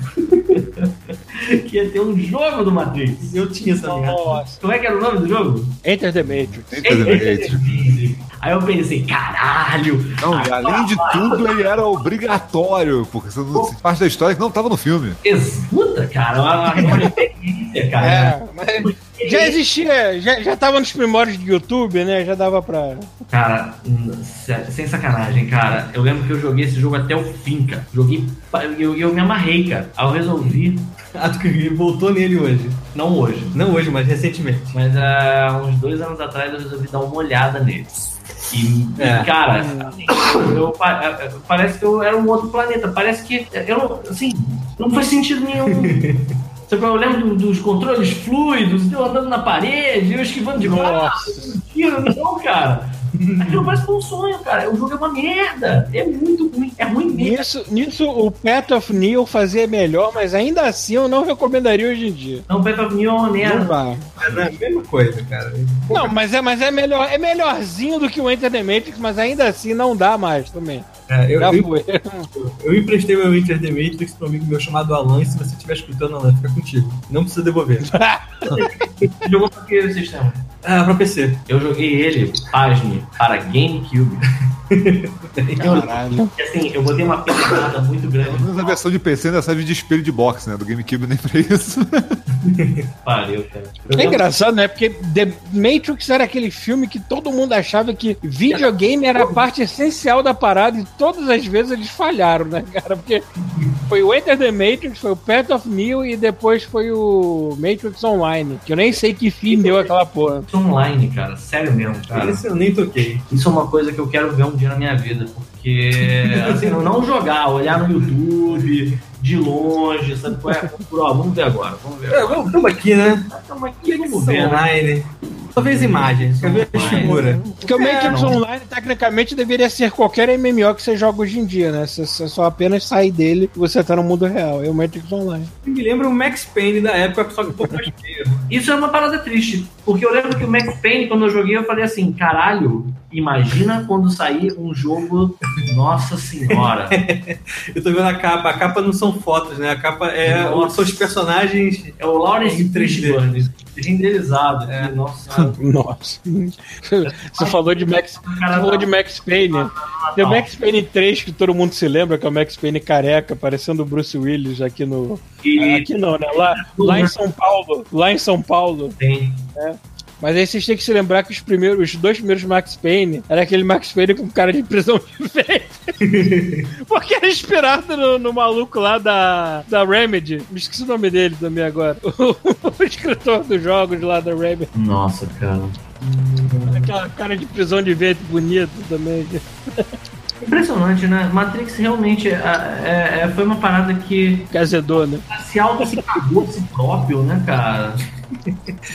Que ia ter um jogo do Matrix. Eu tinha essa merda. Como é que era o nome do jogo? Enter the Matrix. Aí eu pensei, caralho. Não, além de tudo, ele era obrigatório, porque você não parte da história que não tava no filme. Puta, cara, uma referência, cara. Mas já existia, já tava nos primórdios do YouTube, né? Já dava pra... Cara, sem sacanagem, cara. Eu lembro que eu joguei esse jogo até o fim, cara. Eu me amarrei, cara. Aí eu resolvi... Tu voltou nele hoje. Não hoje. Não hoje, mas recentemente. Mas há uns 2 anos atrás eu resolvi dar uma olhada nele. E cara, parece que eu era um outro planeta. Parece que não faz sentido nenhum. Eu lembro dos controles fluidos, eu andando na parede, eu esquivando de bala. Não, cara. Aquilo parece um sonho, cara. O jogo é uma merda. É muito ruim. É ruim mesmo. Nisso o Path of Neo fazia melhor, mas ainda assim eu não recomendaria hoje em dia. Não, o Path of Neo é uma merda. Não dá. É a mesma coisa, cara. Não, mas é melhor. É melhorzinho do que o Enter the Matrix, mas ainda assim não dá mais também. Eu emprestei meu Enter the Matrix pra um amigo meu chamado Alan, e se você estiver escutando, Alan, fica contigo. Não precisa devolver. Você jogou pra que sistema? Pra PC. Eu joguei ele, pasme, para GameCube. Caralho. Assim, eu botei uma pesada muito grande. Pelo menos a versão de PC ainda serve de espelho de boxe, né? Do GameCube nem pra isso. Pariu, cara. É engraçado, né? Porque The Matrix era aquele filme que todo mundo achava que videogame era a parte essencial da parada e todas as vezes eles falharam, né, cara? Porque foi o Enter the Matrix, foi o Path of Neo e depois foi o Matrix Online, que eu nem sei que fim deu aquela porra. Online, cara, sério mesmo, cara. Esse eu nem toquei. Isso é uma coisa que eu quero ver um dia na minha vida, porque, assim, não jogar, olhar no YouTube, de longe, sabe qual é? Vamos ver agora, Estamos aqui, né? Estamos aqui, vamos ver, online. Só vez imagens, quer ver as figuras. Porque o Matrix Online, tecnicamente, deveria ser qualquer MMO que você joga hoje em dia, né? Você só apenas sai dele e você tá no mundo real. É o Matrix Online. Me lembra o Max Payne da época, só que um pouco mais feio. Isso é uma parada triste, porque eu lembro que o Max Payne, quando eu joguei, eu falei assim, caralho, imagina quando sair um jogo, nossa senhora. Eu tô vendo a capa não são fotos, né? A capa são os personagens. É o Lawrence Fishburne, renderizado. Nossa. Nossa. Você falou de Max Payne. Tem o Max Payne 3 que todo mundo se lembra, que é o Max Payne careca, parecendo o Bruce Willis aqui no... Aqui não, né? Lá em São Paulo. Lá em São Paulo. Tem. Mas aí vocês têm que se lembrar que os 2 primeiros Max Payne era aquele Max Payne com cara de prisão de ventre. Porque era inspirado no maluco lá da Remedy. Me esqueci o nome dele também agora. O escritor dos jogos lá da Remedy. Nossa, cara. Aquela cara de prisão de ventre bonito também. Impressionante, né? Matrix realmente foi uma parada que... Azedou, né? Se cagou a si próprio, né, cara?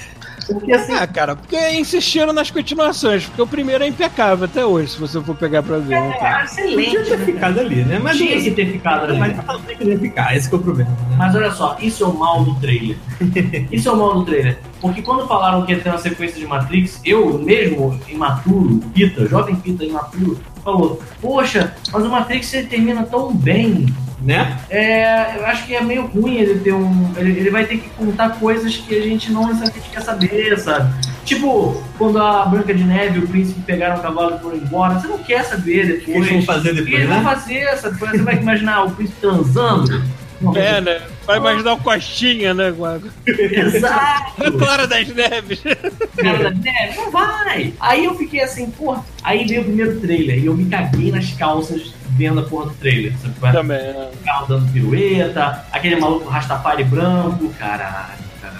Porque assim. Cara, porque insistiram nas continuações, porque o primeiro é impecável até hoje, se você for pegar pra ver. É excelente. Podia ter ficado ali, né? Mas Tinha que ter ficado ali. Mas não tem que ficar, esse que é o problema. Né? Mas olha só, isso é o mal do trailer. Isso é o mal do trailer. Porque quando falaram que ia ter uma sequência de Matrix, eu mesmo, imaturo, jovem Pita imaturo, falou, poxa, mas o Matrix ele termina tão bem, Né? eu acho que é meio ruim ele ter ele vai ter que contar coisas que a gente não necessariamente quer saber, sabe? Tipo, quando a Branca de Neve e o príncipe pegaram o cavalo e foram embora, você não quer saber depois. O que eles vão fazer depois, eles né? vão fazer, sabe? Você vai imaginar o príncipe transando. Né? Vai imaginar o Costinha, né, Guago? Exato! Clara das Neves. Cara da neve, não vai! Aí eu fiquei assim, porra. Aí veio o primeiro trailer e eu me caguei nas calças vendo a porra do trailer. Sabe? Também, né? O carro dando pirueta, aquele maluco Rastafari branco, caralho.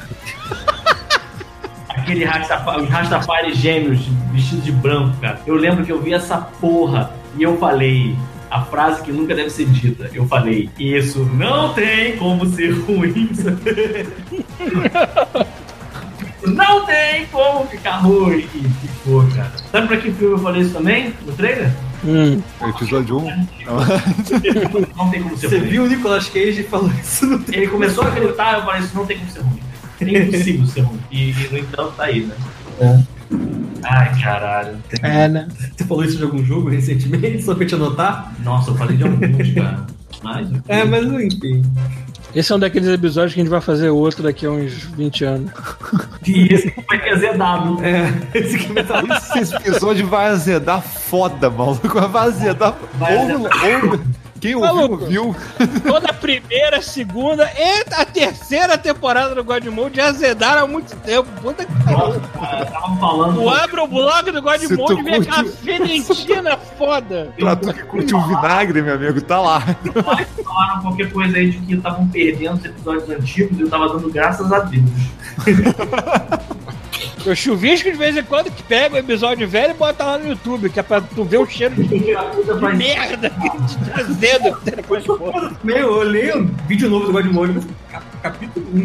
Aquele Rastafari gêmeos vestidos de branco, cara. Eu lembro que eu vi essa porra e eu falei a frase que nunca deve ser dita. Eu falei, isso não tem como ser ruim. Não tem como ficar ruim. E ficou, cara. Sabe pra que filme eu falei isso também? No trailer? Episódio 1. Não tem como ser Você ruim. viu o Nicolas Cage e falou isso no Ele começou a gritar, eu falei, isso não tem como ser ruim. É impossível ser ruim. E no entanto tá aí, né? Ai, caralho. Né? Você falou isso de algum jogo recentemente, só pra te anotar? Nossa, eu falei de alguns, cara. Mas Enfim. Esse é um daqueles episódios que a gente vai fazer outro daqui a uns 20 anos. e esse vai ter ZW. Esse aqui vai estar. Esse episódio vai azedar foda, maluco. Vai azedar. Quem ouviu, ouviu. Toda a primeira, segunda e a terceira temporada do God Mode já azedaram há muito tempo. Puta que pariu. Tava falando. Tu abre o blog do God Se tu Mode e vê curte- aquela fedentina foda. Pra tu que curte um vinagre, meu amigo, tá lá. Falaram qualquer coisa aí de que estavam perdendo os episódios antigos e eu tava dando graças a Deus. Eu chuvisco de vez em quando que pega o episódio velho e bota lá no YouTube, que é pra tu ver o cheiro de merda de azedo que tem naquelas porra. Eu olhei um vídeo novo do God Mode, capítulo 1.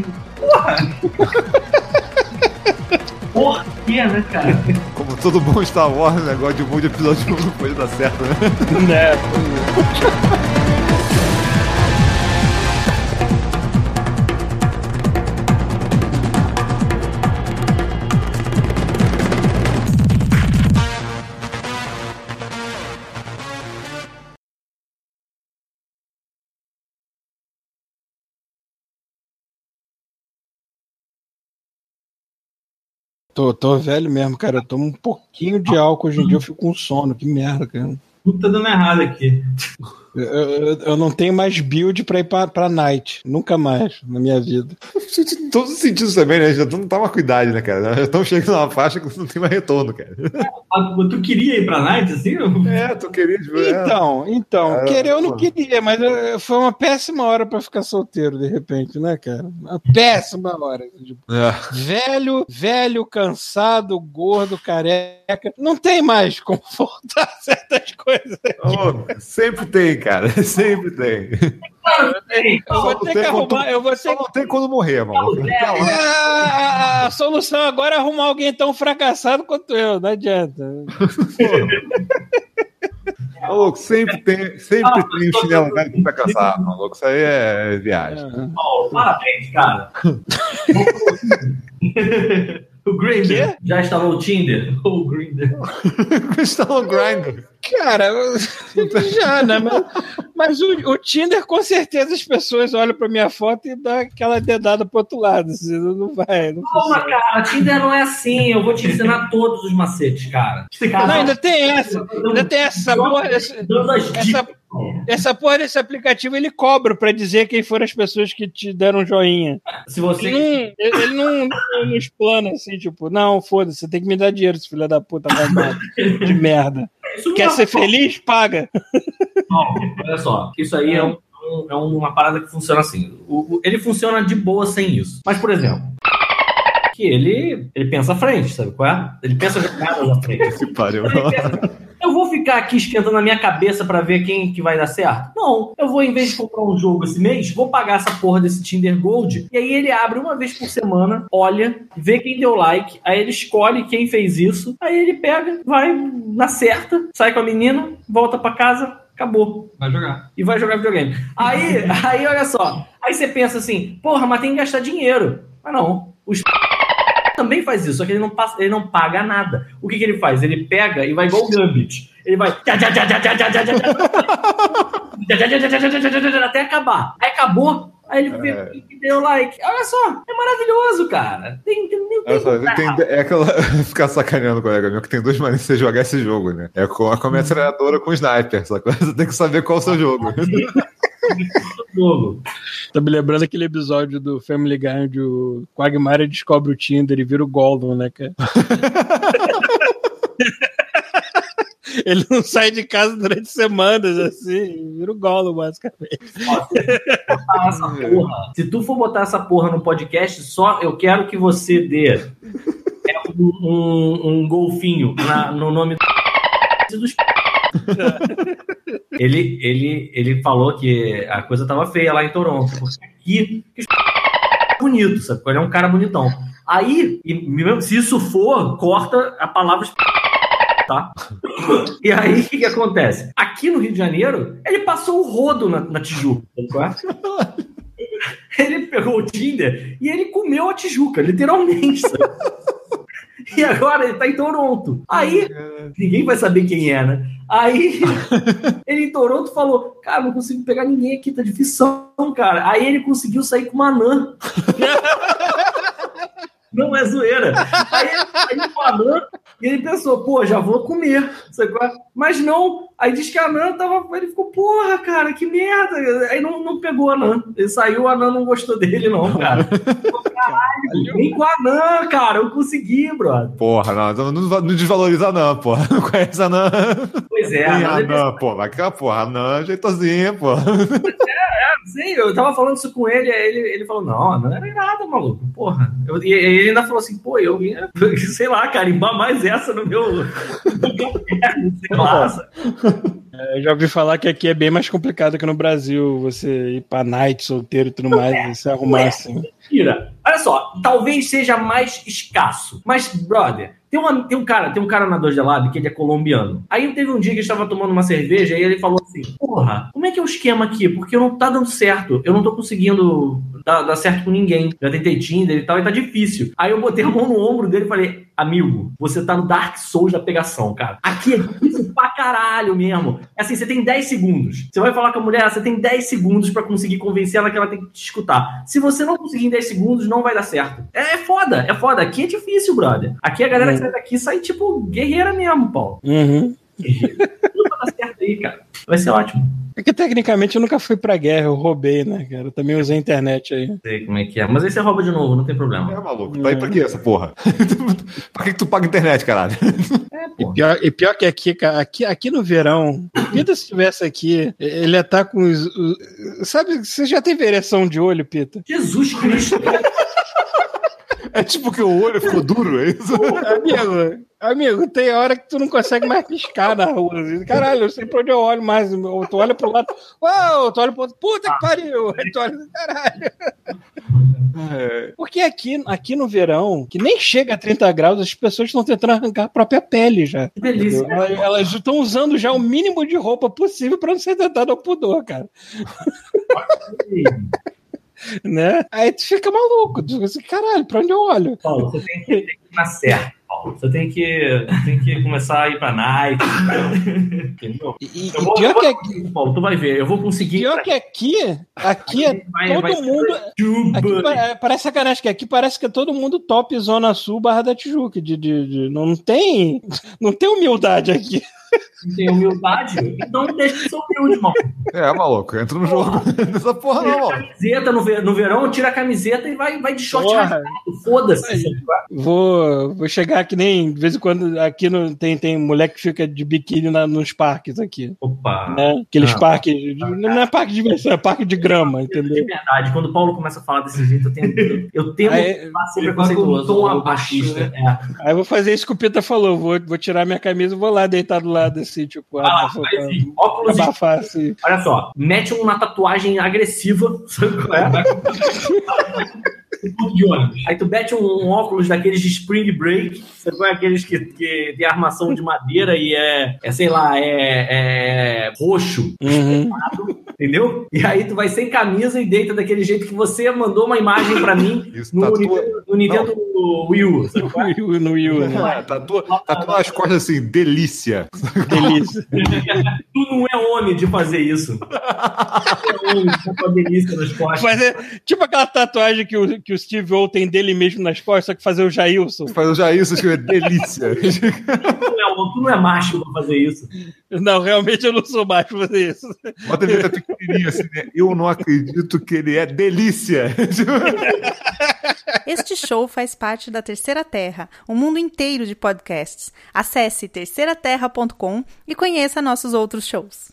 Porra, que é, né, cara? Como todo bom Star Wars, né? God Mode episódio 1 não pode dar certo, né? Né? Tô velho mesmo, cara. Eu tomo um pouquinho de álcool hoje em dia, eu fico com sono. Que merda, cara. Tudo tá dando errado aqui. Eu não tenho mais build pra ir pra night. Nunca mais na minha vida. Em todos os sentidos também, né? Já não tá mais com idade, né, cara? Já estão chegando numa faixa que não tem mais retorno, cara. Tu queria ir pra Night, assim? Tu queria... Então, querer eu não queria, mas foi uma péssima hora pra ficar solteiro, de repente, né, cara? Uma péssima hora. Tipo, velho, cansado, gordo, careca. Não tem mais como voltar certas coisas. Sempre tem, cara. Sempre tem. Eu vou ter que arrumar. Só não tem quando morrer, maluco. A solução agora é arrumar alguém tão fracassado quanto eu, não adianta. Maluco, sempre tem um chinelo velho pra caçar, maluco. Isso aí é viagem. Parabéns, cara. O Grindr já instalou o Tinder? O Grindr. Instalou o Grindr. Cara, já, né? Mas o Tinder, com certeza, as pessoas olham pra minha foto e dão aquela dedada pro outro lado. Assim, não vai. Calma, cara. Tinder não é assim. Eu vou te ensinar todos os macetes, cara. Não, ainda tem essa. Ainda tem essa porra. Essa porra desse aplicativo, ele cobra pra dizer quem foram as pessoas que te deram joinha. Se você... Ele não explana assim, tipo, não, foda-se, você tem que me dar dinheiro, esse filho da puta arrombado de merda. Quer ser feliz? Paga. Não, olha só, isso aí é uma parada que funciona assim. Ele funciona de boa sem isso. Mas, por exemplo, que ele pensa à frente, sabe qual é? Ele pensa jogadas à frente. Que pariu. Eu vou ficar aqui esquentando a minha cabeça pra ver quem que vai dar certo? Não. Eu vou, em vez de comprar um jogo esse mês, vou pagar essa porra desse Tinder Gold, e aí ele abre uma vez por semana, olha, vê quem deu like, aí ele escolhe quem fez isso, aí ele pega, vai na certa, sai com a menina, volta pra casa, acabou. Vai jogar. E vai jogar videogame. Aí olha só, aí você pensa assim, porra, mas tem que gastar dinheiro. Mas não, os também faz isso, só que ele não paga nada. O que ele faz? Ele pega e vai igual o Gambit. Ele vai até acabar. Aí acabou, aí ele vê que deu like. Olha só, é maravilhoso, cara. É aquela ficar sacaneando com o colega meu que tem 2 maneiras de você jogar esse jogo, né? É com a metralhadora com o sniper, só que você tem que saber qual é o seu jogo. Tá me lembrando aquele episódio do Family Guy onde o Quagmire descobre o Tinder e vira o Gollum, né, cara? Ele não sai de casa durante semanas, assim, vira o Gollum, basicamente. Se tu for botar essa porra no podcast, só eu quero que você dê um golfinho no nome dos... Ele falou que a coisa tava feia lá em Toronto, porque aqui bonito, sabe? Ele é um cara bonitão. Aí, se isso for, corta a palavra tá? E aí, o que acontece? Aqui no Rio de Janeiro, ele passou o rodo na Tijuca, tá? Ele pegou o Tinder e ele comeu a Tijuca, literalmente, sabe? E agora ele tá em Toronto. Aí, ninguém vai saber quem é, né? Aí, ele em Toronto falou, cara, não consigo pegar ninguém aqui, tá difícil, cara. Aí ele conseguiu sair com uma anã. Não é zoeira. Aí ele saiu com a anã e ele pensou, pô, já vou comer. Sabe? Mas não. Aí diz que a anã tava... Ele ficou, porra, cara, que merda. Aí não pegou a anã. Ele saiu, a anã não gostou dele, não, cara. Caralho, vem com a anã, cara. Eu consegui, brother. Porra, não desvaloriza a anã, porra. Não conhece a anã. Pois é. A anã, pô. Vai cá, porra. A anã, jeitosinha, pô. Sim, eu tava falando isso com ele, aí ele falou, não era nada, maluco, porra. E ele ainda falou assim, pô, eu ia, sei lá, carimbar mais essa no meu sei lá. Eu já ouvi falar que aqui é bem mais complicado que no Brasil, você ir pra night, solteiro e tudo mais, se arrumar assim. Mentira. Olha só, talvez seja mais escasso, mas, brother, tem um cara na Doja Lab que ele é colombiano. Aí teve um dia que ele estava tomando uma cerveja e ele falou assim, porra, como é que é o esquema aqui? Porque não tá dando certo, eu não tô conseguindo dar certo com ninguém. Já tentei Tinder e tal, e tá difícil. Aí eu botei a mão no ombro dele e falei, amigo, você tá no Dark Souls da pegação, cara. Aqui é difícil pra caralho mesmo. É assim, você tem 10 segundos. Você vai falar com a mulher, você tem 10 segundos pra conseguir convencer ela que ela tem que te escutar. Se você não conseguir em 10 segundos, não vai dar certo. É foda. Aqui é difícil, brother. Aqui a galera que sai daqui sai tipo guerreira mesmo, Paulo. Uhum. Tudo vai dar certo aí, cara. Vai ser ótimo. É que tecnicamente eu nunca fui pra guerra, eu roubei, né, cara? Eu também usei a internet aí. Não sei como é que é, mas aí você rouba de novo, não tem problema. É, maluco, tá aí pra que essa porra? Pra que tu paga internet, caralho? É, porra. E pior que aqui, cara, aqui no verão, Pita, se estivesse aqui, ele ia estar com os... Sabe, você já teve ereção de olho, Pita? Jesus Cristo. É tipo que o olho ficou duro, é isso? Amigo, tem hora que tu não consegue mais piscar na rua. Caralho, eu sei pra onde eu olho mais. Ou tu olha pro lado, uau, tu olha pro outro, puta que pariu. Aí tu olha, caralho. Porque aqui no verão, que nem chega a 30 graus, as pessoas estão tentando arrancar a própria pele já. Que delícia. Elas estão usando já o mínimo de roupa possível pra não ser tentado ao pudor, cara. Né? Aí tu fica maluco, tu fica assim, caralho, pra onde eu olho? Paulo, você tem que ir na certa, Paulo. Você tem que começar a ir pra night. Entendeu? Pior que aqui, Paulo, tu vai ver, eu vou conseguir. Pior que aqui é todo mundo. Aqui parece sacanagem, que aqui parece que é todo mundo top Zona Sul Barra da Tijuca. Não tem humildade aqui. Não tem humildade? Então deixa de ser humilde, mano. É, maluco, entra no jogo. Nessa porra não, mano. Camiseta no verão, tira a camiseta e vai de short rasgado. Foda-se. vou chegar que nem, de vez em quando, aqui tem mulher que fica de biquíni nos parques aqui. Opa! Né? Aqueles parques, não é parque de diversão, é parque de grama, entendeu? De verdade, quando o Paulo começa a falar desse jeito, eu temo ser preconceituoso, um tom abaixista. Aí eu vou fazer isso que o Pita falou, vou tirar minha camisa e vou lá deitar do lado assim, tipo, óculos abafar assim. Olha só, mete uma tatuagem agressiva, sabe qual é? De ônibus. Aí tu mete um óculos daqueles de Spring Break, sabe qual é? Aqueles que tem armação de madeira e sei lá, roxo, entendeu? E aí tu vai sem camisa e deita daquele jeito que você mandou uma imagem pra mim no Nintendo Wii U. No Wii U, né? Tatua as costas assim, delícia. Delícia. Tu não é homem de fazer isso. Tu é homem de fazer delícia nas costas. Fazer, tipo aquela tatuagem que o Steve O tem dele mesmo nas costas, só que fazer o Jailson. Fazer o Jailson, escrever delícia. Tu não é macho pra fazer isso. Não, realmente eu não sou macho pra fazer isso. Bota a letra pequenininha assim, né? Eu não acredito que ele é delícia. Este show faz parte da Terceira Terra, um mundo inteiro de podcasts. Acesse terceiraterra.com e conheça nossos outros shows.